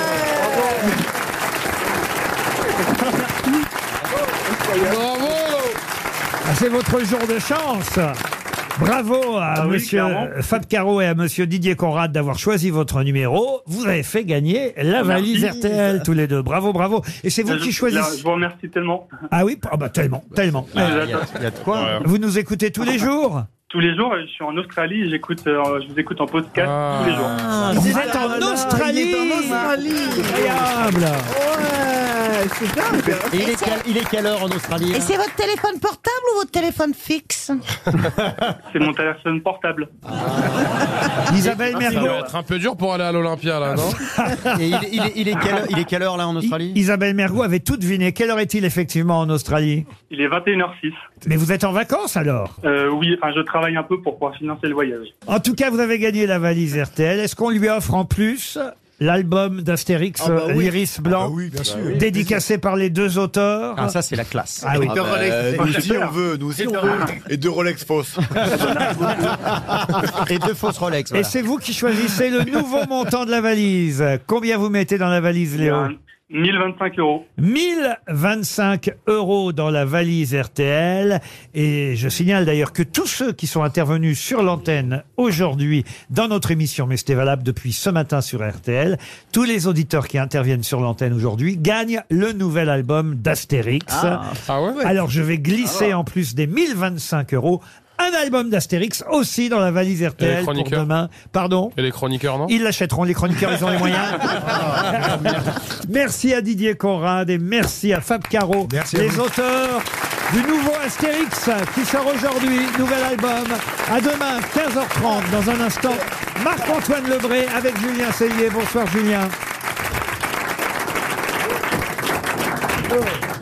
Bravo. Ah, c'est votre jour de chance. Bravo à monsieur clairement. Fab Caro et à monsieur Didier Conrad d'avoir choisi votre numéro. Vous avez fait gagner la valise Merci. RTL tous les deux. Bravo, bravo. Et c'est vous qui Je choisissez. vous remercie tellement. Ah oui, ah bah tellement. Il y a de quoi. Ouais. Vous nous écoutez tous les jours? Tous les jours, je suis en Australie et je vous écoute en podcast tous les jours. Vous êtes en Australie. Il est en Australie. Incroyable. Ouais, c'est dingue. Et il est quelle heure en Australie? Et c'est votre téléphone portable ou votre téléphone fixe? C'est mon téléphone portable. Isabelle Ça Mergo. doit être un peu dur pour aller à l'Olympia, là, non? Et il est quelle heure là en Australie? Isabelle Mergo avait tout deviné. Quelle heure est-il effectivement en Australie? Il est 21h06. Mais vous êtes en vacances alors? Oui, enfin, je travaille un peu pour pouvoir financer le voyage. En tout cas, vous avez gagné la valise RTL. Est-ce qu'on lui offre en plus l'album d'Astérix, oui. l'Iris Blanc, oui, bien sûr. dédicacé par les deux auteurs? Ah, ça c'est la classe. Ah oui. Deux Rolex, nous aussi on veut, Et 2 Rolex fausses. Et 2 fausses Rolex. Et Voilà. c'est vous qui choisissez le nouveau montant de la valise. Combien vous mettez dans la valise, Il y Léo? a 1025 €. 1025 € dans la valise RTL. Et je signale d'ailleurs que tous ceux qui sont intervenus sur l'antenne aujourd'hui dans notre émission, mais c'était valable depuis ce matin sur RTL, tous les auditeurs qui interviennent sur l'antenne aujourd'hui gagnent le nouvel album d'Astérix. Ah ouais? Alors je vais glisser en plus des 1025 € un album d'Astérix aussi dans la valise Et les RTL pour chroniqueurs demain. Pardon? Et les chroniqueurs, non? Ils l'achèteront, les chroniqueurs, ils ont les moyens. Merci à Didier Conrad et merci à Fab Caro, Merci à les vous. auteurs du nouveau Astérix qui sort aujourd'hui, nouvel album. À demain, 15h30. Dans un instant, Marc-Antoine Lebré avec Julien Cellier. Bonsoir Julien.